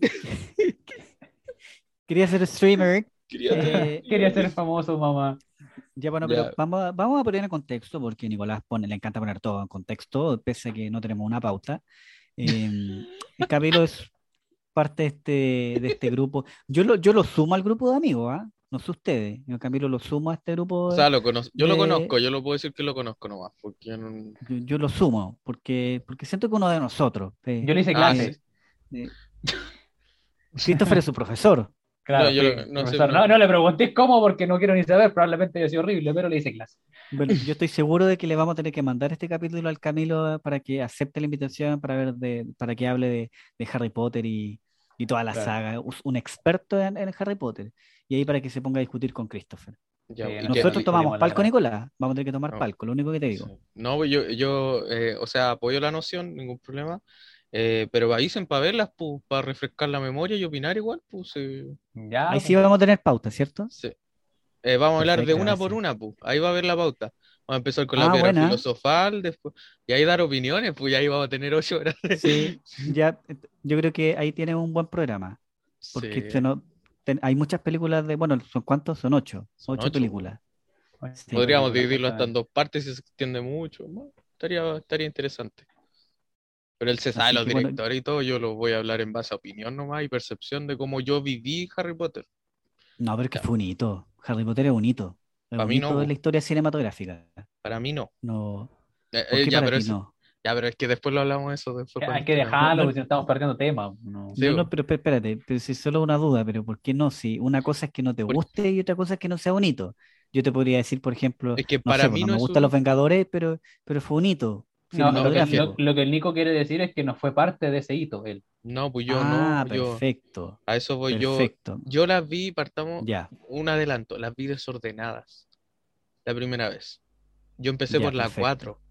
S1: Quería ser streamer.
S2: Quería ser
S1: eh,
S3: Quería ser famoso, mamá.
S1: ya, bueno,
S2: Ya.
S1: pero vamos a, vamos a poner en contexto, porque Nicolás pone, le encanta poner todo en contexto, pese a que no tenemos una pauta. Eh, el Camilo es parte de este, de este grupo. Yo lo, yo lo sumo al grupo de amigos, ¿ah? No sé ustedes. Yo, Camilo, lo sumo a este
S2: O
S1: grupo.
S2: sea, lo cono- yo lo
S1: de-
S2: conozco, yo lo puedo decir que lo conozco nomás, porque yo no...
S1: Yo, yo lo sumo, porque, porque siento que uno de nosotros. eh,
S3: Yo le hice
S2: Ah,
S3: clases.
S2: sí.
S1: eh, Christopher es su profesor.
S3: Claro,
S2: No, yo
S3: sí,
S2: lo- no sé,
S3: profesor.
S2: no.
S3: No, no le preguntéis cómo porque no quiero ni saber, probablemente haya sido horrible, pero le hice clase.
S1: Bueno, yo estoy seguro de que le vamos a tener que mandar este capítulo al Camilo eh, para que acepte la invitación, para ver de, para que hable de, de Harry Potter y, y toda la
S3: Claro.
S1: saga. us- Un experto en, en Harry Potter. Y ahí para que se ponga a discutir con Christopher.
S2: Ya,
S3: Sí,
S2: ¿y
S3: no,
S2: qué-
S1: Nosotros
S2: y-
S1: tomamos
S3: discutimos la
S1: palco,
S3: verdad.
S1: Nicolás. Vamos a tener que tomar
S2: No.
S1: palco, lo único que te
S2: sí.
S1: digo.
S2: No, pues yo, yo eh, o sea, apoyo la noción, ningún problema. Eh, pero avisen para verlas, pues, para refrescar la memoria y opinar igual, pues. eh,
S3: Ya,
S1: Ahí
S3: pues.
S1: sí vamos a tener pauta, ¿cierto?
S2: sí. Eh, vamos a hablar de
S1: Perfecto,
S2: una por
S1: gracias.
S2: una, pues. Ahí va a ver la pauta. Vamos a empezar con la
S1: Ah,
S2: piedra
S1: buena.
S2: filosofal, después, y ahí dar opiniones, pues, y ahí vamos a tener ocho horas.
S1: Sí, ya, eh, yo creo que ahí tienes un buen programa. Porque
S2: Sí,
S1: se no- ten- hay muchas películas de, bueno, ¿son cuántos? Son ocho.
S2: son
S1: Ocho
S2: ocho,
S1: películas.
S3: Bueno,
S1: Sí.
S2: podríamos
S3: películas,
S2: dividirlo hasta en
S3: justamente.
S2: dos partes si se extiende mucho. ¿No? Estaría, estaría interesante. Pero él se sabe
S1: Así
S2: los
S1: que bueno,
S2: directores y todo, yo lo voy a hablar en base a opinión nomás y percepción de cómo yo viví Harry Potter.
S1: no, pero es que
S2: Ya,
S1: fue un hito. Harry Potter es un hito. Es
S2: para
S1: un
S2: mí no,
S1: hito de la
S2: po.
S1: historia cinematográfica.
S2: Para mí no.
S1: No,
S2: Eh,
S1: ¿por
S2: eh,
S1: qué
S2: ya,
S1: para
S2: pero
S1: ti
S2: es,
S1: no?
S2: ya, pero es que después lo hablamos de eso después
S3: Hay
S2: cuando
S3: que
S2: estemos.
S1: No,
S3: dejarlo
S1: no,
S3: porque si no estamos perdiendo tema. No.
S2: Sí,
S1: no,
S2: po.
S1: no, pero espé- espérate, pero si es solo una duda, pero ¿por qué no? Si una cosa es que no te
S2: Porque
S1: guste y otra cosa es que no sea un hito. Yo te podría decir, por ejemplo,
S2: es que
S1: no
S2: para
S1: sé, pues
S2: mí
S1: no
S2: no
S1: me
S2: es
S1: gustan los
S2: un...
S1: Vengadores, pero, pero fue un hito
S3: No, lo que, lo,
S1: cinematográfico.
S3: lo que el Nico quiere decir es que no fue parte de ese hito, él.
S2: No, pues yo
S1: Ah,
S2: no, yo...
S1: perfecto,
S2: A eso voy yo.
S1: perfecto.
S2: Yo las vi, partamos,
S1: Ya,
S2: un adelanto, las vi desordenadas la primera vez. Yo empecé
S1: ya,
S2: por la
S1: perfecto.
S2: cuatro,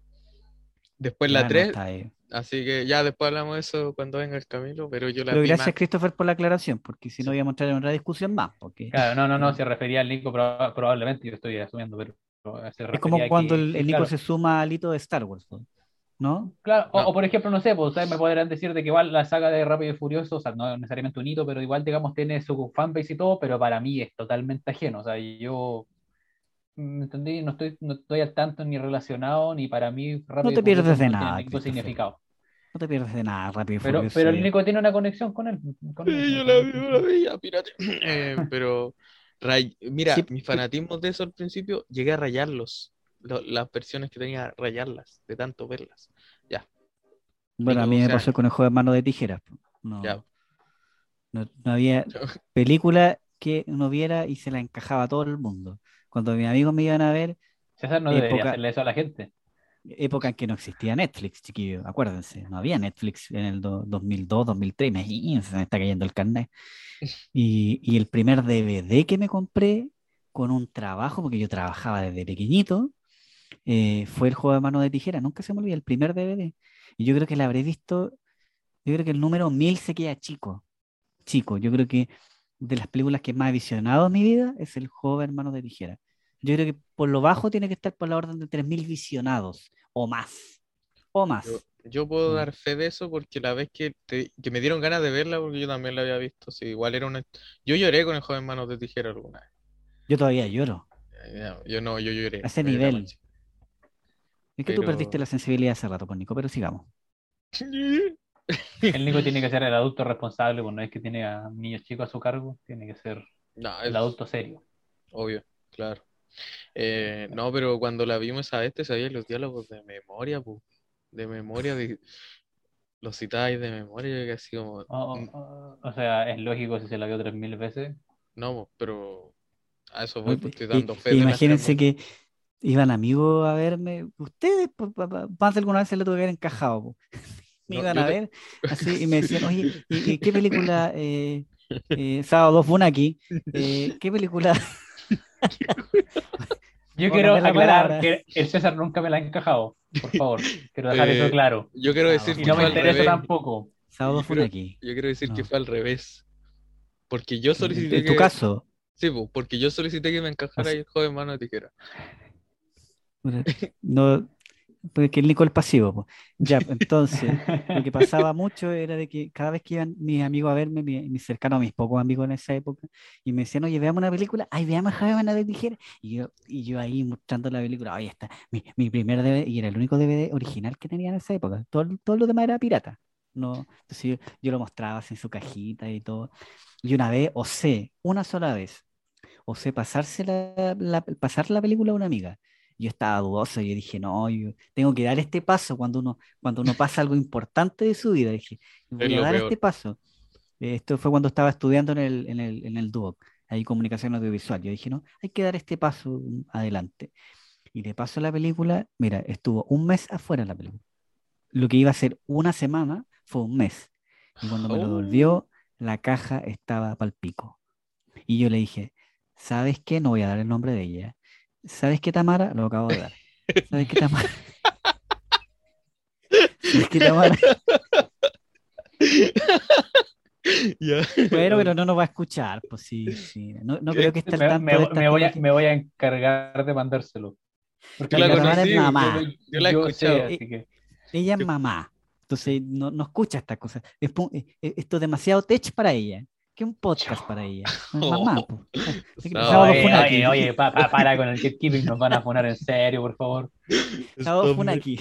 S2: después la
S1: Ya no
S2: tres,
S1: está ahí.
S2: así que ya después hablamos de eso cuando venga el Camilo, pero yo las
S1: Pero
S2: vi
S1: gracias,
S2: más.
S1: Christopher, por la aclaración, porque si no
S2: Sí.
S1: íbamos a entrar en otra discusión más. Porque
S3: Claro, no, no, no,
S1: no.
S3: se refería al Nico proba- probablemente, yo estoy asumiendo, pero se
S1: Es como
S3: refería a
S1: cuando
S3: que,
S1: el,
S3: que,
S1: el Nico
S3: claro,
S1: se suma al hito de Star Wars, ¿no?
S3: claro, o,
S2: No,
S3: o por ejemplo, no sé, pues ustedes me podrán decir de que igual la saga de Rápido y Furioso, o sea, no es necesariamente un hito, pero igual, digamos, tiene su fanbase y todo, pero para mí es totalmente ajeno, o sea, yo, ¿me entendí? No estoy, no estoy al tanto ni relacionado, ni para mí
S1: No
S3: Rápido y
S1: te
S3: Furioso
S1: pierdes de
S3: no tiene
S1: nada,
S3: ningún
S1: Christopher.
S3: significado.
S1: No te pierdes de nada, Rápido y
S3: Pero,
S1: Furioso.
S3: pero el
S1: ya.
S3: Nico tiene una conexión con él, con
S2: sí,
S3: él,
S2: yo
S3: con
S2: la
S3: él,
S2: vi,
S3: con
S2: yo la
S3: él.
S2: vi, ya, pírate. Eh, pero, ray- mira,
S1: Sí,
S2: mis
S1: pe-
S2: fanatismos de eso al principio, llegué a rayarlos, lo- las versiones que tenía, rayarlas, de tanto verlas. Ya,
S1: bueno, a
S2: Nico,
S1: mí
S2: o
S1: me
S2: sea,
S1: pasó con el juego de mano de tijeras. po.
S2: ya.
S1: No, no, no había película que no viera y se la encajaba a todo el mundo. Cuando mis amigos me iban a ver,
S3: César no debería
S1: época,
S3: hacerle eso a la gente.
S1: época en que no existía Netflix, chiquillos, acuérdense, no había Netflix en el do- dos mil dos, dos mil tres, imagínense, se me está cayendo el carnet. Y, y el primer D V D que me compré con un trabajo, porque yo trabajaba desde pequeñito, eh, fue el juego de mano de tijera, nunca se me olvida, el primer D V D. Y yo creo que la habré visto, yo creo que el número mil se queda chico, chico. Yo creo que de las películas que más he visionado en mi vida es el juego de Hermanos de Tijera. Yo creo que por lo bajo tiene que estar por la orden de tres mil visionados o más, o
S2: Yo,
S1: más.
S2: yo puedo
S1: Mm.
S2: dar fe de eso porque la vez que, te- que me dieron ganas de verla, porque yo también la había visto, sí, igual era una... Yo lloré con el joven Manos de Tijera alguna vez.
S1: Yo todavía lloro,
S2: Eh, no, Yo no, yo lloré,
S1: a ese
S2: me dio la
S1: nivel.
S2: mancha.
S1: Es que tú perdiste
S2: Pero...
S1: la sensibilidad hace rato, pues Nico, pero sigamos.
S3: El Nico tiene que ser el adulto responsable, pues no es que tiene a niños chicos a su cargo, tiene que ser
S2: No,
S3: el
S2: es
S3: adulto serio.
S2: obvio, claro. Eh, no, pero cuando la vimos esa vez te sabías los diálogos de memoria, pu. De memoria, de, los citáis de memoria, que así como,
S3: O,
S2: mm,
S3: o- o sea, es lógico si se la vio tres mil veces.
S2: no, po, pero a eso voy,
S1: ¿No?
S2: pues estoy
S1: Y,
S2: dando fe
S1: y
S2: de las tres
S1: imagínense
S2: veces.
S1: que iban amigos a verme. Ustedes, pues, pa- pa- más de alguna vez se lo tuve que haber encajado, po. Me
S2: No,
S1: iban
S2: yo
S1: a
S2: te...
S1: ver así y me decían, oye, ¿y, y qué película? Eh, eh, Sábado dos Funaki, eh, ¿qué película?
S3: Yo quiero
S1: Pónganme la
S3: aclarar
S1: palabra.
S3: que el César nunca me la ha encajado, por favor. Quiero dejar eso
S2: eh,
S3: claro.
S2: yo quiero
S1: Sábado
S2: decir
S3: Y
S2: que
S3: no me
S2: fue al
S3: interesa
S1: Funaki.
S2: revés.
S3: tampoco.
S1: Sábado
S2: Yo
S1: dos
S2: quiero,
S1: Funaki.
S2: yo quiero decir que
S1: No.
S2: fue al revés. Porque yo
S1: En,
S2: solicité
S1: en tu
S2: que...
S1: caso,
S2: Sí, pues, porque yo solicité que me
S1: o
S2: encajara
S1: sea,
S2: ahí el joven mano de tijera.
S1: no, porque el Nicol pasivo, po. Ya, pues, entonces, lo que pasaba mucho era de que cada vez que iban mis amigos a verme, mi- mis cercanos, mis pocos amigos en esa época, y me decían, oye, veamos una película, ay, veamos Jaime de Tijera, y yo, y yo ahí mostrando la película, ahí está, mi, mi primer D V D, y era el único D V D original que tenía en esa época, todo, todo lo demás era pirata, no, entonces yo, yo lo mostraba así en su cajita y todo, y una vez, osé, una sola vez, osé pasarse la, la- pasar la película a una amiga. Yo estaba dudoso, yo dije, no, yo tengo que dar este paso cuando uno, cuando uno pasa algo importante de su vida. Dije,
S2: Es
S1: voy a
S2: lo
S1: dar
S2: peor.
S1: este paso. Eh, Esto fue cuando estaba estudiando en el, en el, en el DUOC, ahí comunicación audiovisual. Yo dije, no, hay que dar este paso mm, adelante. Y de paso la película, mira, estuvo un mes afuera la película. Lo que iba a ser una semana fue un mes. Y cuando me lo
S2: Oh.
S1: devolvió, la caja estaba pal pico. Y yo le dije, ¿sabes qué? No voy a dar el nombre de ella. ¿Sabes qué, Tamara? Lo acabo de dar. ¿Sabes qué, Tamara? ¿Sabes qué, Tamara?
S2: Ya.
S1: Bueno, pero no nos va a escuchar, pues sí, sí. No, no creo
S2: ¿Qué?
S1: que esté al
S3: Me,
S1: tanto de
S3: me-
S1: estas
S3: me voy a,
S1: tecnologías.
S3: me voy a encargar de mandárselo.
S2: Tú
S3: Porque
S2: la
S1: La Tamara es
S3: yo,
S2: conocí,
S3: yo,
S2: yo,
S3: yo,
S1: mamá.
S2: yo la he
S3: yo sé,
S2: escuchado.
S1: E-
S3: así que.
S1: Ella es
S2: Yo-
S1: mamá. Entonces no, no escucha estas cosas. Es pu- eh, eh, esto es demasiado tech para ella. ¿Qué un podcast para ella? No es mamá,
S2: Oh,
S1: pues. Sábado
S2: sábado
S3: Oye,
S1: Funaki.
S3: oye,
S2: Funaki.
S3: oye, pa, pa- para con el gatekeeping, nos van a poner en serio, por favor.
S1: Sábado
S2: Stop.
S1: Funaki.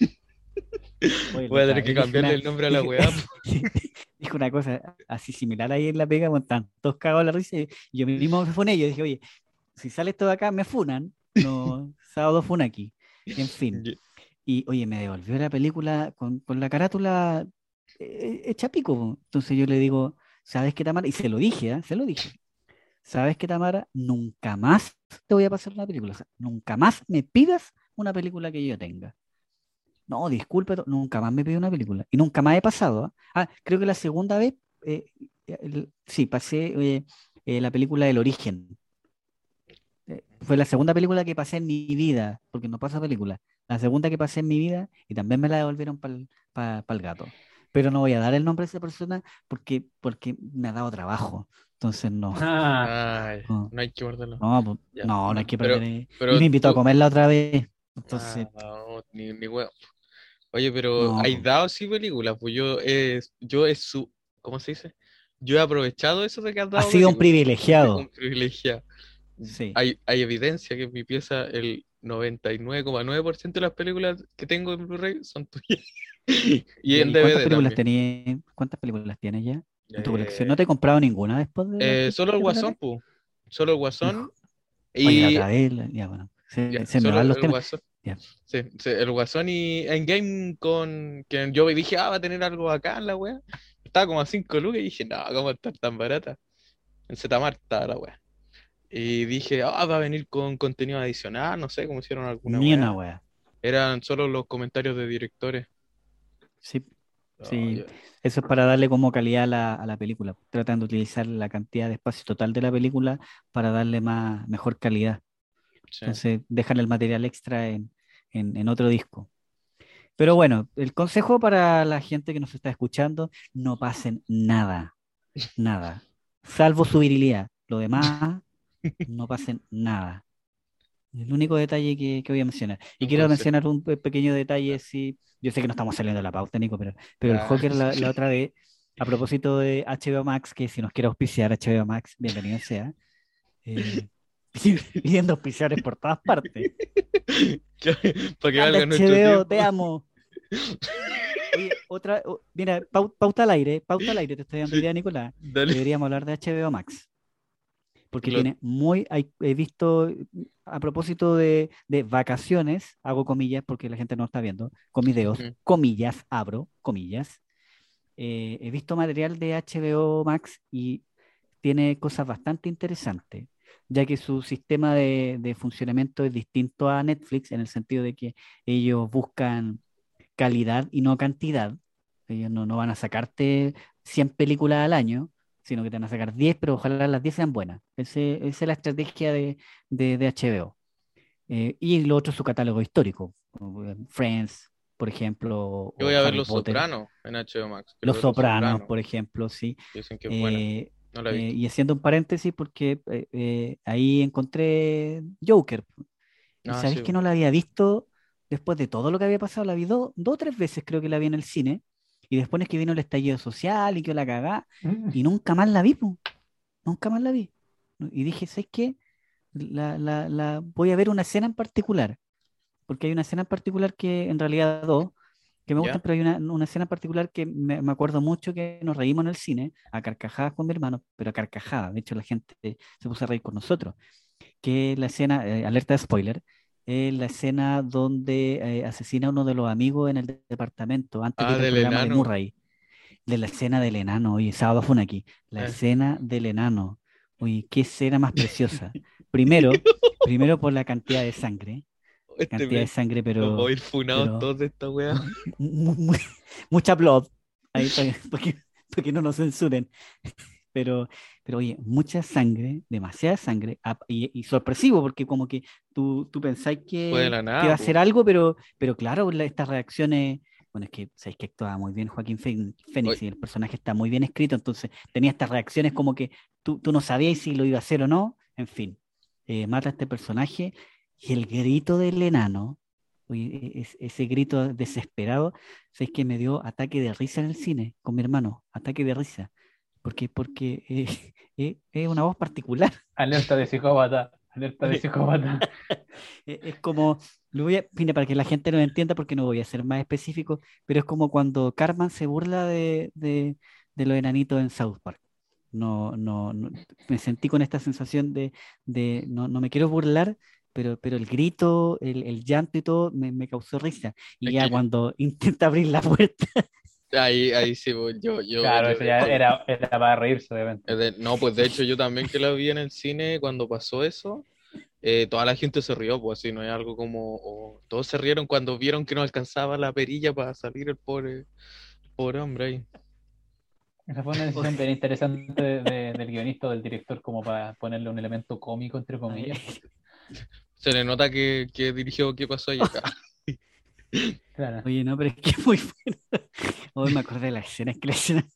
S1: Oye,
S2: Voy
S1: la
S2: a
S1: otra
S2: tener que
S1: vez dije
S2: cambiarle
S1: una,
S2: el nombre a la
S1: dije,
S2: weá.
S1: dije una cosa así similar ahí en la pega, con tantos cagados de la risa. Y yo mismo me funé, yo dije, oye, si sale esto de acá, me funan. No, sábado Funaki. En fin.
S2: Ye-
S1: Y oye, me devolvió la película con, con la carátula eh, hecha pico, po. Entonces yo le digo, ¿sabes qué, Tamara? Y se lo dije, ¿ah? Se lo dije. ¿Sabes qué, Tamara? Nunca más te voy a pasar una película. O sea, nunca más me pidas una película que yo tenga. No, disculpe, to- nunca más me pidió una película. Y nunca más he pasado. ¿Ah? Ah, creo que la segunda vez, eh, el- sí, pasé eh, eh, la película El Origen. Eh, fue la segunda película que pasé en mi vida, porque no pasa película. La segunda que pasé en mi vida y también me la devolvieron para el gato. Pero no voy a dar el nombre de esa persona porque, porque me ha dado trabajo. Entonces no,
S3: Ah,
S2: Ay,
S1: no,
S2: no hay que morderlo.
S1: no, pues,
S2: Ya.
S1: no, no hay que
S2: Pero,
S1: perder. eh. Y
S2: pero
S1: me invitó a
S2: tú.
S1: comerla otra vez. Entonces,
S2: Ah, no, ni, ni weón. Oye, pero
S1: no,
S2: hay
S1: pues,
S2: dado sí películas, pues yo he, yo he su, ¿cómo se dice? Yo he aprovechado eso de que has
S1: ha
S2: dado
S1: sido un
S2: películas. Un
S1: privilegiado.
S2: privilegiado.
S1: Sí.
S2: Hay, hay evidencia que en mi pieza el noventa y nueve coma nueve por ciento de las películas que tengo en Blu-ray son tuyas. Y
S1: Ya,
S2: en
S1: ¿y cuántas
S2: D V D
S1: películas
S2: también.
S1: tenías? ¿Cuántas películas tienes ya en tu colección? ¿No
S2: Eh,
S1: te he comprado ninguna después de las
S2: eh,
S1: que
S2: solo el
S1: te
S2: Guasón,
S1: regalé?
S2: pues. Solo el Guasón.
S1: Hijo. Oye, la
S2: Y
S1: otra vez, la- ya bueno,
S2: ya,
S1: se, se me
S2: solo
S1: van los
S2: el
S1: temas.
S2: Guasón.
S1: Ya.
S2: Sí, sí, el Guasón y Endgame con que yo dije, ah, va a tener algo acá en la wea. Estaba como a cinco lucas y dije, no, ¿cómo va a estar tan barata? En Zmart estaba la wea. Y dije, ah, va a venir con contenido adicional, no sé cómo hicieron alguna
S1: Ni una
S2: wea.
S1: wea.
S2: Eran solo los comentarios de directores.
S1: Sí,
S2: No,
S1: sí.
S2: yo-
S1: Eso es para darle como calidad a la, a la película. Tratan de utilizar la cantidad de espacio total de la película para darle más, mejor calidad.
S2: sí.
S1: Entonces dejan el material extra en, en, en otro disco. Pero bueno, el consejo para la gente que nos está escuchando, no pasen nada, nada, salvo su virilidad. Lo demás, no pasen nada. El único detalle que, que voy a mencionar. Y
S2: Un
S1: quiero
S2: consejo.
S1: mencionar un pe- pequeño detalle,
S2: Ya,
S1: sí, yo sé que no estamos saliendo de la pauta, Nico, pero, pero el
S2: ya,
S1: Joker la, la
S2: sí.
S1: otra vez, a propósito de H B O Max, que si nos quiere auspiciar H B O Max, bienvenido sea, eh, pidiendo auspiciadores por todas partes.
S2: Para que
S1: Grande
S2: valga nuestro
S1: H B O,
S2: tiempo.
S1: te amo. Oye, otra, o- mira, pau- pauta al aire, pauta al aire, te estoy dando
S2: Sí,
S1: idea, Nicolás.
S2: dale.
S1: Deberíamos hablar de H B O Max. porque
S2: Lo-
S1: tiene muy, hay- he visto, a propósito de, de vacaciones, hago comillas porque la gente no está viendo, comideos,
S2: Ujú.
S1: comillas, abro, comillas, eh, he visto material de H B O Max y tiene cosas bastante interesantes, ya que su sistema de, de funcionamiento es distinto a Netflix en el sentido de que ellos buscan calidad y no cantidad. Ellos no, no van a sacarte cien películas al año, sino que te van a sacar diez, pero ojalá las diez sean buenas. Ese- esa es la estrategia de, de, de H B O. Eh, y lo otro es su catálogo histórico, como, eh, Friends, por ejemplo, o,
S2: Yo voy
S1: o
S2: a ver
S1: Harry
S2: Los
S1: Potter,
S2: Sopranos en H B O Max. Quiero
S1: Los
S2: ver Los
S1: Sopranos,
S2: Sopranos.
S1: por ejemplo, sí.
S2: Dicen que es buena.
S1: Eh,
S2: No la he
S1: eh,
S2: visto.
S1: y haciendo un paréntesis, porque eh, eh, ahí encontré Joker. Y
S2: Ah,
S1: sabéis
S2: sí,
S1: que
S2: po.
S1: no la había visto después de todo lo que había pasado, la vi do- dos o tres veces, creo que la vi en el cine. Y después es que vino el estallido social y que la cagá. Y nunca más la vi, po. Nunca más la vi. Y dije, ¿sabes qué? La, la, la, voy a ver una escena en particular. Porque hay una escena en particular que, en realidad dos, que me gustan,
S2: ¿Ya?
S1: pero hay una, una escena en particular que me, me acuerdo mucho que nos reímos en el cine, a carcajadas con mi hermano, pero a carcajadas. De hecho, la gente se puso a reír con nosotros, que es la escena, eh, alerta de spoiler, es la escena donde eh, asesina a uno de los amigos en el de- departamento, antes de
S2: Ah,
S1: ir al
S2: del
S1: programa de
S2: enano.
S1: Murray, de la escena del enano. Oye, sábado fue aquí, la
S2: Eh.
S1: escena del enano. Oye, qué escena más preciosa. Primero, primero por la cantidad de sangre,
S2: Este
S1: cantidad de
S2: mes
S1: sangre,
S2: nos vamos a
S1: pero,
S2: ir funados
S1: pero
S2: todos de esta weá.
S1: mu- mu- mucha blood, ahí para, que, para que no nos censuren. Pero, pero oye, mucha sangre, demasiada sangre, ap- y, y sorpresivo, porque como que tú, tú pensáis
S2: Fue de
S1: que,
S2: la
S1: que va
S2: nada,
S1: a ser
S2: po.
S1: algo, pero, pero claro, la- estas reacciones, bueno, es que sabéis que actuaba muy bien Joaquín Phoen-
S2: Oye,
S1: Phoenix y el personaje está muy bien escrito, entonces tenía estas reacciones como que tú, tú no sabías si lo iba a hacer o no, en fin, eh, mata a este personaje y el grito del enano, oye, e- es- ese grito desesperado, sabéis que me dio ataque de risa en el cine con mi hermano, ataque de risa. Porque, porque eh, eh, es una voz particular.
S3: Alerta de psicópata, alerta de psicópata.
S1: Eh, Es como, lo voy a, mira, para que la gente lo entienda, porque no voy a ser más específico, pero es como cuando Cartman se burla de, de, de los enanitos en South Park. No, no, no, me sentí con esta sensación de, de no, no me quiero burlar, pero, pero el grito, el, el llanto y todo me, me causó risa. Y
S2: es
S1: ya
S2: que
S1: cuando intenta abrir la puerta,
S2: ahí, ahí sí, po, yo, yo,
S3: Claro,
S2: yo
S3: eso
S2: de
S3: ya
S2: hecho,
S3: era, era para reírse, obviamente.
S2: eh, de- no, pues de hecho yo también que la vi en el cine cuando pasó eso, eh, toda la gente se rió, pues así, no es algo como, o todos se rieron cuando vieron que no alcanzaba la perilla para salir el pobre, pobre hombre ahí.
S3: Esa fue una decisión bien interesante de- de- del guionista o del director, como para ponerle un elemento cómico, entre comillas.
S2: Se le nota que, que dirigió ¿Qué pasó ayer?
S3: Claro.
S1: oye, no, pero es que es muy bueno. Hoy me acordé de la escena, es que la escena.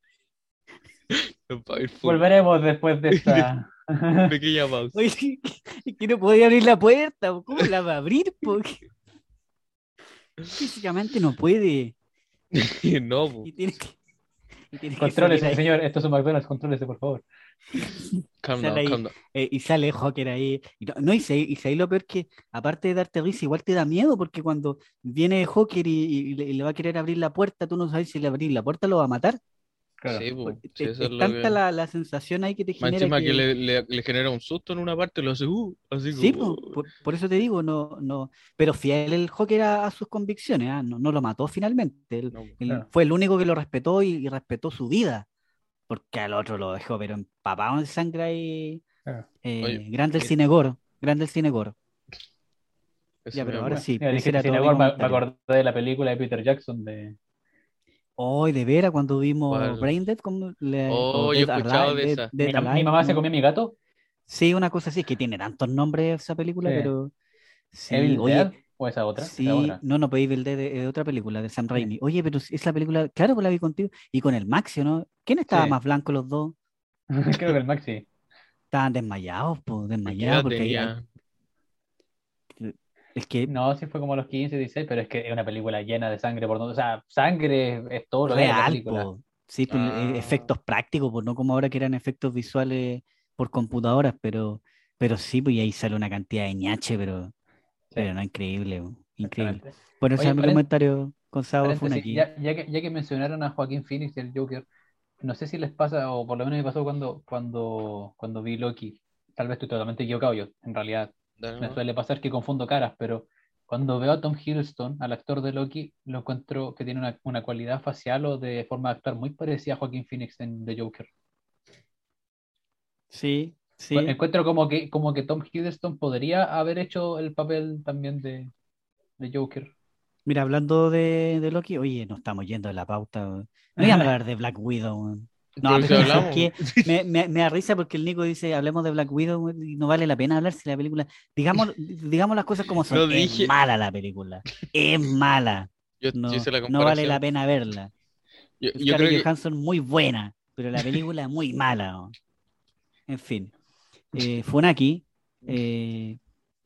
S2: Para ir full.
S3: Volveremos después de esta.
S2: Pequeña pausa.
S1: Oye, es que no podía abrir la puerta, po, ¿cómo la va a abrir? Porque físicamente no puede.
S2: No, po.
S1: Y tiene que, y tiene que salir
S3: Contrólese,
S1: ahí.
S3: señor. Esto es un McDonald's. Contrólese, por favor.
S1: Y
S2: Calm
S1: sale
S2: down,
S1: ahí,
S2: calm down.
S1: eh, y sale Joker ahí. Y no, no, y se- y ahí lo peor que, aparte de darte risa, igual te da miedo, porque cuando viene Joker y, y le, y le va a querer abrir la puerta, tú no sabes si le abrir la puerta lo va a matar.
S3: Claro.
S2: Sí,
S1: Pues,
S2: po. Sí,
S1: Es,
S2: eso es
S1: es
S2: lo
S1: tanta
S2: que.
S1: la, la sensación ahí que te
S2: Más
S1: genera
S2: encima que
S1: que,
S2: le, le, le genera un susto en una parte, lo hace, uh, así
S1: sí,
S2: como.
S1: po, por, por eso te digo, no, no, pero fiel el Joker a, a sus convicciones, ah, No, no lo mató finalmente, él,
S2: No,
S1: él
S3: Claro.
S1: fue el único que lo respetó y, y respetó su vida, porque al otro lo dejó, pero empapado en sangre y
S3: Claro.
S2: oye,
S1: eh, grande el
S2: mira,
S1: cinegor, grande el cinegor. Ya,
S2: eso
S1: pero ahora
S2: mismo.
S3: Bueno,
S1: sí,
S3: mira,
S1: ese
S3: dijiste
S1: era todo mi
S3: Cinegor, me, me
S1: comentario.
S3: acordé de la película de Peter Jackson de.
S1: Hoy, de veras, cuando vimos
S2: ¿Cuál?
S1: Brain Dead como le- o
S2: Oh, yo he
S1: Dead
S2: escuchado
S1: Alive,
S2: de
S1: Dead,
S2: esa.
S3: Mi,
S1: Dead
S3: mi
S1: Alive,
S3: mamá se
S1: como,
S3: comió mi gato.
S1: sí, una cosa así, es que tiene tantos nombres esa
S3: Sí.
S1: película, pero sí,
S3: Evil
S1: oye.
S3: Dead. ¿O esa otra? Esa
S1: Sí,
S3: otra.
S1: no, no, Evil Dead es de otra película de Sam
S3: Sí.
S1: Raimi. Oye, pero si esa película, claro, pues la vi contigo y con el Maxio, ¿no? ¿Quién estaba
S3: Sí.
S1: más blanco los dos?
S3: Creo que el Maxi.
S1: Estaban desmayados, pues,
S2: ¿Qué
S1: desmayados,
S2: edad
S1: porque hay, hay-
S2: tenía?
S1: es que
S3: No, sí fue como a los quince, dieciséis, pero es que es una película llena de sangre por donde. O sea, sangre es todo lo que hay en la
S1: real,
S3: película.
S1: pues, sí, pues, e-
S2: Ah,
S1: efectos prácticos, pues, no como ahora que eran efectos visuales por computadoras, pero, pero sí, pues, y ahí sale una cantidad de ñache, pero,
S3: Sí,
S1: pero no, increíble, pues, increíble.
S3: exactamente.
S1: Bueno, ese
S3: Oye,
S1: es mi
S3: paren-
S1: comentario con Sábado
S3: paréntesis,
S1: Funaki.
S3: ya, ya que, ya que mencionaron a Joaquín Phoenix y el Joker, no sé si les pasa, o por lo menos me pasó cuando, cuando, cuando vi Loki. tal vez estoy totalmente equivocado yo. En realidad,
S2: Dale,
S3: me
S2: ¿no?
S3: suele pasar que confundo caras, pero cuando veo a Tom Hiddleston, al actor de Loki, lo encuentro que tiene una, una cualidad facial o de forma de actuar muy parecida a Joaquín Phoenix en The Joker.
S1: Sí,
S3: Cu-
S1: sí.
S3: Encuentro como que, como que Tom Hiddleston podría haber hecho el papel también de, de Joker.
S1: Mira, hablando de, de Loki, oye, nos estamos yendo de la pauta, weón. No íbamos a hablar de Black Widow, weón. No,
S2: Pero
S1: pero
S2: si
S1: es que ¿sabes
S2: hablamos.
S1: qué? Me, me, me da risa porque el Nico dice, hablemos de Black Widow, weón, y no vale la pena hablar si la película... Digamos, digamos las cosas como son.
S2: No
S1: Es
S2: dije.
S1: mala la película. Es mala.
S2: Yo, yo
S1: No,
S2: hice la
S1: no vale la
S2: comparación.
S1: pena verla.
S2: Yo, yo creo
S1: Scarlett
S2: que.
S1: Johansson muy buena, pero la película es muy mala, ¿no? En fin. Eh, Funaki, eh,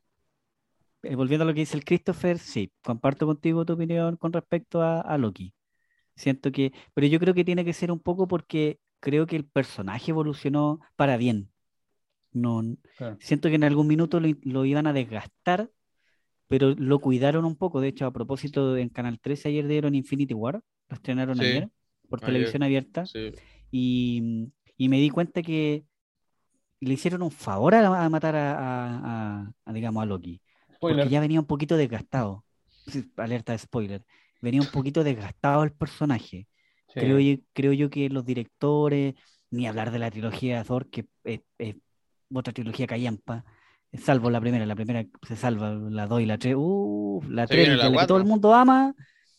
S1: eh, volviendo a lo que dice el Christopher, sí, comparto contigo tu opinión con respecto a, a Loki. Siento que, pero yo creo que tiene que ser un poco porque creo que el personaje evolucionó para bien. No,
S3: Claro.
S1: siento que en algún minuto lo, i- lo iban a desgastar, pero lo cuidaron un poco. De hecho, a propósito, en Canal trece ayer dieron Infinity War, lo estrenaron
S2: Sí,
S1: ayer por
S2: ayer.
S1: televisión abierta,
S2: Sí.
S1: y, y me di cuenta que le hicieron un favor a, a matar a, a- a- a, digamos, a Loki, porque
S3: Spoiler.
S1: ya venía un poquito desgastado. Sí, alerta de spoiler. Venía un poquito desgastado el personaje.
S3: Sí.
S1: Creo yo, creo yo que los directores, ni hablar de la trilogía de Thor, que es, es otra trilogía callampa, salvo la primera, la primera se salva, la dos y la tres, uh, la
S2: Se viene
S1: tres,
S2: la
S1: la que todo el
S2: cuatro.
S1: mundo ama,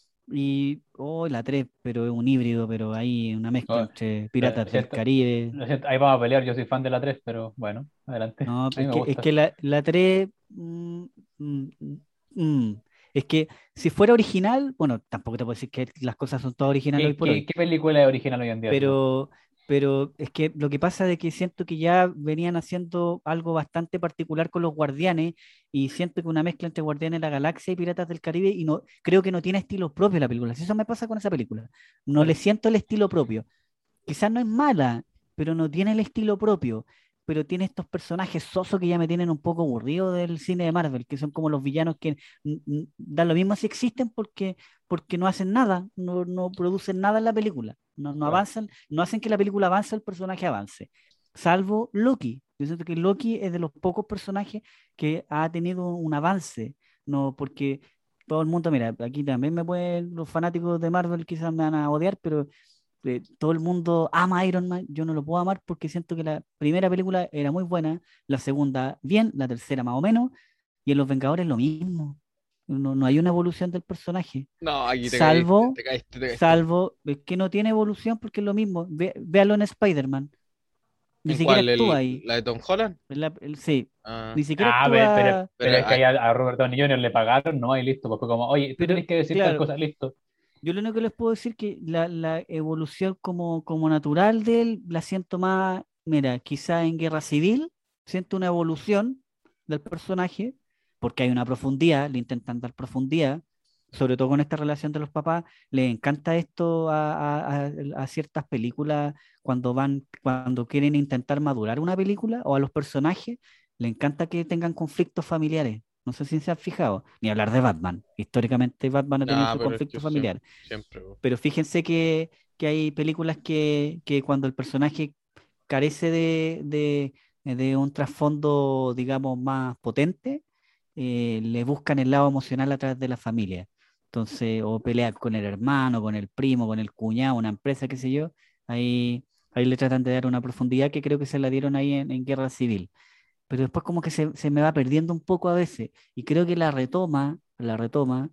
S1: y oh, la tres, pero es un híbrido, pero ahí una mezcla
S3: No,
S1: entre
S3: lo
S1: Piratas del
S3: siento,
S1: Caribe.
S3: lo siento, ahí vamos a pelear. Yo soy fan de la tres, pero bueno, adelante.
S1: No,
S3: A mí
S1: es
S3: me
S1: que, es
S3: gusta.
S1: que la, la tres, mm, mm, mm, mm. Es que si fuera original, bueno, tampoco te puedo decir que las cosas son todas originales hoy
S3: ¿Qué,
S1: por
S3: qué,
S1: hoy,
S3: qué película es original hoy en día, si no?
S1: pero, pero es que lo que pasa es que siento que ya venían haciendo algo bastante particular con los Guardianes, y siento que una mezcla entre Guardianes de la Galaxia y Piratas del Caribe, y no creo que no tiene estilo propio la película. Si eso me pasa con esa película, no le
S3: Claro.
S1: siento el estilo propio. Quizás no es mala, pero no tiene el estilo propio. Pero tiene estos personajes sosos que ya me tienen un poco aburrido del cine de Marvel, que son como los villanos que n- n- dan lo mismo si existen porque, porque no hacen nada, no, no producen nada en la película, no, no
S3: Claro.
S1: avanzan, no hacen que la película avance, el personaje avance. Salvo Loki. Yo siento que Loki es de los pocos personajes que ha tenido un avance, no porque todo el mundo, mira, aquí también me pueden, los fanáticos de Marvel quizás me van a odiar, pero eh, todo el mundo ama a Iron Man, yo no lo puedo amar porque siento que la primera película era muy buena, la segunda bien, la tercera más o menos, y en Los Vengadores lo mismo. No, no hay una evolución del personaje,
S2: No, aquí te caíste,
S1: salvo,
S2: te caíste, te caíste.
S1: salvo es que no tiene evolución porque es lo mismo. Ve- véalo en Spider-Man, ni
S2: ¿En
S1: siquiera
S2: cuál?
S1: actúa
S2: El,
S1: ahí.
S2: ¿la de Tom Holland?
S1: En la- el- sí,
S2: Ah,
S1: ni siquiera
S3: Ah, pero, pero,
S1: actúa,
S2: pero
S3: pero es que
S2: ah,
S3: ahí a, a Robert Downey junior le pagaron, ¿no? Y listo, pues fue como, oye, tú
S1: pero
S3: tenés que decir tal
S1: claro,
S3: cosa, listo.
S1: yo lo único que les puedo decir que la, la evolución como, como natural de él la siento más, mira, quizá en Guerra Civil siento una evolución del personaje, porque hay una profundidad, le intentan dar profundidad, sobre todo con esta relación de los papás, le encanta esto a, a- a- a ciertas películas cuando van, cuando quieren intentar madurar una película o a los personajes, le encanta que tengan conflictos familiares. No sé si se han fijado, ni hablar de Batman. Históricamente Batman ha tenido
S2: no,
S1: su
S2: pero yo
S1: conflicto
S2: siempre,
S1: familiar.
S2: siempre, po.
S1: Pero fíjense que, que hay películas que, que cuando el personaje carece de, de, de un trasfondo, digamos, más potente, eh, le buscan el lado emocional a través de la familia. Entonces, o pelea con el hermano, con el primo, con el cuñado, una empresa, qué sé yo, ahí, ahí le tratan de dar una profundidad que creo que se la dieron ahí en, en Guerra Civil. Pero después como que se, se me va perdiendo un poco a veces, y creo que la retoma, la retoma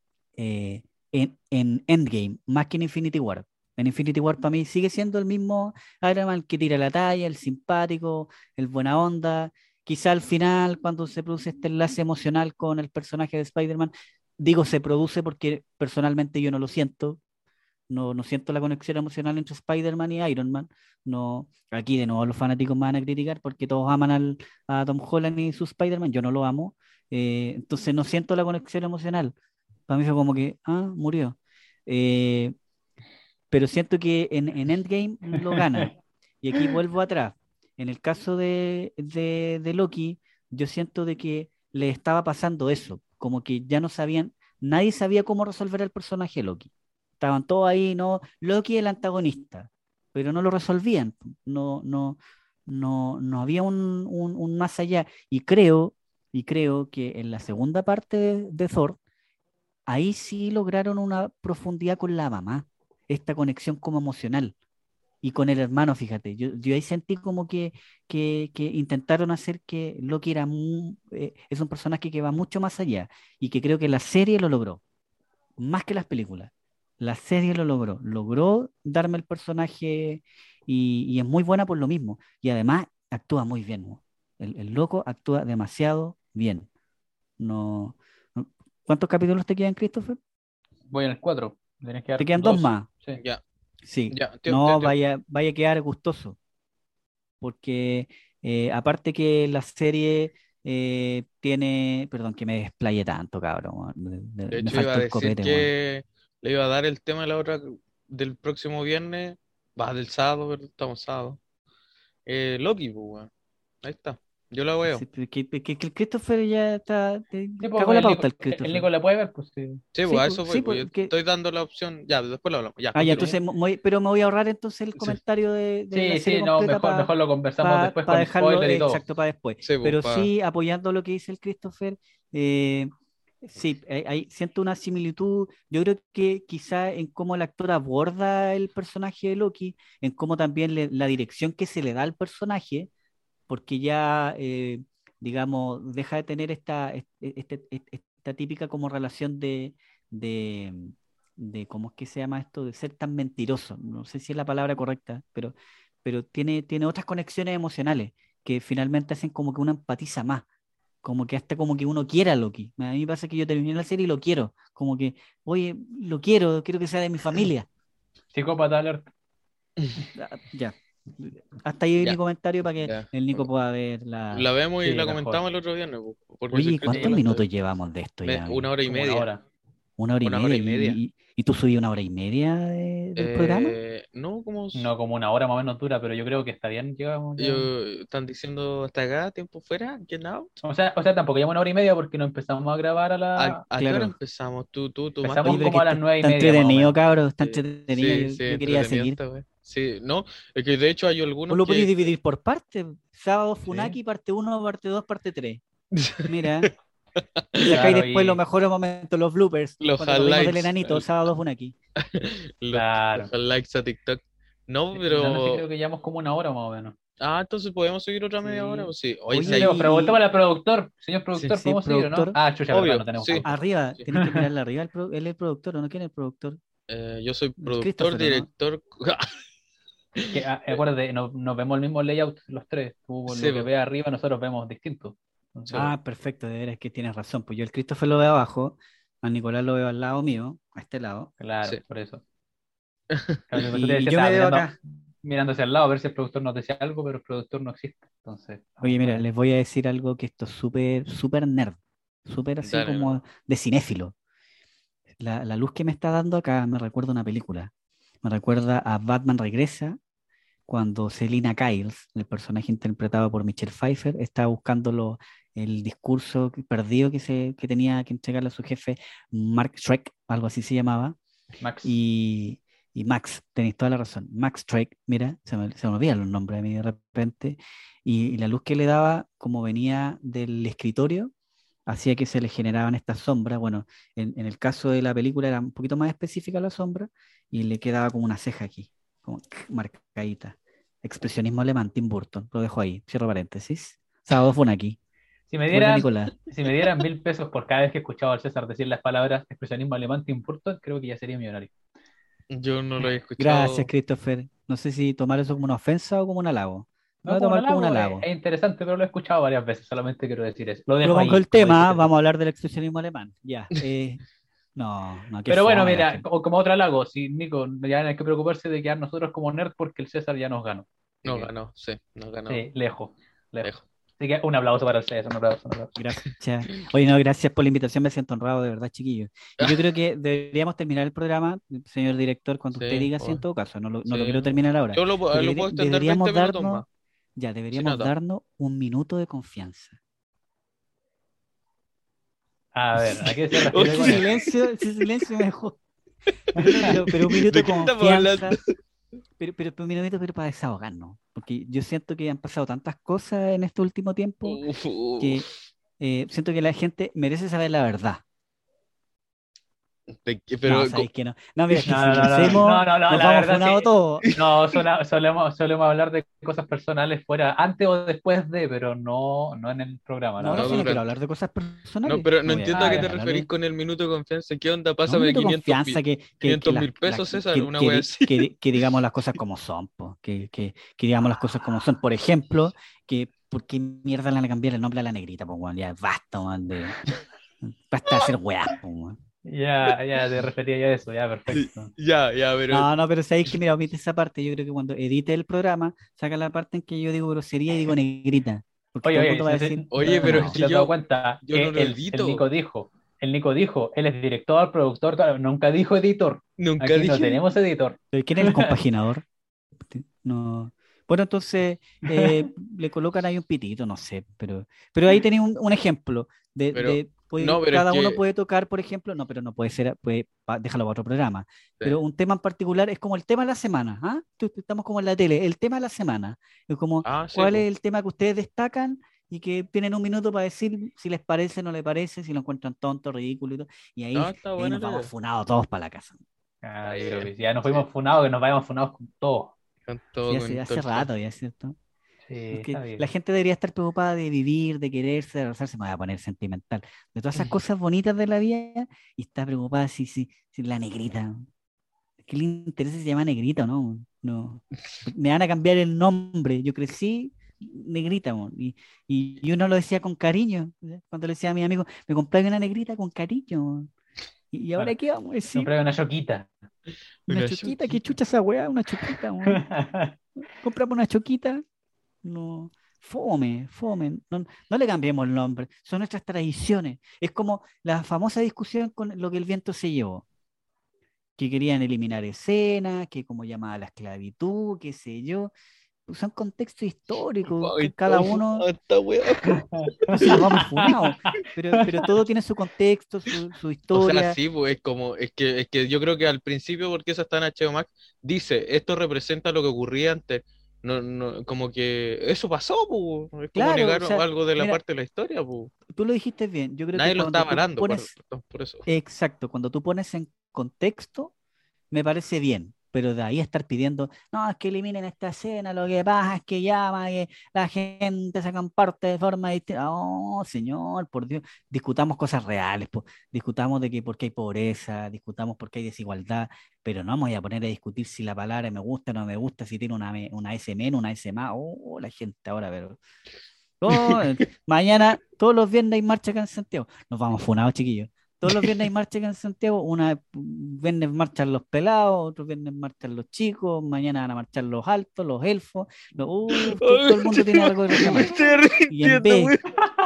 S1: eh, en, en Endgame, más que en Infinity War. En Infinity War para mí sigue siendo el mismo Iron Man que tira la talla, el simpático, el buena onda. Quizá al final, cuando se produce este enlace emocional con el personaje de Spider-Man, digo se produce porque personalmente yo no lo siento, no, no siento la conexión emocional entre Spider-Man y Iron Man. No, aquí de nuevo los fanáticos me van a criticar porque todos aman al, a Tom Holland y su Spider-Man, yo no lo amo. Eh, entonces no siento la conexión emocional. Para mí fue como que, ah, murió. Eh, pero siento que en, en Endgame lo gana. Y aquí vuelvo atrás. En el caso de, de, de Loki, yo siento de que le estaba pasando eso, como que ya no sabían, nadie sabía cómo resolver el personaje de Loki. Estaban todos ahí, ¿no? Loki es el antagonista, pero no lo resolvían. No, no, no, no había un, un- un más allá. Y creo, y creo que en la segunda parte de, de Thor, ahí sí lograron una profundidad con la mamá, esta conexión como emocional. Y con el hermano, fíjate, yo, yo ahí sentí como que, que, que intentaron hacer que Loki era mu- eh, es un personaje que va mucho más allá y que creo que la serie lo logró, más que las películas. La serie lo logró, logró darme el personaje y, y es muy buena por lo mismo. Y además actúa muy bien, ¿no? El, el loco actúa demasiado bien. No, no- ¿Cuántos capítulos te quedan, Christopher?
S3: Voy en el cuatro. Tienes que
S1: Te
S3: dar
S1: quedan dos
S3: dos.
S1: más.
S3: Sí.
S2: Ya,
S1: Sí.
S2: ya, tío, tío,
S1: No,
S2: tío.
S1: vaya, vaya a quedar gustoso. Porque eh, aparte que la serie eh, tiene, perdón que me desplaye tanto, cabrón, weón, de- de-
S2: De
S1: me
S2: hecho, iba a
S1: falta el
S2: decir
S1: copete, weón.
S2: que le iba a dar el tema de la otra del próximo viernes, va del sábado, ¿verdad? Estamos sábado. Eh, Loki, pues, weón. Ahí está. Yo la
S1: Sí,
S2: veo.
S1: porque, porque- que el Christopher ya está, te-
S3: Sí,
S1: cagó
S3: pues
S1: la
S3: el
S1: pauta
S3: Nico,
S1: el
S3: el
S1: Christopher.
S3: Nico la puede ver, pues sí.
S2: Sí,
S1: Sí,
S2: pues a
S1: pues,
S2: eso voy,
S1: sí,
S2: pues yo
S1: porque,
S2: estoy dando la opción. Ya, después lo hablamos. Ya,
S1: ah, ya,
S2: continúa.
S1: entonces, mo- mo- pero me voy a ahorrar entonces el
S2: Sí,
S1: comentario de, de la
S3: Sí,
S1: serie
S3: sí, no,
S1: completa
S3: mejor,
S1: para
S3: mejor lo conversamos después con
S1: dejarlo
S3: spoiler y
S1: eh,
S3: todo.
S1: exacto para después.
S2: sí, pues,
S1: Pero
S2: pa-
S1: sí, apoyando lo que dice el Christopher, eh, sí, hay, hay- siento una similitud. Yo creo que quizá en cómo el actor aborda el personaje de Loki, en cómo también le- la dirección que se le da al personaje, porque ya, eh, digamos, deja de tener esta, este- este- este- esta típica como relación de, de, de, ¿cómo es que se llama esto? De ser tan mentiroso. No sé si es la palabra correcta, pero, pero tiene, tiene otras conexiones emocionales que finalmente hacen como que uno empatiza más. Como que hasta como que uno quiera a Loki. A mí me pasa que yo terminé la serie y lo quiero. Como que, oye, lo quiero, quiero que sea de mi familia.
S3: Psicópata alert.
S1: Ah, ya. Hasta ahí mi
S2: ya,
S1: comentario para que
S2: ya.
S1: el Nico pueda ver la,
S2: La vemos y
S3: Sí,
S2: la
S3: mejor.
S2: comentamos el otro viernes, pues, porque si el
S1: Oye,
S2: Christopher
S1: ¿cuántos
S2: la está
S1: minutos
S2: viendo.
S1: llevamos de esto
S2: Me-
S1: ya,
S2: una
S1: amigo?
S2: hora y
S3: Como una
S2: media.
S3: hora.
S1: Una hora y
S2: Una hora
S1: media.
S2: y media.
S1: ¿Y, y, y tú subí una hora y media de- del programa?
S2: Eh, no, como s-
S3: No, como una hora más o menos dura, pero yo creo que está bien, llegamos ya.
S2: yo, están diciendo hasta acá, tiempo fuera, get out.
S3: O sea, o sea, tampoco llevamos una hora y media porque no empezamos a grabar a
S2: ¿A,
S3: la.
S2: a qué hora
S1: Claro.
S2: empezamos? Tú, tú tomaste
S1: Oye,
S3: Empezamos
S1: pero es
S2: un...
S1: que
S3: como a
S1: está,
S3: las nueve y
S1: está
S3: media más o
S1: entretenido,
S3: menos.
S1: cabros, está
S2: Sí,
S1: entretenido.
S2: sí,
S1: Yo,
S2: sí,
S1: yo quería
S2: entretenido
S1: seguir.
S2: esta wea. Sí, no, es que de hecho hay
S1: O
S2: algunos
S1: lo podéis
S2: que...
S1: dividir por partes. Sábado
S3: Sí.
S1: Funaki, parte uno, parte dos, parte tres. Mira. Y sacáis
S3: Claro,
S1: después los
S3: y.
S1: mejores momentos, los bloopers,
S2: Los
S1: cuando nos reímos del
S2: highlights,
S1: enanito,
S2: el-
S1: sábado Funaki.
S2: los,
S3: Claro.
S2: los highlights a TikTok. No,
S3: No, no sé, creo
S2: pero...
S3: que llevamos como una hora más o menos.
S2: Ah, entonces podemos seguir otra media hora,
S1: Sí.
S2: pues sí. Oye,
S1: Oye,
S2: sí,
S3: Sí, pues,
S2: hay-
S3: preguntémosle
S1: y,
S3: al productor. Señor
S2: sí,
S3: productor,
S1: sí,
S3: ¿podemos seguir o no?
S1: productor,
S3: Ah, chucha, verdad,
S2: obvio,
S3: no tenemos
S2: sí.
S1: a-
S3: pauta.
S1: arriba,
S2: Sí.
S1: tenéis que mirarle arriba. El pro- él es el productor, ¿o no? ¿Quién es el productor?
S2: Eh, yo soy
S1: El
S2: productor,
S1: Christopher, ¿o no?
S2: director...
S3: Que, ah, acuérdate, no- nos vemos el mismo layout los tres. Tú
S2: Sí,
S3: lo que
S2: pues,
S3: ves arriba, nosotros vemos distinto.
S2: sí,
S3: Entonces,
S2: pues.
S1: Ah, perfecto, de veras que tienes razón. Pues yo el Christopher lo veo abajo, a Nicolás lo veo al lado mío, a este lado,
S3: claro,
S2: Sí.
S3: por eso. Claro, por eso te
S1: y, y
S3: decía,
S1: yo
S3: estaba
S1: me veo
S3: mirando,
S1: acá.
S3: mirando hacia el lado a ver si el productor nos decía algo, pero el productor no existe. Entonces,
S1: Oye,
S3: vamos
S1: mira,
S3: para...
S1: les voy a decir algo que esto es súper, súper nerd, súper así
S2: Dale,
S1: como
S2: hermano.
S1: de cinéfilo. La, la luz que me está dando acá me recuerda a una película. Me recuerda a Batman Regresa, cuando Selina Kyle, el personaje interpretado por Michelle Pfeiffer, estaba buscando lo- el discurso perdido que, se, que tenía que entregarle a su jefe, Mark Shrek, algo así se llamaba,
S3: Max.
S1: y, y Max, tenéis toda la razón, Max Shrek, mira, se me, se me olvidan los nombres a mí de repente, y, y la luz que le daba, como venía del escritorio, hacía que se le generaban estas sombras. Bueno, en, en el caso de la película era un poquito más específica la sombra, y le quedaba como una ceja aquí, como marcadita. Expresionismo alemán, Tim Burton, lo dejo ahí, cierro paréntesis. Sábado Funaki,
S3: Si me
S1: vuelve
S3: dieran,
S1: Nicolás.
S3: si me dieran mil pesos por cada vez que escuchaba al César decir las palabras expresionismo alemán Tim Burton, creo que ya sería millonario.
S2: Yo no lo he
S1: Gracias,
S2: escuchado.
S1: Christopher. No sé si tomar eso como una ofensa o como un halago. Lo voy
S3: No
S1: a
S3: como un
S1: tomar como un
S3: halago, es,
S1: halago.
S3: es interesante, pero lo he escuchado varias veces, solamente quiero decir eso. Lo dejo
S1: Propongo
S3: ahí,
S1: el
S3: como
S1: tema,
S3: dijiste tú.
S1: vamos a hablar del expresionismo alemán. Ya. eh, no, no, qué
S3: Pero bueno,
S1: fome la
S3: mira,
S1: gente.
S3: co- como otro halago, si Nico, ya no hay que preocuparse de quedar nosotros como nerd porque el César ya nos ganó. Así
S2: No
S3: que,
S2: ganó, sí, no ganó.
S3: sí, lejos, lejos.
S2: Lejos.
S3: Así que un aplauso para el César, un aplauso, un aplauso.
S1: Gracias. Oye, no, gracias por la invitación, me siento honrado, de verdad, chiquillos. Y yo creo que deberíamos terminar el programa, señor director, cuando usted
S2: Sí,
S1: diga así en
S2: oh,
S1: todo caso. No lo, no lo
S2: sí,
S1: quiero
S2: no.
S1: terminar ahora.
S2: Yo lo, pu-
S1: Porque
S2: lo
S1: deberi-
S2: puedo extender
S1: deberíamos
S2: veinte minutos
S1: darnos,
S2: más,
S1: ya,
S2: sin
S1: deberíamos
S2: nada.
S1: darnos un minuto de confianza.
S3: A ver, ¿a qué se
S1: Ese
S3: refiere con eso?
S1: silencio, ese silencio me dejó. Pero, pero un minuto
S2: ¿De
S1: de
S2: qué estamos
S1: confianza.
S2: hablando?
S1: pero, pero, pero, mira, pero para desahogarnos, porque yo siento que han pasado tantas cosas en este último tiempo
S2: Uf,
S1: que
S2: uf.
S1: eh, siento que la gente merece saber la verdad.
S2: Te-
S1: No,
S2: Pero, co-
S1: sabéis que no. No, mira, es que
S3: No,
S1: si
S3: no,
S1: lo
S3: no, no,
S1: hacemos,
S3: no, no, no,
S1: nos
S3: la
S1: vamos
S3: verdad
S1: funados
S3: sí.
S1: todos.
S3: No, sola- solemos, solemos hablar de cosas personales fuera, antes o después de, pero no, no en el programa, la
S1: No, no,
S2: no
S3: verdad.
S1: si no quiero
S2: durante.
S1: hablar de cosas
S2: No,
S1: personales.
S2: pero no
S1: No voy a,
S2: entiendo
S1: no
S2: a
S3: Ah,
S2: qué
S1: voy
S2: te
S1: a
S3: ya.
S1: hablar
S2: referís
S1: de.
S2: con el minuto de confianza. ¿Qué onda?
S1: No, un
S2: Pásame
S1: minuto de
S2: quinientos
S1: confianza
S2: mil,
S1: que, que, que,
S2: quinientos
S1: la-
S2: mil
S1: la-
S2: pesos, César,
S1: que,
S2: una
S1: que
S2: wea
S1: di-
S2: así.
S1: que- que digamos las cosas como son, po, que, que, que digamos las cosas como son. Por ejemplo, que ¿por qué mierda le van a cambiar el nombre a la negrita? Pues, weón, ya basta, weón, de, basta de hacer weas, po, weón.
S3: Ya, ya, te refería yo a eso, ya, perfecto.
S2: Ya, ya, pero.
S1: No, no, pero sabéis que, mira, omite esa parte. Yo creo que cuando edite el programa, saca la parte en que yo digo grosería y digo negrita. Porque
S3: Oye,
S1: todo el
S3: oye,
S1: mundo va a
S3: no sé,
S1: decir,
S3: no,
S2: Oye, pero
S3: no
S2: es
S3: sé si
S1: funado.
S2: que
S3: te has dado
S2: yo,
S3: cuenta
S2: yo no
S3: que
S2: lo
S3: el, el
S2: edito.
S3: Nico dijo, el Nico dijo, él es director, productor, todo, nunca dijo editor.
S2: Nunca
S3: Aquí no
S2: dije.
S3: tenemos editor.
S1: ¿Pero quién es el compaginador? No. Bueno, entonces eh, le colocan ahí un pitito, no sé, pero, pero ahí tenéis un, un ejemplo de,
S2: Pero.
S1: de puede-
S2: No, pero es
S1: cada uno
S2: que.
S1: puede tocar, por ejemplo, no, pero no puede ser, puede, pa- déjalo para otro programa,
S2: Sí.
S1: pero un tema en particular es como el tema de la semana, ¿ah? Tú- tú- Estamos como en la tele, el tema de la semana, es como
S2: Ah, sí,
S1: cuál
S2: pues.
S1: es el tema que ustedes destacan y que tienen un minuto para decir si les parece, no les parece, si lo encuentran tonto, ridículo y todo, y
S2: No,
S1: ahí,
S2: está
S1: y ahí
S2: buena
S1: nos
S2: la
S1: vamos
S2: idea.
S1: funados todos para la casa.
S2: Está
S3: Ah, yo creo que
S2: bien.
S3: ya nos
S2: Sí.
S3: fuimos funados, que nos vayamos funados con todo.
S2: Con
S1: Sí,
S2: todo,
S1: hace,
S2: con todo
S1: hace
S2: el fan.
S1: rato ya, ¿cierto?
S3: Sí,
S1: Porque
S3: está
S1: la
S3: bien.
S1: gente debería estar preocupada de vivir, de quererse, de abrazarse, me voy a poner sentimental, de todas esas cosas bonitas de la vida, y está preocupada si, si, si la negrita. ¿Qué le interesa si se llama negrita o no? No. Me van a cambiar el nombre. Yo crecí negrita, mo, y, y yo no lo decía con cariño. ¿Ya? Cuando le decía a mi amigo, me compré una negrita con cariño. Mo. Y, y ahora
S3: Bueno,
S1: qué vamos a decir,
S3: compré una choquita.
S1: una
S2: Una
S1: choquita, qué
S2: choquita.
S1: chucha esa weá, una choquita, mo. Compramos una choquita. No, fome, fome. No, no le cambiemos el nombre. Son nuestras tradiciones. Es como la famosa discusión con lo que el viento se llevó. Que querían eliminar escenas, que como llamaba la esclavitud, qué sé yo. Pues son contextos históricos.
S2: Ay,
S1: Que cada
S2: todo
S1: uno,
S2: fumado esta wea.
S1: no si nos vamos funados, pero, pero todo tiene su contexto, su, su
S2: O sea,
S1: historia.
S2: sí, pues es como, es que, es que yo creo que al principio, porque eso está en H B O Max, dice, esto representa lo que ocurría antes. No, no, como que eso pasó, pues. Es como
S1: Claro, o
S2: negar
S1: sea,
S2: algo de la
S1: mira,
S2: parte de la historia, pues.
S1: tú lo dijiste bien. Yo creo que
S2: Nadie lo está
S1: cuando tú
S2: avalando, por,
S1: pones,
S2: por por eso.
S1: exacto, cuando tú pones en contexto me parece bien, pero de ahí a estar pidiendo, no, es que eliminen esta escena, lo que pasa es que llama, que la gente se comparte de forma distinta. Oh, señor, por Dios, discutamos cosas reales, po. Discutamos de que por qué hay pobreza, discutamos por qué hay desigualdad, pero no me voy a poner a discutir si la palabra me gusta o no me gusta, si tiene una, me- una S menos, una S más. Oh, la gente ahora, pero... Oh, eh, mañana, todos los viernes hay marcha acá en Santiago. Nos vamos funados, chiquillos. Todos los viernes hay marcha acá en Santiago. Una un viernes marchan los pelados, otro viernes marchan los chicos, mañana van a marchar los altos, los elfos. Los- uf, to- todo,
S2: Ay,
S1: el mundo tiene algo que
S2: me
S1: reclamar.
S2: estoy
S1: Y en
S2: arrepintiendo,
S1: vez,
S2: güey.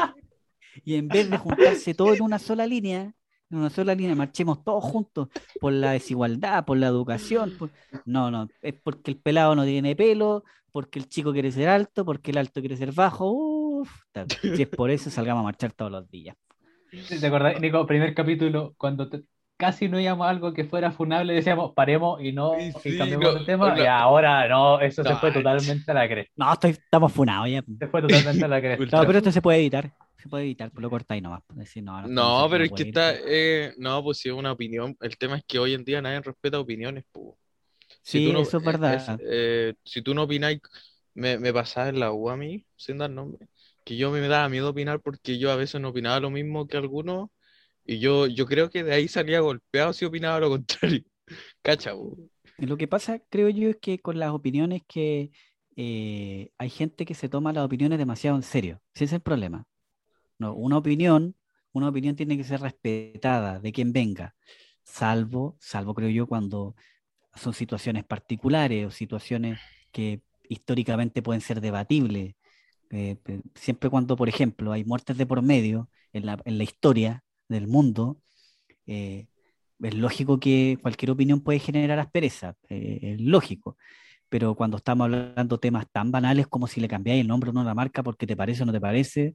S1: y en vez de juntarse todos en una sola línea, en una sola línea, marchemos todos juntos por la desigualdad, por la educación. por- No, no, es porque el pelado no tiene pelo, porque el chico quiere ser alto, porque el alto quiere ser bajo. Uf, ta- si es por eso, salgamos a marchar todos los días.
S3: ¿Te acordás, Nico, primer capítulo, cuando te- casi no íbamos a algo que fuera funable, decíamos paremos y no,
S2: Y
S3: y
S2: sí, no,
S3: cambiemos de tema,
S2: no,
S3: y ahora no, eso se
S2: no,
S3: fue totalmente a la cresta.
S1: No, estoy, estamos funados ya.
S3: Se fue totalmente a la cresta.
S1: No,
S2: ultra
S1: pero esto
S2: fun.
S1: se puede editar. Se puede editar, pues lo cortáis nomás. Pues decir, no, no, esto no,
S2: No,
S1: se,
S2: pero
S1: no
S2: es que
S1: puede ir.
S2: está,
S1: Pues.
S2: eh, no, pues si es una opinión, el tema es que hoy en día nadie respeta opiniones, pues. Si tú
S1: Sí,
S2: no,
S1: eso es
S2: eh, es,
S1: verdad.
S2: eh, si tú no opináis, me, me pasaba en la U a mí, sin dar nombre, que yo me daba miedo opinar porque yo a veces no opinaba lo mismo que algunos, y yo, yo creo que de ahí salía golpeado si opinaba lo contrario. Cacha, po.
S1: Y lo que pasa, creo yo, es que con las opiniones que eh, hay gente que se toma las opiniones demasiado en serio. Ese es el problema. No, una opinión, una opinión tiene que ser respetada de quien venga, salvo, salvo creo yo, cuando son situaciones particulares o situaciones que históricamente pueden ser debatibles. Eh, pe- siempre cuando, por ejemplo, hay muertes de por medio en la, en la historia del mundo, eh, es lógico que cualquier opinión puede generar aspereza, eh, es lógico, pero cuando estamos hablando de temas tan banales como si le cambiáis el nombre a una marca porque te parece o no te parece,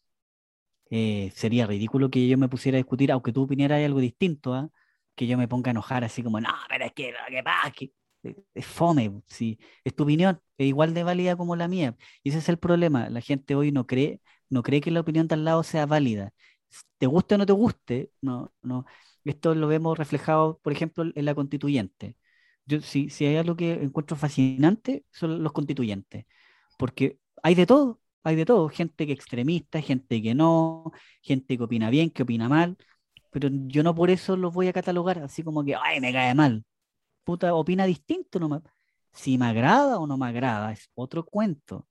S1: eh, sería ridículo que yo me pusiera a discutir, aunque tú opinaras algo distinto, ¿ah? Que yo me ponga a enojar así como, no, pero es que lo que pasa es que... es, es fome, sí, es tu opinión, es igual de válida como la mía. Y ese es el problema. La gente hoy no cree, no cree que la opinión de al lado sea válida. Te guste o no te guste, no, no. Esto lo vemos reflejado, por ejemplo, en la constituyente. Yo, si, si hay algo que encuentro fascinante, son los constituyentes, porque hay de todo, hay de todo, gente que es extremista, gente que no, gente que opina bien, que opina mal, pero yo no por eso los voy a catalogar así como que, ay, me cae mal. Puta, opina distinto nomás. Si me agrada o no me agrada, es otro cuento.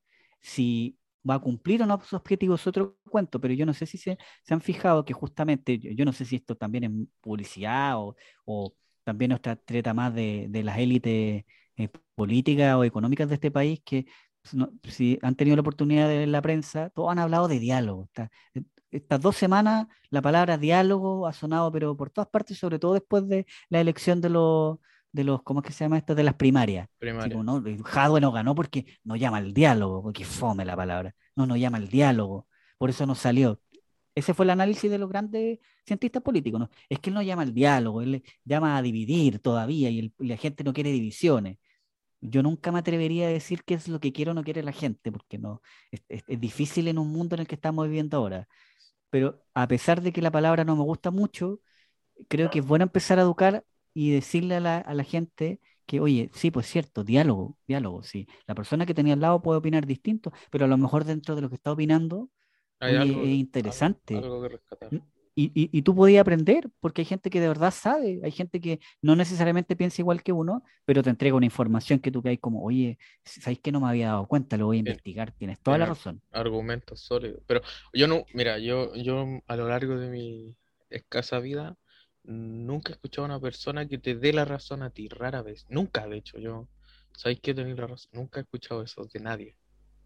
S1: Si va a cumplir o no sus objetivos, es otro cuento, pero yo no sé si se, se han fijado que justamente, yo, yo no sé si esto también es publicidad o, o también otra treta más de, de las élites eh, políticas o económicas de este país, que pues, no- si han tenido la oportunidad de ver la prensa, todos han hablado de diálogo. Está- eh, estas dos semanas la palabra diálogo ha sonado, pero por todas partes, sobre todo después de la elección de los, de los, ¿cómo es que se llama esto? De las primarias. Así
S2: Primaria.
S1: como, no, Jadwe no ganó porque no llama al diálogo, porque fome la palabra. No, no llama al diálogo. Por eso no salió. Ese fue el análisis de los grandes cientistas políticos, ¿no? Es que él no llama al diálogo, él llama a dividir todavía y, el- y la gente no quiere divisiones. Yo nunca me atrevería a decir qué es lo que quiere o no quiere la gente, porque no, es, es- es difícil en un mundo en el que estamos viviendo ahora. Pero a pesar de que la palabra no me gusta mucho, creo que es bueno empezar a educar y decirle a la, a la gente que, oye, sí, pues cierto, diálogo, diálogo, sí. La persona que tenía al lado puede opinar distinto, pero a lo mejor dentro de lo que está opinando,
S2: Hay
S1: oye,
S2: algo,
S1: es
S2: algo,
S1: interesante.
S2: algo que rescatar.
S1: ¿Mm? Y, y, y tú podías aprender, porque hay gente que de verdad sabe, hay gente que no necesariamente piensa igual que uno, pero te entrega una información que tú que hay como, oye, ¿sabes que no me había dado cuenta? Lo voy a
S2: Tiene,
S1: investigar, tienes toda
S2: tiene
S1: la
S2: ar-
S1: razón.
S2: argumentos sólidos. Pero yo no, mira, yo, yo a lo largo de mi escasa vida nunca he escuchado a una persona que te dé la razón a ti, rara vez. Nunca, de hecho, yo, ¿sabéis qué tenéis la razón? Nunca he escuchado eso de nadie.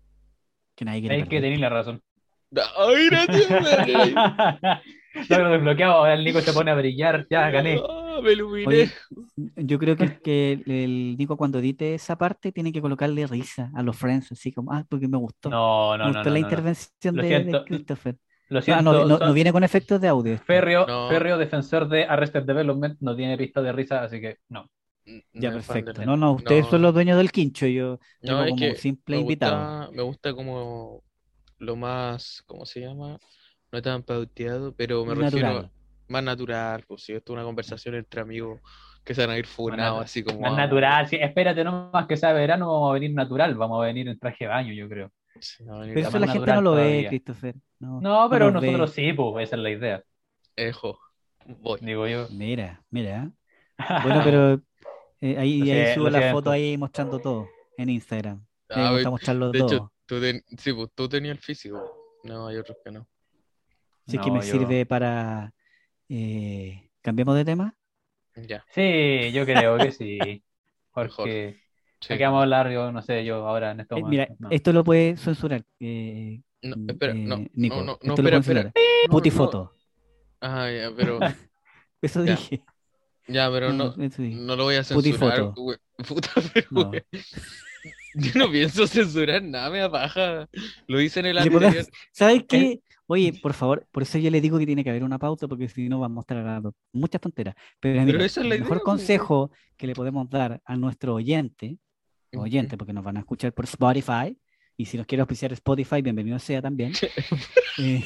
S1: Que nadie quiere
S3: Es que
S1: perder,
S3: tenéis
S1: po.
S3: la razón.
S2: ¡Ay, gracias, madre!
S3: Logro desbloqueado, ahora el Nico se pone a brillar, ya gané.
S2: ¡Ah, me iluminé!
S1: Oye, yo creo que, el- que el, el Nico cuando edite esa parte tiene que colocarle risa a los friends, así como, ah, porque me gustó.
S3: No,
S1: Me
S3: no, no,
S1: gustó
S3: no,
S1: la
S3: no, no.
S1: intervención
S3: Lo
S1: de, de
S3: siento,
S1: Christopher.
S3: lo
S1: No, ah, no,
S3: siento,
S1: no, no
S3: son
S1: viene con efectos de audio esto.
S3: férreo,
S2: No,
S3: férreo defensor de Arrested Development, no tiene pista de risa, así que no.
S2: n-
S1: Ya,
S2: no es fan
S1: perfecto.
S2: del...
S1: No, no, ustedes son
S2: No,
S1: los dueños del quincho, yo
S2: no,
S1: vengo
S2: es
S1: como
S2: que
S1: simple
S2: me
S1: invitado.
S2: gusta, me gusta como lo más, ¿cómo se llama? No tan pauteado, pero me refiero
S1: Natural.
S2: más natural, pues si esto es una conversación entre amigos que se van a ir
S3: Más,
S2: funados,
S3: natu-
S2: así como,
S3: más
S2: ah,
S3: natural, sí, espérate nomás que sea verano, vamos a venir natural, vamos a venir en traje de baño, yo creo.
S2: se va a venir
S1: Pero
S3: Está
S1: eso
S3: más
S1: la gente no
S3: natural
S1: lo ve,
S3: todavía.
S1: Christopher. No,
S3: No,
S1: no
S3: pero
S1: nos
S3: nosotros
S1: ve.
S3: sí, pues esa es la idea,
S2: ejo, voy.
S3: digo yo.
S1: Mira, mira. Bueno,
S2: Vamos.
S1: pero eh,
S3: Lo,
S1: ahí, ahí
S3: sie-
S1: subo
S3: lo
S1: la foto
S3: siento.
S1: ahí mostrando todo en Instagram. Ahí
S2: A
S1: vamos
S2: ver,
S1: a mostrar los
S2: de hecho,
S1: dos.
S2: tú, ten- sí, pues, tú tenías el físico, no, hay otros que no.
S1: Sí que me
S3: No, yo.
S1: sirve para... eh, ¿cambiemos de tema?
S2: Ya,
S3: Sí, yo creo que sí.
S2: mejor,
S3: Porque
S2: sí.
S3: aquí vamos a hablar, yo no sé, yo ahora en este
S1: Eh, mira,
S3: momento. No.
S1: esto lo puede censurar, eh,
S2: No,
S1: mm,
S2: espera, no,
S1: eh,
S2: no,
S1: Nico.
S2: no, no,
S1: Esto lo
S2: espera,
S1: pueden
S2: espera.
S1: censurar.
S2: No, no,
S1: Putifoto.
S2: ah, ya, pero,
S1: Eso
S2: ya,
S1: dije.
S2: ya, pero
S1: No,
S2: no,
S1: eso dije.
S2: no lo voy a censurar,
S1: Putifoto.
S2: güey. Puta, pero,
S1: No.
S2: güey, yo no pienso censurar nada, me da paja. Lo hice en el
S1: Oye, podemos-
S2: anterior.
S1: ¿sabes
S3: Es-
S1: qué? Oye, por favor, por eso yo le digo que tiene que haber una pauta, porque si no vamos a estar hablando muchas tonteras. Pero
S2: Pero
S1: mira,
S2: esa es
S1: el
S2: la idea,
S1: mejor
S2: pues.
S1: consejo que le podemos dar a nuestro oyente,
S2: Ujú.
S1: oyente, porque nos van a escuchar por Spotify, y si nos quiere auspiciar Spotify, bienvenido sea también. Eh,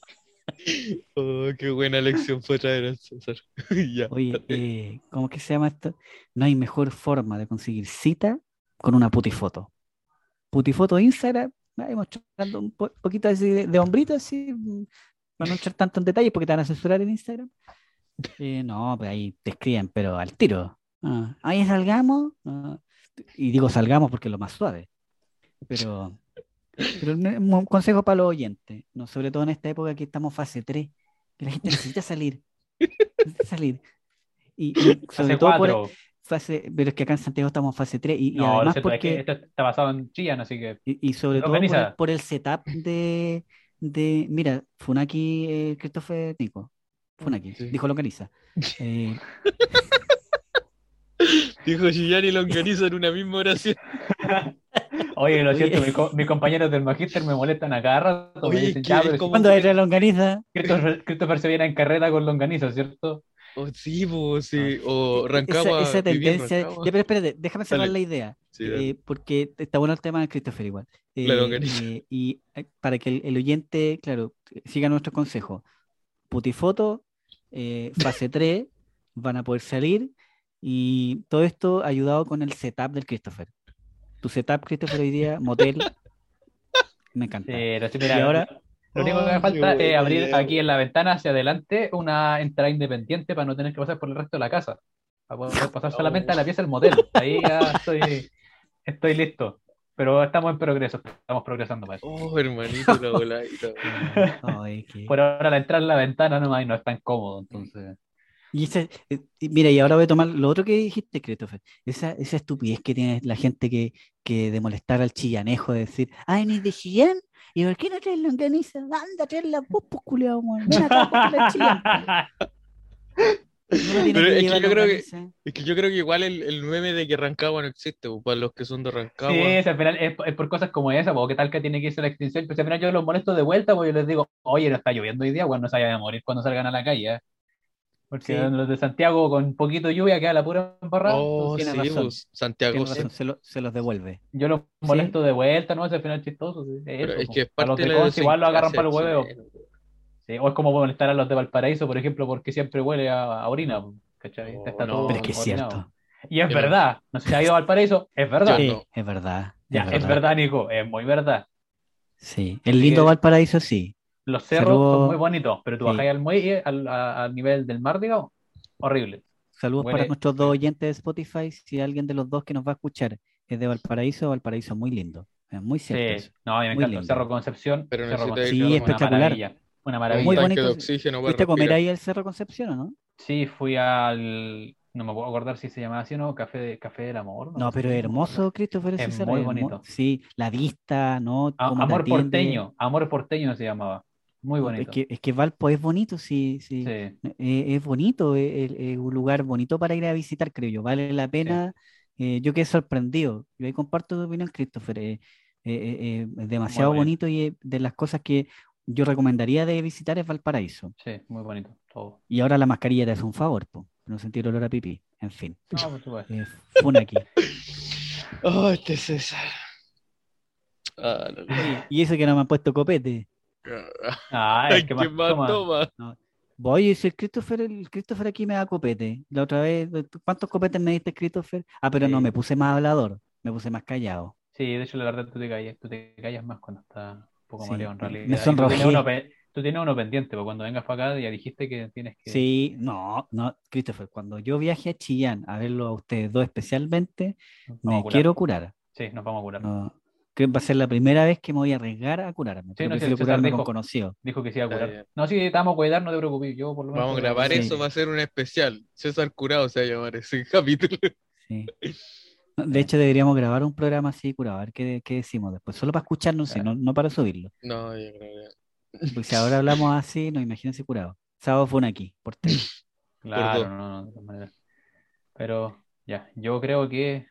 S2: Oh, qué buena lección fue traer al César. Ya,
S1: oye,
S2: dale.
S1: eh, ¿cómo es que se llama esto? No hay mejor forma de conseguir cita con una putifoto. Putifoto Instagram, ahí mostrando un po- poquito así de, de hombrito, así, mm, para no entrar tanto en detalles porque te van a censurar en Instagram. Eh, no, pues ahí te escriben, pero al tiro. Ah, ahí salgamos. Ah, y digo salgamos porque es lo más suave. Pero, pero un, un consejo para los oyentes, ¿no? Sobre todo en esta época que estamos fase tres, que la gente necesita salir. Necesita salir. Y, y sobre
S3: Hace
S1: todo por
S3: cuatro.
S1: fase, pero es que acá en Santiago estamos en fase tres y, y
S3: No, lo
S1: además
S3: siento, es que
S1: porque,
S3: esto está basado en Chillán, así que.
S1: y, y sobre todo por el,
S3: Organiza.
S1: por el setup de, de, mira, Funaki, eh, Christopher Nico, Funaki,
S2: Sí.
S1: dijo Localiza. Eh,
S2: Dijo Chillán y Longaniza en una misma oración.
S3: Oye, lo
S1: Oye.
S3: siento, mi co- mis compañeros del magíster me molestan a cada rato.
S2: Oye,
S3: me dicen,
S2: que
S3: ya,
S2: es
S3: pero si
S2: como-
S1: ¿Cuándo era Longaniza?
S3: Christopher, Christopher se viene en carreta con longaniza, ¿cierto?
S2: O sí, pues, sí.
S1: Ah,
S2: O
S1: e- e- esa,
S2: Rancagua,
S1: esa
S2: viví en
S1: tendencia, ya,
S2: Rancagua.
S1: pero espérate, déjame cerrar
S2: Dale,
S1: la idea,
S2: sí, dale.
S1: eh, porque está bueno el tema de Christopher igual.
S2: La
S1: Eh,
S2: longaniza.
S1: eh, y eh, para que el, el oyente, claro, siga nuestros consejos. Putifoto, eh, fase tres, van a poder salir y todo esto ayudado con el setup del Christopher. Tu setup, Christopher, hoy día, motel, me encanta.
S3: Pero sí,
S1: Y
S3: mira, lo,
S1: ahora,
S3: lo único que
S2: Oh,
S3: me
S2: qué
S3: falta es
S2: buena
S3: abrir
S2: idea,
S3: aquí en
S2: weón.
S3: la ventana hacia adelante una entrada independiente para no tener que pasar por el resto de la casa. Para poder pasar solamente
S2: Oh,
S3: a la pieza del motel. Ahí ya estoy, estoy listo. Pero estamos en progreso, estamos progresando para eso.
S2: oh, hermanito, la voladita, weón.
S1: ay, qué-
S3: Por ahora la entrada en la ventana nomás y no es tan cómodo, entonces.
S1: Y ese- eh, y mira, y ahora voy a tomar lo otro que dijiste, Christopher. Esa, esa estupidez que tiene la gente que, que de molestar al chillanejo, de decir, ay, ni de Chillán, ¿y por qué no traes longaniza? Anda a traerla vos, pues, culiao, weón. Ven acá, vos que eres Chillán. Uno tiene
S2: Pero
S1: que
S2: es que
S1: llevar
S2: yo creo que,
S1: longaniza.
S2: es que yo creo que igual el, el meme de que Rancagua no existe, pues, para los que son de
S3: Sí,
S2: Rancagua.
S3: si al final es, es por cosas como esa, porque tal que tiene que irse a la extinción, pues si al final yo los molesto de vuelta, pues yo les digo, oye, no está lloviendo hoy día, bueno, no se vayan a morir cuando salgan a la calle, ¿eh? Porque
S1: Sí,
S3: los de Santiago con poquito lluvia queda la pura embarrada, entonces
S2: Oh,
S3: tienen
S2: sí,
S3: razón.
S2: pues, Santiago
S3: Tienen
S2: sí.
S1: razón,
S3: razón.
S1: se, lo- se los devuelve.
S3: Yo los
S1: ¿Sí?
S3: molesto de vuelta, ¿no? Es al final es chistoso, sí, es
S2: Pero
S3: eso,
S2: es
S3: po.
S2: que es
S3: A los
S2: parte de
S3: de
S2: la
S3: Conce igual lo agarran
S2: idiosincrasia
S3: para el hueveo.
S2: chilena.
S3: Sí, o es como molestar a los de Valparaíso, por ejemplo, porque siempre huele a, a orina, po, ¿cachai?
S2: Oh,
S3: Está
S1: Pero
S2: no,
S1: es que
S3: todo
S1: es
S3: orinado.
S1: cierto.
S3: Y es
S2: yo no,
S3: verdad, no sé si ha ido a Valparaíso, es
S2: yo
S3: verdad.
S2: no.
S1: Sí, es verdad, es
S3: Ya, es
S1: verdad.
S3: verdad, Nico, es muy verdad.
S1: Sí, el
S3: Así
S1: lindo
S3: que
S1: Valparaíso sí.
S3: los cerros son muy
S1: Saludos,
S3: bonitos, pero tú
S1: sí,
S3: bajas al muelle, al, a- al nivel del mar, digamos, horrible.
S1: saludos para
S3: Huele
S1: nuestros dos
S3: feo.
S1: oyentes de Spotify. Si alguien de los dos que nos va a escuchar es de Valparaíso, Valparaíso es muy lindo. Es muy cierto
S3: Sí,
S1: eso.
S3: no, a mí me
S1: Muy
S3: encanta el Cerro
S1: lindo.
S3: Concepción.
S2: Pero
S3: Cerro
S2: necesita ir
S1: Sí,
S3: Concepción,
S2: con,
S3: una
S1: espectacular.
S3: maravilla, una
S2: con un
S1: Muy
S3: maravilla.
S2: tanque de
S1: bonito.
S2: oxígeno para
S1: ¿Fuiste a comer
S2: respirar.
S1: ahí al Cerro Concepción o no?
S3: Sí, fui al, no me puedo acordar si se llamaba así o no, Café, de, Café del Amor, una
S1: No,
S3: cosa
S1: pero
S3: así,
S1: es
S3: no me acuerdo.
S1: hermoso, Christopher
S3: Es
S1: César,
S3: muy
S1: es hermoso.
S3: bonito.
S1: Sí, la vista, ¿no?
S3: A-
S1: Cómo te
S3: Amor
S1: atiende.
S3: Porteño, Amor Porteño se llamaba. Muy
S1: No, es
S3: bonito.
S1: que, es que Valpo es bonito, sí, sí.
S3: Sí,
S1: Eh, es bonito, es, es- es un lugar bonito para ir a visitar, creo yo. Vale la
S3: sí,
S1: pena. Eh, yo quedé sorprendido. Yo ahí comparto tu opinión, Christopher. Eh, eh, eh, eh, es
S3: muy
S1: demasiado
S3: bonito.
S1: bonito y es de las cosas que yo recomendaría de visitar es Valparaíso.
S3: Sí, muy bonito. Todo.
S1: Y ahora la mascarilla te hace un favor, po, no sentir olor a pipí. En fin,
S3: No, por supuesto.
S1: eh, funa aquí.
S2: Oh, este César. Ah, no, no.
S1: Oye, y eso que no me han puesto copete.
S3: Ah, es
S2: Ay,
S3: que
S2: ¿qué
S3: más
S2: más
S3: toma.
S2: toma?
S1: No. Voy, si el Christopher, el Christopher aquí me da copete. La otra vez, ¿cuántos copetes me diste, Christopher? Ah, pero no,
S3: Sí,
S1: me puse más hablador, me puse más callado.
S3: sí, de hecho, la verdad, tú te callas, tú te callas más cuando estás un poco mareado
S1: Sí,
S3: en
S1: me, me
S3: realidad. Y tú tienes uno,
S1: sonrojé.
S3: pe- tú tienes uno pendiente, porque cuando vengas para acá ya dijiste que tienes que.
S1: Sí, no, no, Christopher, cuando yo viaje a Chillán a verlo a ustedes dos especialmente,
S3: Nos vamos a
S1: me
S3: curar.
S1: quiero curar.
S3: Sí, nos vamos a curar.
S1: No, creo que va a ser la primera vez que me voy a arriesgar a curarme,
S3: Sí,
S1: pero
S3: no sé, el
S1: prefiero
S3: César
S1: curarme con
S3: dijo,
S1: conocidos.
S3: dijo que se iba a
S2: Está
S3: curar.
S2: bien.
S3: No, sí, te vamos a cuidar, no te preocupes. Yo por lo menos
S2: Vamos a
S3: te voy a
S2: grabar
S3: cuidar.
S1: Sí.
S2: eso, va a ser un especial. César Curado se va a llamar ese capítulo.
S1: Sí. No, de hecho, deberíamos grabar un programa así curado, a ver qué, qué decimos después, solo para escucharnos, sí, no, no para subirlo.
S2: No, yo creo
S1: Porque si ahora hablamos así, no, imagínense curado. Sábado fue una aquí, por tres.
S3: Claro,
S2: dos.
S3: no, no, de todas maneras. Pero ya, yo creo que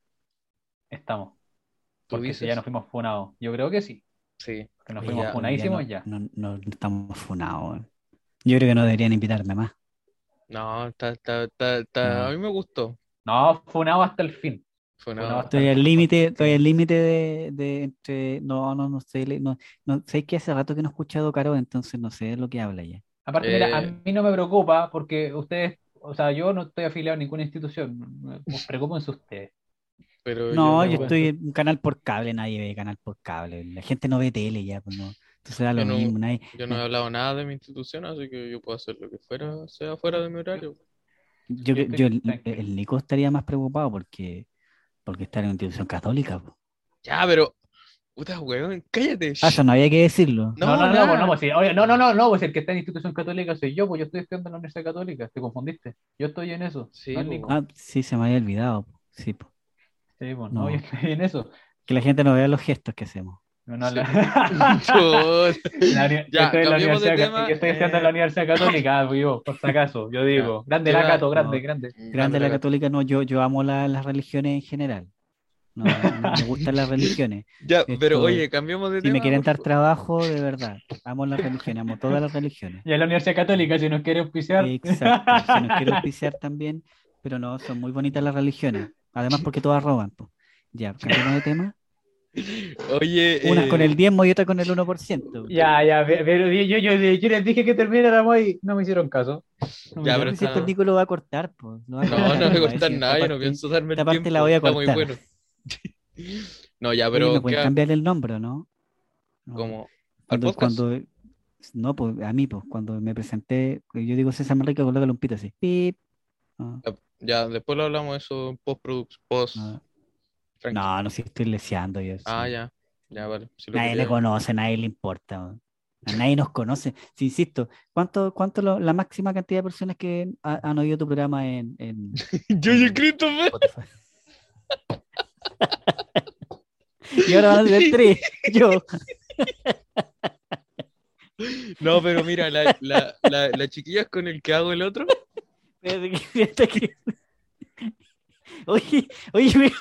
S3: estamos.
S2: ¿Tú
S3: Porque si ya
S2: dices?
S3: nos fuimos funados. Yo creo que sí.
S2: Sí.
S3: Que nos
S1: Oye,
S3: fuimos
S1: ya, hoy día
S3: funadísimos
S1: no,
S3: ya.
S1: no, no, no estamos funados. weón. Yo creo que no deberían invitarme más.
S2: No, está, está, está, está- a
S1: No.
S2: mí me gustó.
S3: No, funado hasta el fin.
S2: Fue
S3: Funado
S2: nada.
S3: hasta
S1: Estoy
S3: el
S1: al
S3: fin.
S1: límite, estoy
S3: porque-
S1: al límite de, de entre. No, no, no sé. le- No, no, sé que hace rato que no he escuchado Caro, entonces no sé lo que habla ya.
S3: Aparte, mira, a
S2: Eh,
S3: mí no me preocupa porque ustedes, o sea, yo no estoy afiliado a ninguna institución. Me- Preocúpense ustedes.
S2: pero yo
S1: No, yo
S2: no,
S1: estoy
S3: Preocúpense.
S1: en un canal por cable, nadie ve canal por cable. La gente no ve tele ya, pues no. Entonces da
S2: yo
S1: lo
S2: no,
S1: mismo, nadie.
S2: yo no he
S1: na-
S2: hablado nada de mi institución, así que yo puedo hacer lo que fuera, sea fuera de mi horario.
S1: Yo,
S3: Yo
S1: que- yo,
S3: estoy
S1: el,
S3: tranquilo.
S1: el Nico estaría más preocupado porque, porque está en una institución católica, po.
S2: Ya, pero, puta weón, cállate.
S1: Ah, eso no había que decirlo.
S3: No,
S2: No,
S3: no, no, pues no,
S2: nada.
S3: pues sí. Oye, no, no, no, no, pues el que está en institución católica soy yo, pues yo estoy estudiando en la Universidad Católica, te confundiste. Yo estoy en eso,
S2: Sí,
S3: no el
S2: po.
S3: Nico.
S1: Ah, sí, se me había olvidado, po. Sí, po.
S3: Sí, pues no, yo
S1: No.
S3: estoy en eso.
S1: Que la gente no vea los gestos que hacemos.
S3: No, no,
S2: Sí.
S3: la-
S2: Chuta.
S3: la uni- yo
S2: Ya,
S3: estoy en la
S2: cambiemos de
S3: universidad, ca-
S2: tema.
S3: yo estoy estudiando en la
S2: eh,
S3: Universidad Católica, ah, pues yo, por si acaso, yo
S2: ya,
S3: digo, grande la
S2: tema
S3: Cato, grande,
S1: No,
S3: grande.
S1: grande
S2: grande
S1: la
S2: la cat-
S1: católica, no, yo, yo amo la- las religiones en general. No, no me gustan las religiones.
S2: Ya, pero
S1: Esto,
S2: oye, cambiemos de
S1: si me
S2: tema,
S1: quieren
S2: por
S1: dar
S2: favor.
S1: trabajo, de verdad, amo las religiones, amo todas las religiones.
S3: Y en la Universidad Católica, si nos quiere auspiciar.
S1: Exacto, si nos quiere auspiciar también, pero no, son muy bonitas las religiones. Además, porque todas roban, po. Ya, cambiemos de tema. Unas con
S2: Oye,
S1: el
S2: eh,
S1: diezmo y otras con el uno por ciento.
S3: Ya, ya, pe- pero yo, yo, yo, yo les dije que termináramos y no me hicieron caso. No me
S2: ya,
S1: Ya,
S2: pero
S3: hicieron
S1: pues si esto el
S2: está.
S3: caso.
S1: Nico lo va a cortar, pues, lo va a
S2: No,
S1: cortar
S2: no me
S1: igual.
S2: gusta
S1: Si esta
S2: nada, yo no
S1: parte,
S2: pienso darme el
S1: esta parte la
S2: tiempo,
S1: voy a
S2: está muy
S1: cortar.
S2: bueno. No, ya,
S1: Oye, ¿me
S2: pero
S1: pueden
S2: ¿qué?
S1: cambiar el nombre o no? No.
S2: Como al
S1: Cuando,
S2: podcast.
S1: cuando, no, pues a mí, pues, cuando me presenté, yo digo César Manrique, colócale un pito así. Pip. No,
S2: Ya, ya, después lo hablamos eso en post product, post
S1: no,
S2: tranqui.
S1: no, no, si estoy leseando yo,
S2: Ah,
S1: sí.
S2: ya, ya, vale. Si lo
S1: Nadie me
S2: quería.
S1: conoce, nadie le importa. weón. A nadie nos conoce. Si insisto, ¿cuánto, cuánto lo- la máxima cantidad de personas que ha- han oído tu programa en, en,
S2: Yo soy
S1: en
S2: Christopher.
S1: Spotify? Y ahora van a ser tres. Yo.
S2: No, pero mira, la, la, la, la chiquilla es con el que hago el otro.
S1: Espérate que- espérate que- Oye, oye, mira,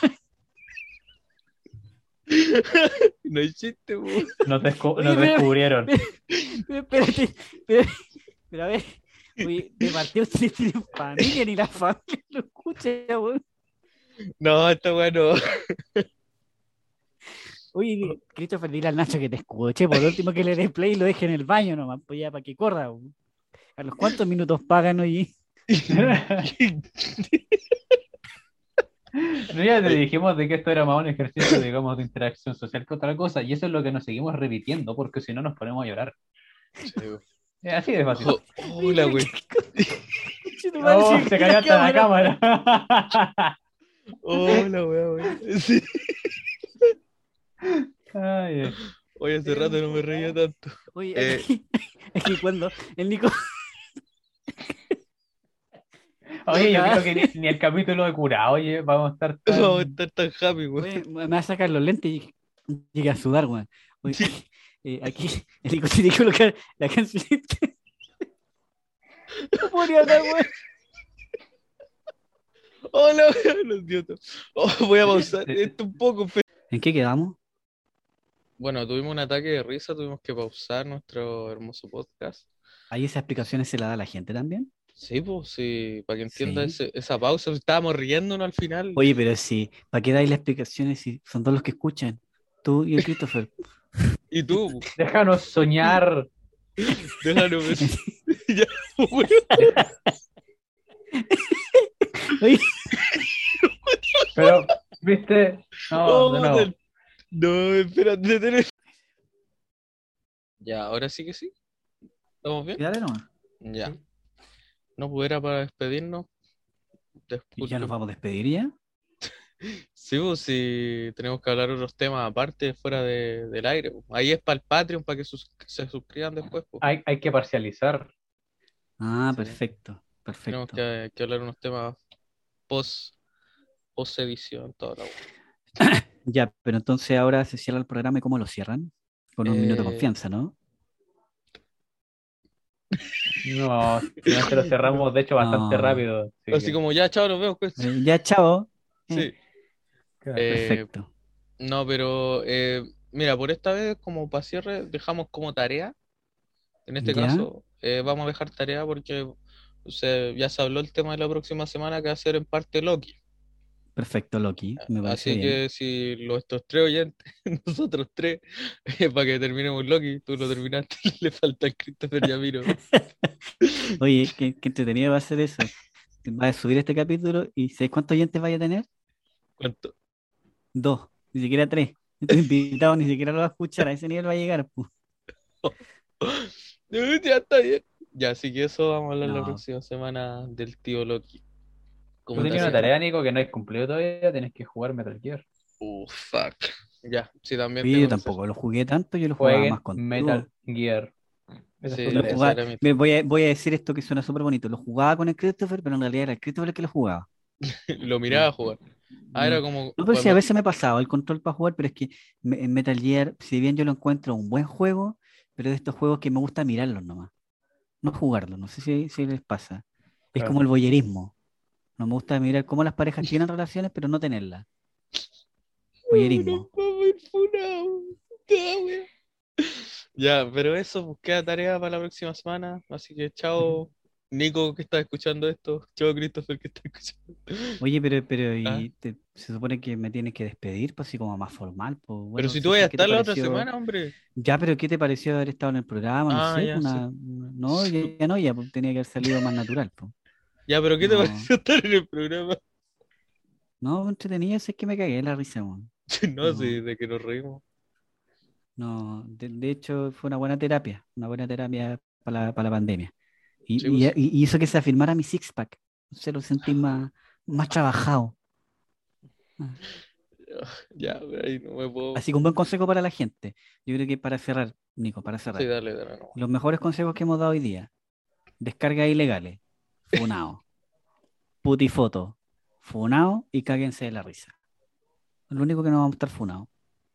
S2: No hay chiste, po.
S3: Nos, descu-
S1: oye,
S3: nos
S1: mira,
S3: descubrieron.
S1: espérate, espérate, pero a ver, oye, de partida ustedes tienen familia, ni la familia lo escucha, weón.
S2: No, está bueno.
S1: Oye, Christopher, dile al Nacho que te escuche, por último que le dé play y lo deje en el baño nomás, pues ya para que corra. weón. ¿A los cuántos minutos pagan hoy?
S3: No, ya te dijimos de que esto era más un ejercicio, digamos, de interacción social que otra cosa, y eso es lo que nos seguimos repitiendo, porque si no nos ponemos a llorar.
S2: Sí, po.
S3: Es así de fácil.
S2: Oh, hola, güey.
S1: Conchetumare,
S3: Oh,
S1: sí,
S3: se cayó hasta la cámara.
S2: Hola, güey. Sí.
S3: Ay, eh.
S2: Oye, hace rato no me reía tanto.
S1: Oye,
S2: Eh.
S1: aquí, aquí cuando el Nico.
S3: Oye, yo creo que ni, ni el capítulo de curado, oye, vamos a estar tan...
S2: Vamos a estar tan happy, güey.
S1: Oye, me va a sacar los lentes y llegué a sudar, weón. Oye, eh, aquí el Nico tiene que colocar la canción. No podría hablar, weón.
S2: Hola, güey. Los idiotas. Oh, voy a pausar esto un poco. pe-
S1: ¿En qué quedamos?
S2: Bueno, tuvimos un ataque de risa, tuvimos que pausar nuestro hermoso podcast.
S1: ¿Ahí esas explicaciones se las da la gente también?
S2: Sí, pues, sí, para que entienda
S1: Sí.
S2: ese- esa pausa. Estábamos riéndonos al final.
S1: Oye, pero sí, ¿para qué dais las explicaciones si son dos los que escuchan? Tú y el Christopher.
S2: Y tú,
S3: Déjanos soñar.
S2: déjalo ver. Ya, güey.
S1: Oye,
S3: Pero, ¿viste? No,
S2: Oh,
S3: de nuevo.
S2: del- No, espérate, detén. Ya, ahora sí que sí. ¿Estamos bien?
S1: dale nomás.
S2: Ya.
S1: Sí.
S2: No pudiera para despedirnos.
S1: ¿Y ya nos
S2: Disculpen.
S1: vamos a despedir ya?
S2: Sí, pues sí, tenemos que hablar otros temas aparte, fuera de- del aire, pues. Ahí es para el Patreon, para que sus- se suscriban después, pues.
S3: Hay, hay que parcializar.
S1: Ah,
S2: Sí.
S1: perfecto,
S2: Tenemos
S1: perfecto.
S2: que, que hablar unos temas post, post edición, toda la wea.
S1: Ya, pero entonces ahora se cierra el programa y ¿cómo lo cierran? Con un minuto de
S2: Eh,
S1: confianza, ¿no?
S3: No, finalmente lo cerramos, de hecho, bastante
S1: No.
S3: rápido. así
S2: Así
S3: que-
S2: como ya, chao, nos vemos, pues.
S1: Eh, ya, chao. Eh,
S2: Sí.
S3: Claro.
S2: Eh,
S1: perfecto.
S2: No, pero eh, mira, por esta vez, como para cierre, dejamos como tarea. En este
S1: ¿Ya?
S2: caso, eh, vamos a dejar tarea porque o sea, ya se habló el tema de la próxima semana que va a ser en parte Loki.
S1: Perfecto, Loki. Me parece
S2: Así
S1: bien.
S2: que si los, estos tres oyentes, nosotros tres, eh, para que terminemos Loki, tú lo terminaste, le falta el Christopher Yamiro.
S1: Oye, qué, qué entretenido va a ser eso. Va a subir este capítulo y ¿sabes cuántos oyentes vaya a tener?
S2: ¿Cuánto?
S1: Dos, ni siquiera tres. Estos invitados ni siquiera lo va a escuchar, a ese nivel va a llegar. pu.
S2: Ya está bien. Ya, así que eso vamos a hablar la
S1: No.
S2: próxima semana del tío Loki.
S3: Tú
S2: ¿Cómo te
S3: tenías una
S2: hace?
S3: tarea, Nico, que no has cumplido todavía, tienes que jugar Metal Gear.
S2: Uh, fuck. Ya, sí, también
S1: Oye,
S2: tengo
S1: yo
S2: que hacer.
S1: tampoco lo jugué tanto, yo lo jugaba
S3: Jueguen
S1: más contigo.
S3: Metal Gear. Esa
S2: Sí,
S3: es tu
S1: Lo
S3: tarea.
S1: jugaba-
S2: esa era mi-
S1: me voy a, voy a decir esto que suena súper bonito. Lo jugaba con el Christopher, pero en realidad era el Christopher el que lo jugaba.
S2: Lo miraba jugar. Ah, era como
S1: No, pero sí, a
S2: cuando-
S1: veces me pasaba el control para jugar, pero es que me- en Metal Gear, si bien yo lo encuentro un buen juego, pero de estos juegos que me gusta mirarlos nomás, no jugarlos, no sé si, si les pasa. Es
S3: Claro.
S1: como el voyerismo. No me gusta mirar cómo las parejas tienen relaciones, pero no tenerlas. Oyerismo.
S2: Nos vamos a ir funados. Ya, wea. Ya, pero eso, pues queda tarea para la próxima semana. Así que chao, Nico, que está escuchando esto. Chao, Christopher, que está escuchando.
S1: Oye, pero, pero
S2: Ah,
S1: y te- se supone que me tienes que despedir, pues así como más formal. Pues
S2: Pero
S1: bueno,
S2: si tú vas a
S1: César, ¿qué te
S2: estar la otra
S1: pareció?
S2: semana, hombre.
S1: Ya, pero ¿qué te pareció haber estado en el programa? No
S2: Ah,
S1: sé,
S2: ya,
S1: pues,
S2: sí.
S1: una, no, ya, ya no, ya pues, tenía que haber salido más natural, pues.
S2: Ya, pero ¿qué te
S1: No,
S2: pareció estar en el programa?
S1: no, entretenido, es que me cagué en la risa, weón.
S2: No sé,
S1: No,
S2: de que nos reímos.
S1: no, de, de hecho fue una buena terapia, una buena terapia para la, para la pandemia.
S2: Sí,
S1: Y, y,
S2: pues.
S1: y hizo que se afirmara mi six-pack, se lo sentí más, más trabajado. Ah.
S2: Ya, pero ahí no me puedo.
S1: Así que un buen consejo para la gente. Yo creo que para cerrar, Nico, para
S2: Sí,
S1: cerrar.
S2: dale, dale, no.
S1: Los mejores consejos que hemos dado hoy día. Descargas ilegales, funao. Putifoto, funao y cáguense de la risa. Lo único que no vamos a estar funao.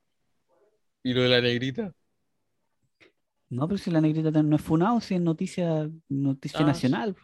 S2: ¿Y lo de la negrita?
S1: No, pero si la negrita no es funao, si es noticia, noticia
S2: Ah, sí.
S1: nacional.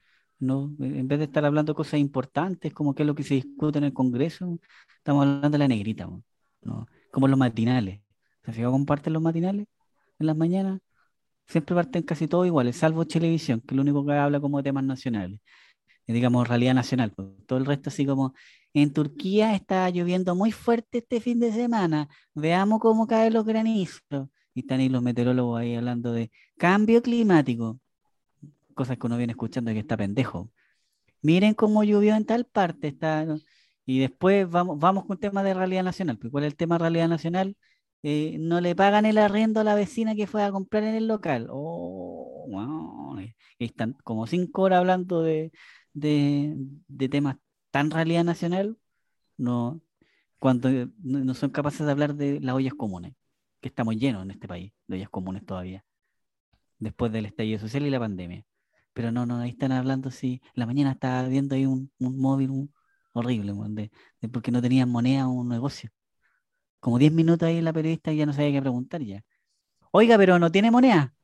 S1: No, en vez de estar hablando cosas importantes, como qué es lo que se discute en el Congreso, estamos hablando de la negrita, weón. ¿No? Como los matinales. ¿Se han fijado cómo parten los matinales en las mañanas? Siempre parten casi todos iguales, salvo Chilevisión, que es lo único que habla como de temas nacionales. Y digamos, realidad nacional. Pues. Todo el resto así como, en Turquía está lloviendo muy fuerte este fin de semana, veamos cómo caen los granizos. Y están ahí los meteorólogos ahí hablando de cambio climático, cosas que uno viene escuchando y que está pendejo. Miren cómo llovió en tal parte, está, ¿no? Y después vamos, vamos con temas de realidad nacional. Pues, ¿cuál es el tema de realidad nacional? Eh, no le pagan el arriendo a la vecina que fue a comprar en el local. Oh, wow. Y están como cinco horas hablando de, de, de temas tan realidad nacional, no, cuando no no son capaces de hablar de las ollas comunes, que estamos llenos en este país de ollas comunes todavía después del estallido social y la pandemia. Pero no, no, ahí están hablando así. La mañana estaba viendo ahí un, un móvil un- horrible, weón, de, de porque no tenían moneda un negocio. Como diez minutos ahí la periodista ya no sabía qué preguntar ya. Oiga, pero no tiene moneda.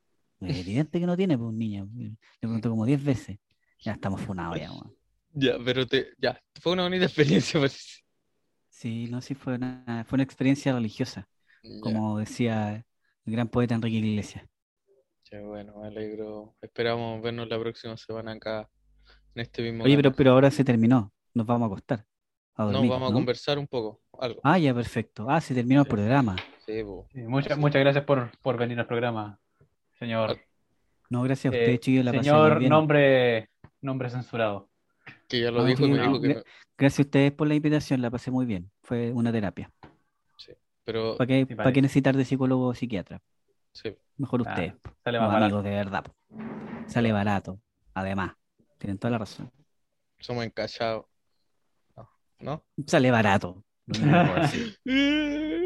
S1: Es evidente que no tiene, pues un niño. Le preguntó como diez veces. Ya estamos funados ya, weón.
S2: Ya, pero te. Ya, fue una bonita experiencia, parece.
S1: Sí, no, sí fue una, fue una experiencia religiosa,
S2: Ya,
S1: como decía el gran poeta Enrique Iglesias.
S2: ya, bueno, me alegro. Esperamos vernos la próxima semana acá en este mismo
S1: Oye, pero,
S2: canal.
S1: pero ahora se terminó. Nos vamos a acostar, a
S2: Nos
S1: dormir,
S2: vamos a
S1: ¿no?
S2: conversar un poco, algo.
S1: Ah, ya, perfecto. Ah, se terminó el
S2: Sí,
S1: programa.
S2: sí, po.
S3: Sí, muchas,
S2: Así
S3: muchas
S2: que.
S3: gracias por, por venir al programa,
S2: ah,
S3: señor.
S1: No, gracias a usted,
S3: Eh,
S1: chiquillo, la pasé muy
S3: señor
S1: bien.
S3: nombre, nombre censurado.
S2: que ya lo
S1: No,
S2: dijo y
S1: chiquillo,
S2: me dijo
S3: No,
S2: que
S1: gra-
S2: no.
S1: gracias a ustedes por la invitación, la pasé muy bien. Fue una terapia.
S2: Sí, pero.
S1: ¿Para qué,
S3: sí
S1: para qué
S3: parece.
S1: necesitar de psicólogo o psiquiatra?
S2: Sí,
S1: Mejor
S3: Ah,
S1: ustedes, po,
S3: sale
S1: los
S3: más barato.
S1: amigos de verdad. Po.
S3: Sale
S1: Sale
S3: más barato.
S1: barato, además. Tienen toda la razón.
S2: somos encachados. No, ¿no?
S1: Sale barato, lo único que puedo decir.